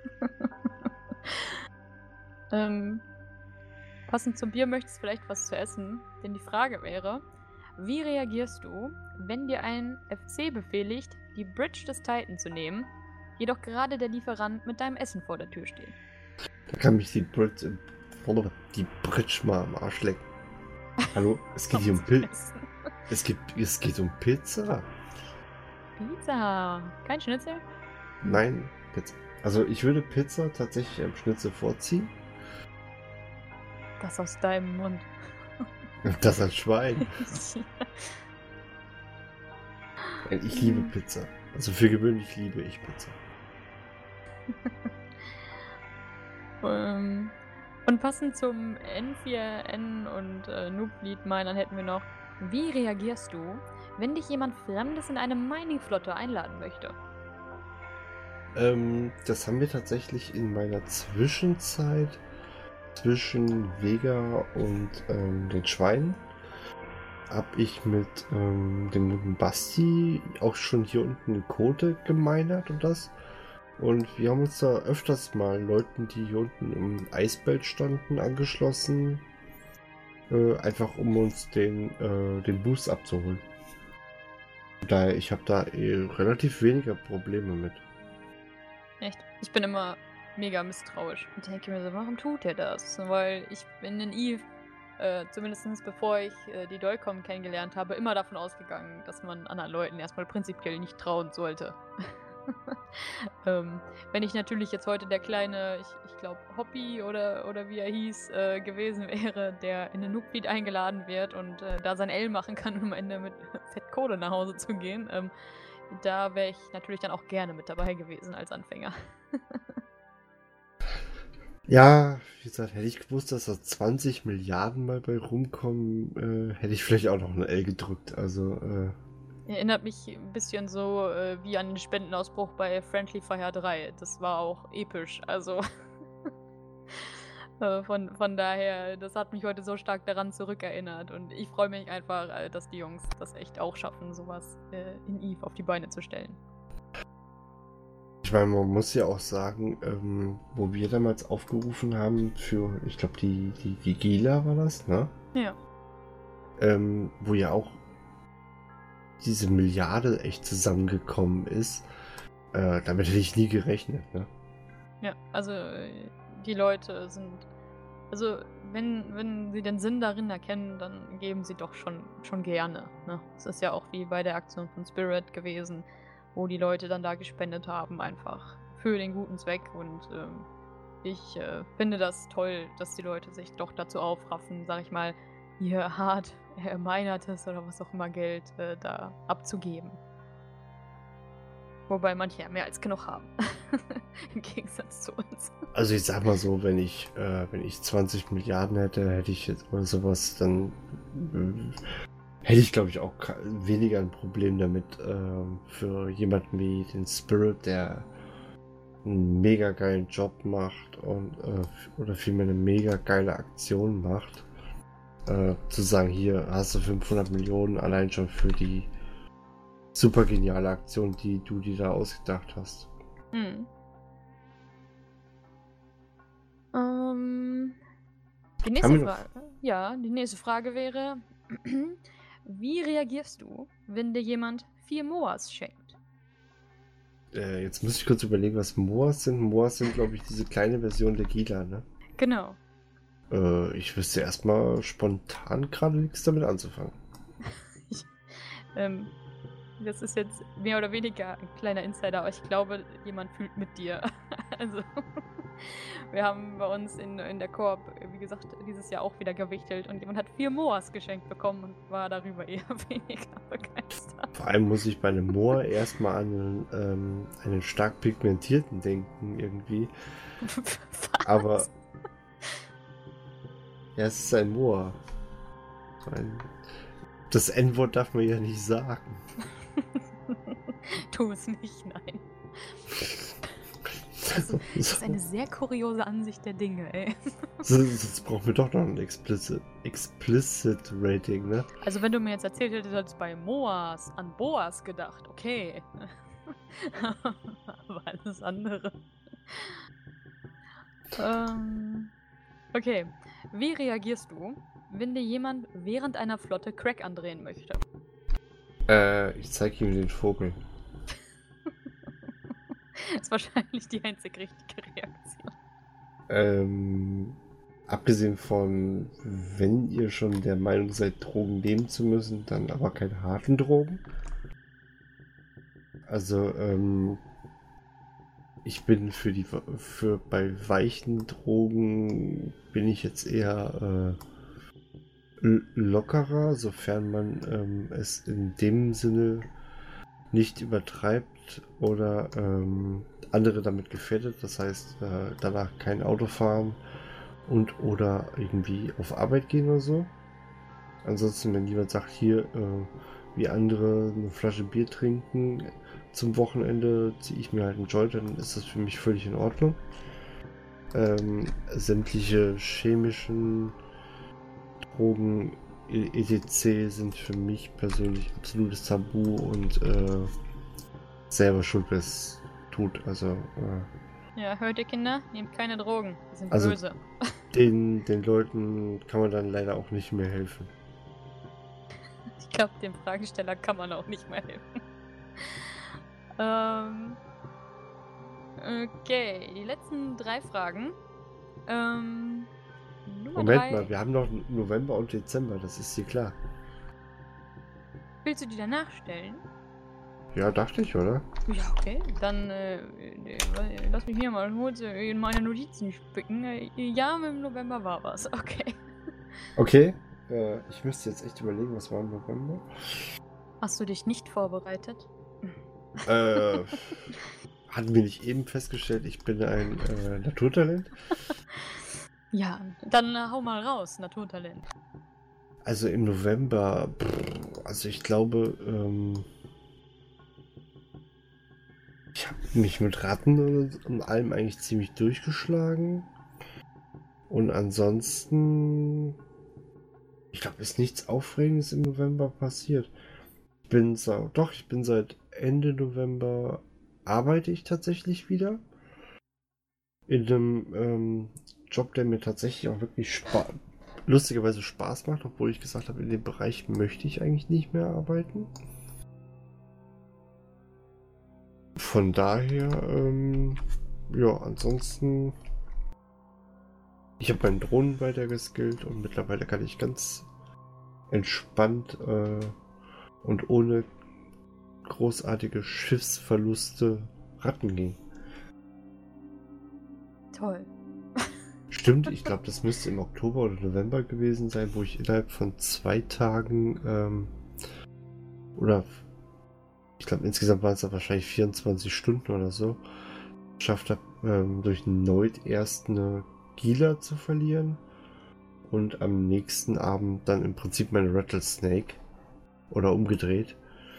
Passend zum Bier möchtest du vielleicht was zu essen, denn die Frage wäre, wie reagierst du, wenn dir ein FC befehligt, die Bridge des Titan zu nehmen, jedoch gerade der Lieferant mit deinem Essen vor der Tür steht? Da kann mich die Bridge mal am Arsch lecken. Hallo? Es geht hier um Pilz. Es geht um Pizza. Pizza. Kein Schnitzel? Nein, Pizza. Also ich würde Pizza tatsächlich am Schnitzel vorziehen. Das aus deinem Mund. Das als Schwein. Ich liebe Pizza. Also für gewöhnlich liebe ich Pizza. Und passend zum N4N und Noob-Lied-Minern hätten wir noch, wie reagierst du, wenn dich jemand Fremdes in eine Mining-Flotte einladen möchte? Das haben wir tatsächlich in meiner Zwischenzeit zwischen Vega und den Schweinen. Hab ich mit dem guten Basti auch schon hier unten in Kote gemeinert und das. Und wir haben uns da öfters mal Leuten, die hier unten im Eisbelt standen, angeschlossen. Einfach um uns den Boost abzuholen. Daher, ich habe da relativ weniger Probleme mit. Echt? Ich bin immer mega misstrauisch und denke mir so: „Warum tut er das?“ Weil ich bin in Eve, zumindest bevor ich, die Dolcom kennengelernt habe, immer davon ausgegangen, dass man anderen Leuten erstmal prinzipiell nicht trauen sollte. Ähm, Wenn ich natürlich jetzt heute der kleine, ich glaube Hoppy oder wie er hieß, gewesen wäre, der in 'nen Noobfeed eingeladen wird und, da sein L machen kann, um am Ende mit Fett Kohle nach Hause zu gehen, da wäre ich natürlich dann auch gerne mit dabei gewesen als Anfänger. Ja, wie gesagt, hätte ich gewusst, dass da 20 Milliarden mal bei rumkommen, hätte ich vielleicht auch noch ein L gedrückt. Also, Erinnert mich 'n bisschen so, wie an den Spendenausbruch bei Friendly Fire 3. Das war auch episch. Also, von daher, das hat mich heute so stark daran zurückerinnert und ich freue mich einfach, dass die Jungs das echt auch schaffen, so was, in Eve auf die Beine zu stellen. ich meine, man muss ja auch sagen, wo wir damals aufgerufen haben für, ich glaube, die Gila war das, ne? Ja. Wo ja auch diese Milliarde echt zusammengekommen ist. Damit hätte ich nie gerechnet, ne? Ja, also, die Leute sind, also, wenn sie den Sinn darin erkennen, dann geben sie doch schon gerne, ne? Es ist ja auch wie bei der Aktion von Spirit gewesen, wo die Leute dann da gespendet haben, einfach für den guten Zweck und, ich, finde das toll, dass die Leute sich doch dazu aufraffen, sage ich mal, ihr hart ermeinertes oder was auch immer Geld, da abzugeben. Wobei manche ja mehr als genug haben. Im Gegensatz zu uns. Also ich sag mal so, wenn ich 20 Milliarden hätte, hätte ich jetzt oder sowas, dann hätte ich, glaube ich, auch weniger ein Problem damit, für jemanden wie den Spirit, der einen mega geilen Job macht und oder vielmehr eine mega geile Aktion macht, zu sagen, hier hast du 500 Millionen allein schon für die super geniale Aktion, die du dir da ausgedacht hast. Mhm. Ähm, die Haben nächste wir noch, Frage, ja, die nächste Frage wäre: Wie reagierst du, wenn dir jemand 4 Moas schenkt? jetzt muss ich kurz überlegen, was Moas sind. Moas sind, glaube ich, diese kleine Version der Gila, ne? Genau. Ich wüsste erstmal spontan gerade nichts damit anzufangen. Ich, ähm, das ist jetzt mehr oder weniger ein kleiner Insider, aber ich glaube, jemand fühlt mit dir. Also, wir haben bei uns in der Koop, wie gesagt, dieses Jahr auch wieder gewichtelt und jemand hat 4 Moas geschenkt bekommen und war darüber eher weniger begeistert. Vor allem muss ich bei einem Moor erstmal an einen stark pigmentierten denken, irgendwie. Was? Aber ja, es ist ein Moor. Das N-Wort darf man ja nicht sagen. Tu es nicht, nein. Das ist eine sehr kuriose Ansicht der Dinge, ey. Sonst brauchen wir doch noch ein Explicit Rating, ne? Also, wenn du mir jetzt erzählt hättest, du hättest bei Moas an Boas gedacht, okay. Aber alles andere. Okay. Wie reagierst du, wenn dir jemand während einer Flotte Crack andrehen möchte? Ich zeige ihm den Vogel. Ist wahrscheinlich die einzig richtige Reaktion. Abgesehen von, wenn ihr schon der Meinung seid, Drogen nehmen zu müssen, dann aber keine harten Drogen. Also, ich bin für bei weichen Drogen bin ich jetzt eher lockerer, sofern man es in dem Sinne nicht übertreibt oder andere damit gefährdet. Das heißt, danach kein Auto fahren und oder irgendwie auf Arbeit gehen oder so. Ansonsten, wenn jemand sagt, hier, wie andere eine Flasche Bier trinken zum Wochenende, ziehe ich mir halt einen Joint, dann ist das für mich völlig in Ordnung. Sämtliche chemischen Drogen etc. sind für mich persönlich absolutes Tabu und selber schuld, wer es tut. Also, Ja, hört ihr Kinder? Nehmt keine Drogen. Die sind Also- böse. den Leuten kann man dann leider auch nicht mehr helfen. Ich glaube, dem Fragesteller kann man auch nicht mehr helfen. Okay, die letzten 3 Fragen. Nummer Moment mal, 3. wir haben noch November und Dezember, das ist dir klar. Willst du die danach stellen? Ja, dachte ich, oder? Ja, okay. Dann lass mich hier mal kurz in meine Notizen spicken. Ja, im November war was. Okay. Okay, ich müsste jetzt echt überlegen, was war im November? Hast du dich nicht vorbereitet? Hatten wir nicht eben festgestellt, ich bin ein Naturtalent? Ja, dann hau mal raus, Naturtalent. Also im November, also ich glaube, ich habe mich mit Ratten und allem eigentlich ziemlich durchgeschlagen. Und ansonsten, ich glaube, ist nichts Aufregendes im November passiert. Ich bin seit Ende November arbeite ich tatsächlich wieder. In einem Job, der mir tatsächlich auch wirklich lustigerweise Spaß macht, obwohl ich gesagt habe, in dem Bereich möchte ich eigentlich nicht mehr arbeiten. Von daher, ja, ansonsten, ich habe meinen Drohnen weiter geskillt und mittlerweile kann ich ganz entspannt und ohne großartige Schiffsverluste Ratten gehen. Toll. Stimmt, ich glaube, das müsste im Oktober oder November gewesen sein, wo ich innerhalb von 2 Tagen oder ich glaube insgesamt waren es dann wahrscheinlich 24 Stunden oder so, geschafft habe, durch Noid erst eine Gila zu verlieren und am nächsten Abend dann im Prinzip meine Rattlesnake oder umgedreht.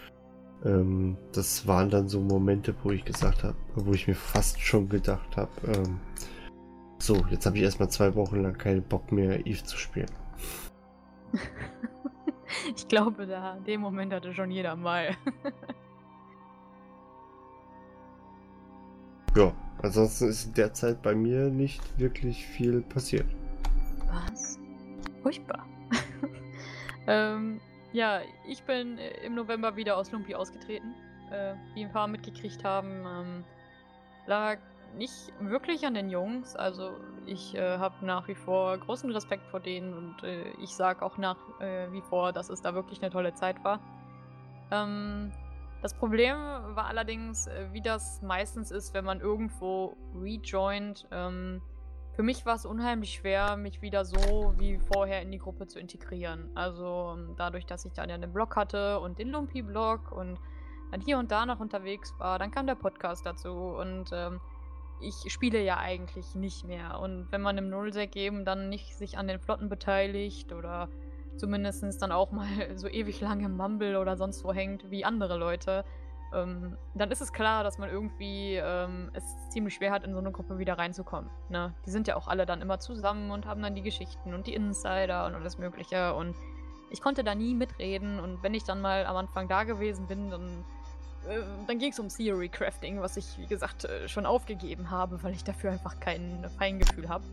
Das waren dann so Momente, wo ich gesagt habe, wo ich mir fast schon gedacht habe, so, jetzt habe ich erstmal 2 Wochen lang keinen Bock mehr, Eve zu spielen. Ich glaube, den Moment hatte schon jeder mal. Ja, ansonsten ist in der Zeit bei mir nicht wirklich viel passiert. Was? Furchtbar. Ja, ich bin im November wieder aus Lumpi ausgetreten. Wie ein paar mitgekriegt haben, lag nicht wirklich an den Jungs. Also ich habe nach wie vor großen Respekt vor denen und ich sage auch nach wie vor, dass es da wirklich eine tolle Zeit war. Das Problem war allerdings, wie das meistens ist, wenn man irgendwo rejoint. Für mich war es unheimlich schwer, mich wieder so wie vorher in die Gruppe zu integrieren. Also dadurch, dass ich dann ja den Blog hatte und den Lumpi-Blog und dann hier und da noch unterwegs war, dann kam der Podcast dazu und ich spiele ja eigentlich nicht mehr. Und wenn man im Nullsec eben dann nicht sich an den Flotten beteiligt oder zumindest dann auch mal so ewig lange im Mumble oder sonst wo hängt wie andere Leute, dann ist es klar, dass man irgendwie es ziemlich schwer hat, in so eine Gruppe wieder reinzukommen. Ne? Die sind ja auch alle dann immer zusammen und haben dann die Geschichten und die Insider und alles Mögliche. Und ich konnte da nie mitreden. Und wenn ich dann mal am Anfang da gewesen bin, dann ging es um Theory Crafting, was ich, wie gesagt, schon aufgegeben habe, weil ich dafür einfach kein Feingefühl habe.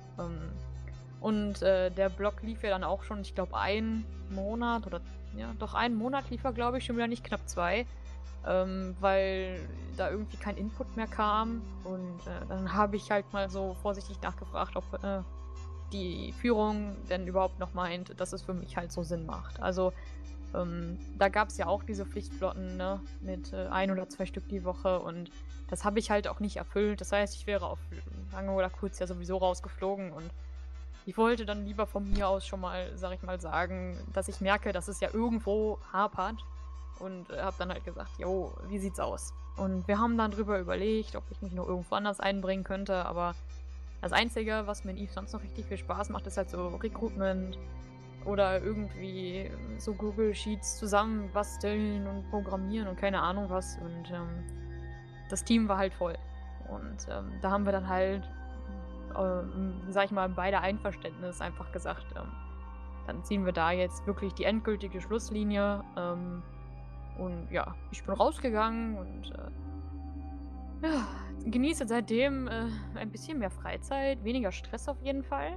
Und der Blog lief ja dann auch schon, ich glaube, 1 Monat oder ja, doch 1 Monat lief er, glaube ich, schon wieder nicht, knapp 2. Weil da irgendwie kein Input mehr kam. Und dann habe ich halt mal so vorsichtig nachgefragt, ob die Führung denn überhaupt noch meint, dass es für mich halt so Sinn macht. Also da gab es ja auch diese Pflichtflotten, ne, mit 1 oder 2 Stück die Woche und das habe ich halt auch nicht erfüllt. Das heißt, ich wäre auf lange oder kurz ja sowieso rausgeflogen und ich wollte dann lieber von mir aus schon mal, sag ich mal, sagen, dass ich merke, dass es ja irgendwo hapert und habe dann halt gesagt, jo, wie sieht's aus? Und wir haben dann drüber überlegt, ob ich mich noch irgendwo anders einbringen könnte, aber das Einzige, was mir in Eve sonst noch richtig viel Spaß macht, ist halt so Recruitment oder irgendwie so Google Sheets zusammen basteln und programmieren und keine Ahnung was. Und das Team war halt voll. Und da haben wir dann halt, sag ich mal, beide Einverständnis einfach gesagt, dann ziehen wir da jetzt wirklich die endgültige Schlusslinie. Und ja, ich bin rausgegangen und ja, genieße seitdem ein bisschen mehr Freizeit, weniger Stress auf jeden Fall.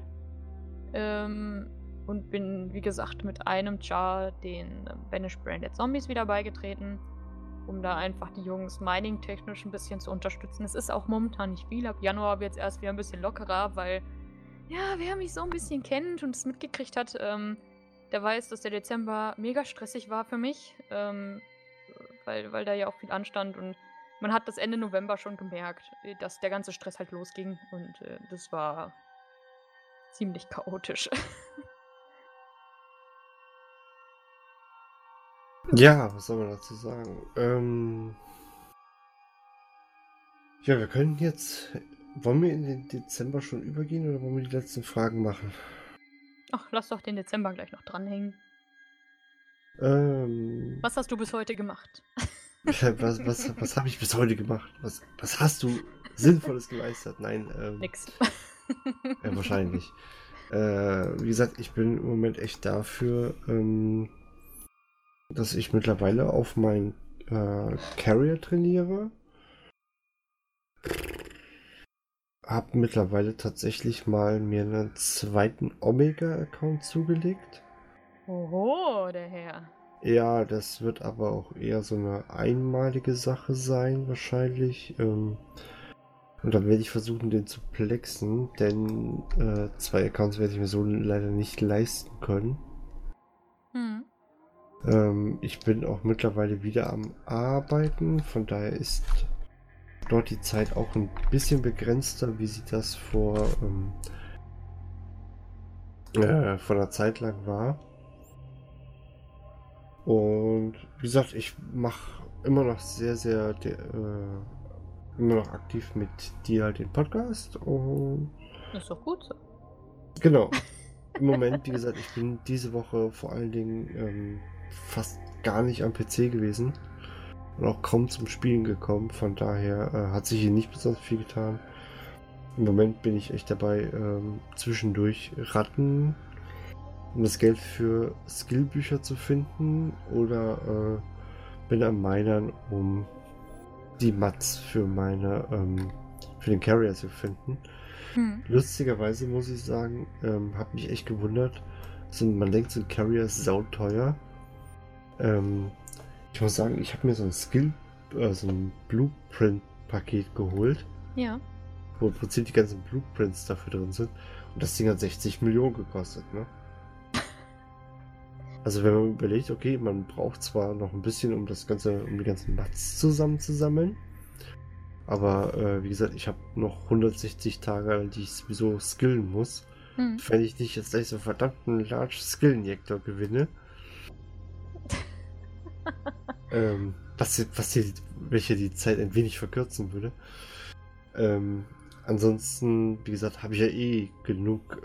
Und bin, wie gesagt, mit einem Char den Banished Branded Zombies wieder beigetreten. um da einfach die Jungs mining-technisch ein bisschen zu unterstützen. Es ist auch momentan nicht viel. Ab Januar wird es erst wieder ein bisschen lockerer, weil, ja, wer mich so ein bisschen kennt und es mitgekriegt hat, der weiß, dass der Dezember mega stressig war für mich, weil da ja auch viel anstand und man hat das Ende November schon gemerkt, dass der ganze Stress halt losging und das war ziemlich chaotisch. Ja, was soll man dazu sagen? Ja, wir können jetzt. Wollen wir in den Dezember schon übergehen oder wollen wir die letzten Fragen machen? Ach, lass doch den Dezember gleich noch dranhängen. Ähm, Was hast du bis heute gemacht? was habe ich bis heute gemacht? Was hast du Sinnvolles geleistet? Nein, Nix. wahrscheinlich. Wie gesagt, ich bin im Moment echt dafür, dass ich mittlerweile auf mein Carrier trainiere. Hab mittlerweile tatsächlich mal mir einen zweiten Omega-Account zugelegt. Oho, der Herr. Ja, das wird aber auch eher so eine einmalige Sache sein, wahrscheinlich. Und dann werde ich versuchen, den zu plexen, denn 2 Accounts werde ich mir so leider nicht leisten können. Ich bin auch mittlerweile wieder am Arbeiten, von daher ist dort die Zeit auch ein bisschen begrenzter, wie sie das vor einer Zeit lang war. Und wie gesagt, ich mache immer noch immer noch aktiv mit dir halt den Podcast. Und Ist doch gut so. genau. Im Moment, wie gesagt, ich bin diese Woche vor allen Dingen fast gar nicht am PC gewesen und auch kaum zum Spielen gekommen. Von daher hat sich hier nicht besonders viel getan. Im Moment bin ich echt dabei, zwischendurch Ratten, um das Geld für Skillbücher zu finden, oder bin am Minern, um die Mats für für den Carrier zu finden. Lustigerweise muss ich sagen, habe mich echt gewundert. Man denkt, so ein Carrier ist sauteuer. Ich muss sagen, ich habe mir so ein Blueprint-Paket geholt. Ja. Wo im Prinzip die ganzen Blueprints dafür drin sind. Und das Ding hat 60 Millionen gekostet, ne? Also wenn man überlegt, okay, man braucht zwar noch ein bisschen, um die ganzen Mats zusammenzusammeln. Aber wie gesagt, ich habe noch 160 Tage, die ich sowieso skillen muss. Wenn ich nicht jetzt gleich so verdammten Large Skill-Injektor gewinne. Welche die Zeit ein wenig verkürzen würde. Ansonsten, wie gesagt, habe ich ja eh genug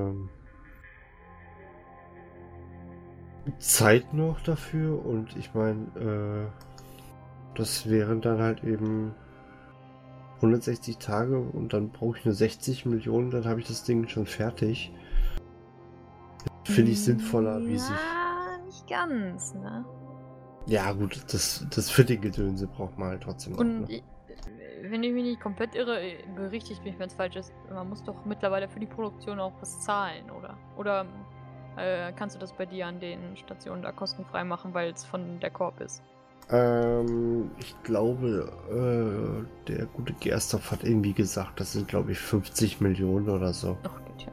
Zeit noch dafür, und ich meine, das wären dann halt eben 160 Tage und dann brauche ich nur 60 Millionen, dann habe ich das Ding schon fertig. Finde ich sinnvoller, wie sich. Ja, nicht ganz, ne? Ja, gut, das Fitting-Gedönse braucht man halt trotzdem noch. Und Ne? wenn ich mich nicht komplett irre, berichtigt mich, wenn es falsch ist, man muss doch mittlerweile für die Produktion auch was zahlen, oder? Oder kannst du das bei dir an den Stationen da kostenfrei machen, weil es von der Korb ist? Ich glaube, der gute Gerstorf hat irgendwie gesagt, das sind, glaube ich, 50 Millionen oder so. Ach, geht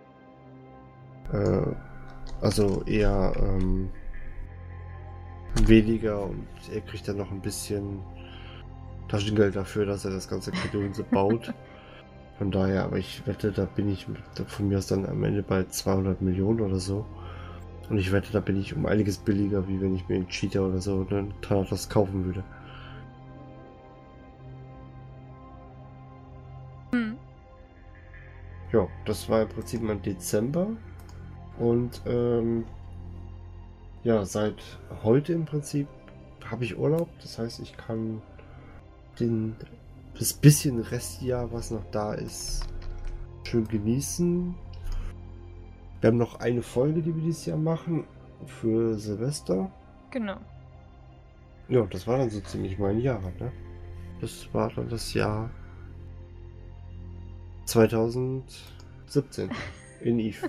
ja. Also eher weniger, und er kriegt dann noch ein bisschen Taschengeld dafür, dass er das ganze Gedönse baut. Von daher, aber ich wette, da bin ich von mir aus dann am Ende bei 200 Millionen oder so. Und ich wette, da bin ich um einiges billiger, wie wenn ich mir einen Cheater oder so einen Thanatos kaufen würde. Ja, das war im Prinzip mein Dezember. Und ja, seit heute im Prinzip habe ich Urlaub. Das heißt, ich kann das bisschen Restjahr, was noch da ist, schön genießen. Wir haben noch eine Folge, die wir dieses Jahr machen, für Silvester. Genau. Ja, das war dann so ziemlich mein Jahr, ne? Das war dann das Jahr 2017 in Eve.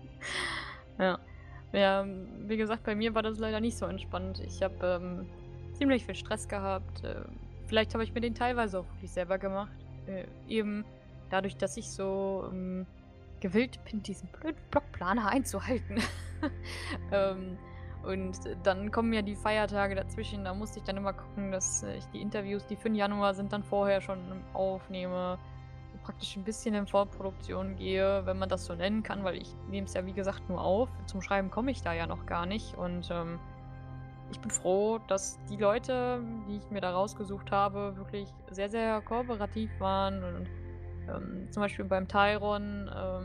Ja. Ja, wie gesagt, bei mir war das leider nicht so entspannt. Ich habe ziemlich viel Stress gehabt. Vielleicht habe ich mir den teilweise auch wirklich selber gemacht. Eben dadurch, dass ich so gewillt bin, diesen blöden Blockplaner einzuhalten. ähm, und dann kommen ja die Feiertage dazwischen. Da musste ich dann immer gucken, dass ich die Interviews, die für den Januar sind, dann vorher schon aufnehme. Praktisch ein bisschen in Vorproduktion gehe, wenn man das so nennen kann, weil ich nehme es ja wie gesagt nur auf. Zum Schreiben komme ich da ja noch gar nicht. Und ich bin froh, dass die Leute, die ich mir da rausgesucht habe, wirklich sehr, sehr kooperativ waren. Und zum Beispiel beim Tyron,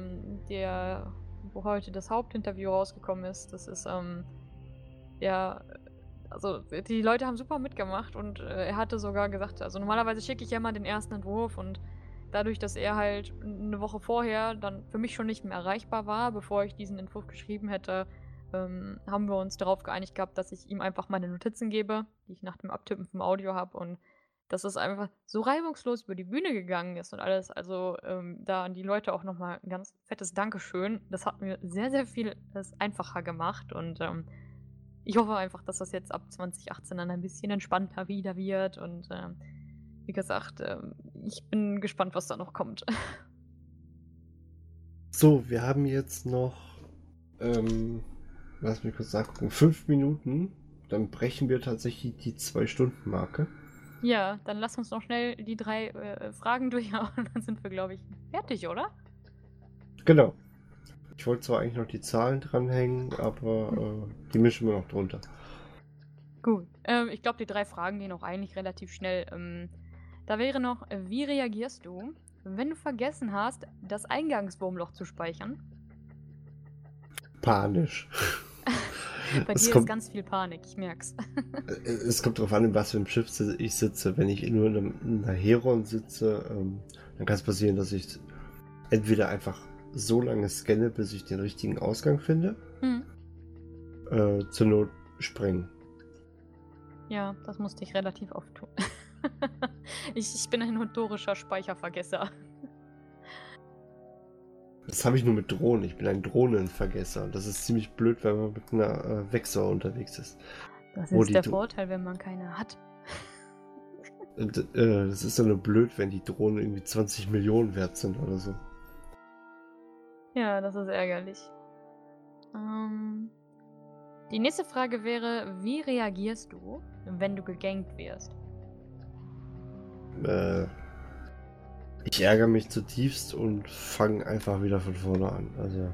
wo heute das Hauptinterview rausgekommen ist, das ist, ja, also die Leute haben super mitgemacht und er hatte sogar gesagt, also normalerweise schicke ich ja mal den ersten Entwurf und dadurch, dass er halt eine Woche vorher dann für mich schon nicht mehr erreichbar war, bevor ich diesen Entwurf geschrieben hätte, haben wir uns darauf geeinigt gehabt, dass ich ihm einfach meine Notizen gebe, die ich nach dem Abtippen vom Audio habe und dass es einfach so reibungslos über die Bühne gegangen ist und alles. Also da an die Leute auch nochmal ein ganz fettes Dankeschön. Das hat mir sehr, sehr viel es einfacher gemacht und ich hoffe einfach, dass das jetzt ab 2018 dann ein bisschen entspannter wieder wird und wie gesagt, ich bin gespannt, was da noch kommt. So, wir haben jetzt noch, lass mich kurz nachgucken, 5 Minuten. Dann brechen wir tatsächlich die 2-Stunden-Marke. Ja, dann lass uns noch schnell die 3 Fragen durchhauen. Dann sind wir, glaube ich, fertig, oder? Genau. Ich wollte zwar eigentlich noch die Zahlen dranhängen, aber die mischen wir noch drunter. Gut. Ich glaube, die 3 Fragen gehen auch eigentlich relativ schnell. Da wäre noch, wie reagierst du, wenn du vergessen hast, das Eingangswurmloch zu speichern? Panisch. Bei dir ist ganz viel Panik, ich merk's. Es kommt darauf an, in was für einem Schiff ich sitze. Wenn ich nur in einer Heron sitze, dann kann es passieren, dass ich entweder einfach so lange scanne, bis ich den richtigen Ausgang finde, zur Not sprengen. Ja, das musste ich relativ oft tun. Ich bin ein notorischer Speichervergesser. Das habe ich nur mit Drohnen. Ich bin ein Drohnenvergesser. Und das ist ziemlich blöd, wenn man mit einer Vexor unterwegs ist. Das ist der Vorteil, wenn man keine hat. Das ist dann nur blöd, wenn die Drohnen irgendwie 20 Millionen wert sind oder so. Ja, das ist ärgerlich. Die nächste Frage wäre, wie reagierst du, wenn du gegankt wirst? Ich ärgere mich zutiefst und fange einfach wieder von vorne an. Also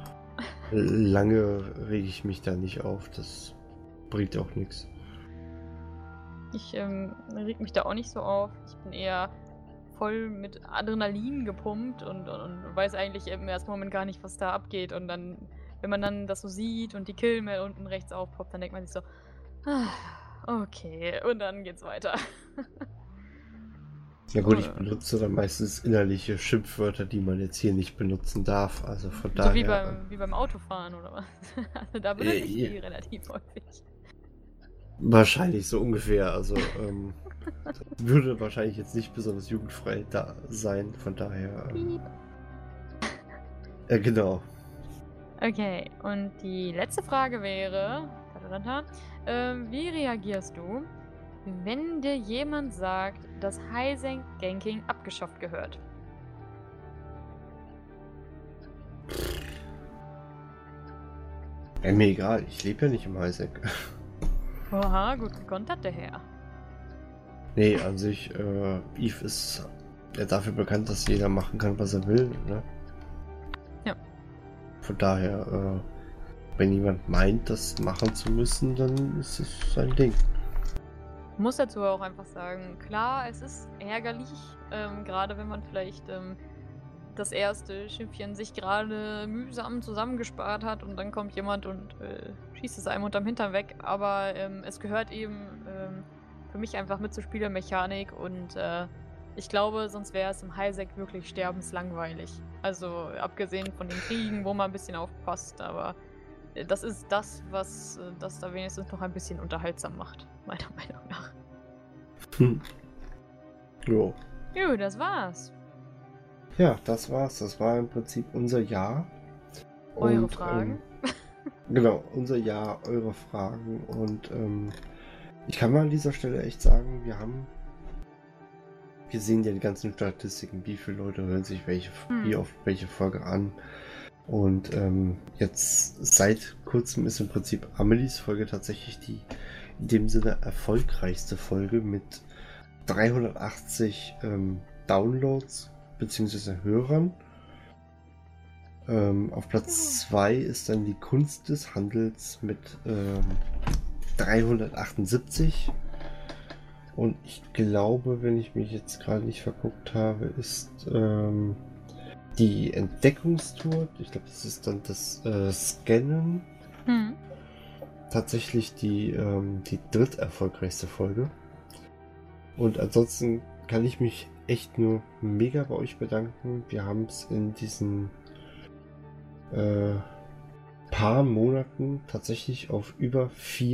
lange rege ich mich da nicht auf. Das bringt auch nichts. Ich reg mich da auch nicht so auf. Ich bin eher voll mit Adrenalin gepumpt und weiß eigentlich im ersten Moment gar nicht, was da abgeht. Und dann, wenn man dann das so sieht und die Kill-Mail unten rechts aufpoppt, dann denkt man sich so, okay, und dann geht's weiter. Ja gut, ich benutze dann meistens innerliche Schimpfwörter, die man jetzt hier nicht benutzen darf. Also von daher. So wie beim Autofahren oder was? Also da benutze ich die relativ häufig. Wahrscheinlich so ungefähr. Also würde wahrscheinlich jetzt nicht besonders jugendfrei da sein. Von daher. Genau. Okay, und die letzte Frage wäre, wie reagierst du, wenn dir jemand sagt, dass Highsec-Ganking abgeschafft gehört? Mir egal, ich lebe ja nicht im Highsec. Oha, gut gekontert, der Herr. Nee, an sich, Eve ist ja dafür bekannt, dass jeder machen kann, was er will, ne? Ja. Von daher, wenn jemand meint, das machen zu müssen, dann ist es sein Ding. Ich muss dazu auch einfach sagen, klar, es ist ärgerlich, gerade wenn man vielleicht das erste Schiffchen sich gerade mühsam zusammengespart hat und dann kommt jemand und schießt es einem unterm Hintern weg, aber es gehört eben für mich einfach mit zur Spielermechanik und ich glaube, sonst wäre es im Highsec wirklich sterbenslangweilig. Also abgesehen von den Kriegen, wo man ein bisschen aufpasst, aber das ist das, was das da wenigstens noch ein bisschen unterhaltsam macht, meiner Meinung nach. Jo. Jo, das war's. Ja, das war's. Das war im Prinzip unser Jahr. Eure Fragen? Genau, unser Jahr, eure Fragen. Und Ich kann mal an dieser Stelle echt sagen, wir sehen ja die ganzen Statistiken, wie viele Leute hören sich wie oft welche Folge an. Und jetzt seit kurzem ist im Prinzip Amelies Folge tatsächlich die in dem Sinne erfolgreichste Folge mit 380 Downloads bzw. Hörern. Auf Platz 2 ist dann die Kunst des Handels mit 378. Und ich glaube, wenn ich mich jetzt gerade nicht verguckt habe, ist die Entdeckungstour, ich glaube, das ist dann das Scannen, tatsächlich die dritterfolgreichste Folge. Und ansonsten kann ich mich echt nur mega bei euch bedanken. Wir haben es in diesen paar Monaten tatsächlich auf über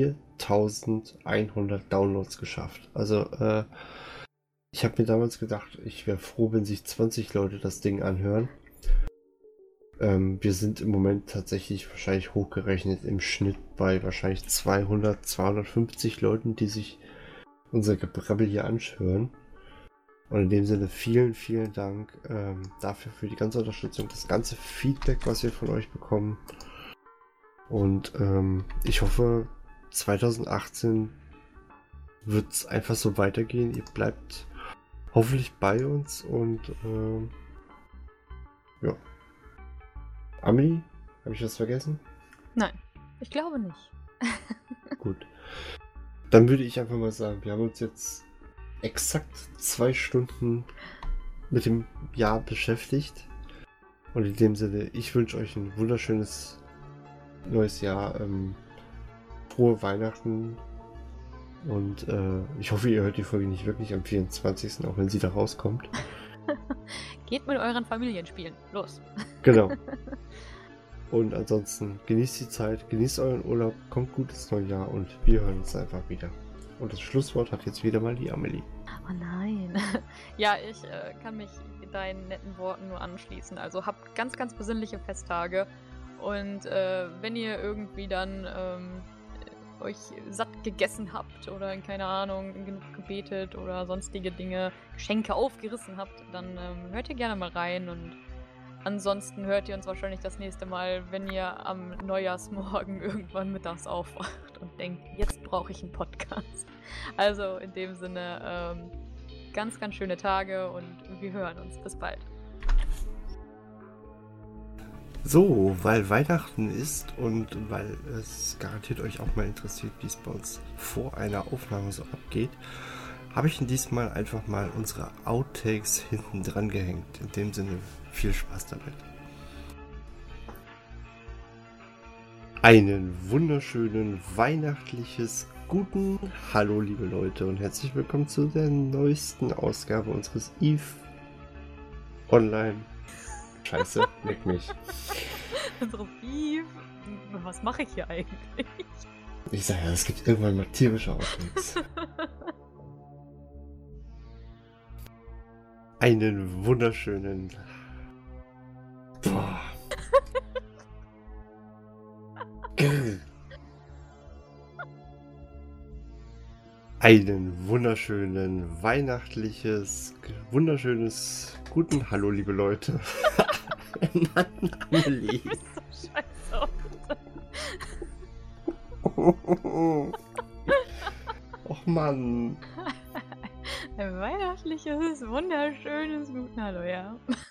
4100 Downloads geschafft. Also ich habe mir damals gedacht, ich wäre froh, wenn sich 20 Leute das Ding anhören. Wir sind im Moment tatsächlich wahrscheinlich hochgerechnet im Schnitt bei wahrscheinlich 200, 250 Leuten, die sich unser Gebrabbel hier anhören. Und in dem Sinne vielen, vielen Dank dafür für die ganze Unterstützung, das ganze Feedback, was wir von euch bekommen. Und ich hoffe, 2018 wird es einfach so weitergehen. Ihr bleibt hoffentlich bei uns und ja. Amelie, habe ich was vergessen? Nein, ich glaube nicht. Gut. Dann würde ich einfach mal sagen, wir haben uns jetzt exakt 2 Stunden mit dem Jahr beschäftigt. Und in dem Sinne, ich wünsche euch ein wunderschönes neues Jahr. Frohe Weihnachten. Und ich hoffe, ihr hört die Folge nicht wirklich am 24., auch wenn sie da rauskommt. Geht mit euren Familien spielen. Los. Genau. Und ansonsten genießt die Zeit, genießt euren Urlaub, kommt gut ins neue Jahr und wir hören uns einfach wieder. Und das Schlusswort hat jetzt wieder mal die Amelie. Oh nein. Ja, ich kann mich deinen netten Worten nur anschließen. Also habt ganz, ganz besinnliche Festtage. Und wenn ihr irgendwie dann euch satt gegessen habt oder keine Ahnung, genug gebetet oder sonstige Dinge, Geschenke aufgerissen habt, dann hört ihr gerne mal rein und ansonsten hört ihr uns wahrscheinlich das nächste Mal, wenn ihr am Neujahrsmorgen irgendwann mittags aufwacht und denkt, jetzt brauche ich einen Podcast. Also in dem Sinne, ganz, ganz schöne Tage und wir hören uns. Bis bald. So, weil Weihnachten ist und weil es garantiert euch auch mal interessiert, wie es bei uns vor einer Aufnahme so abgeht, habe ich diesmal einfach mal unsere Outtakes hinten dran gehängt. In dem Sinne, viel Spaß damit. Einen wunderschönen weihnachtliches guten Hallo, liebe Leute, und herzlich willkommen zu der neuesten Ausgabe unseres EVE Online. Scheiße, leck mich. Unsere EVE. Was mache ich hier eigentlich? Ich sag ja, es gibt irgendwann mal tierische Outtakes. Einen wunderschönen... Boah. Einen wunderschönen wunderschönes guten Hallo, liebe Leute. Mann, Amelie. Du bist so scheiße. Och Mann. Ein weihnachtliches, wunderschönes guten Hallo, ja.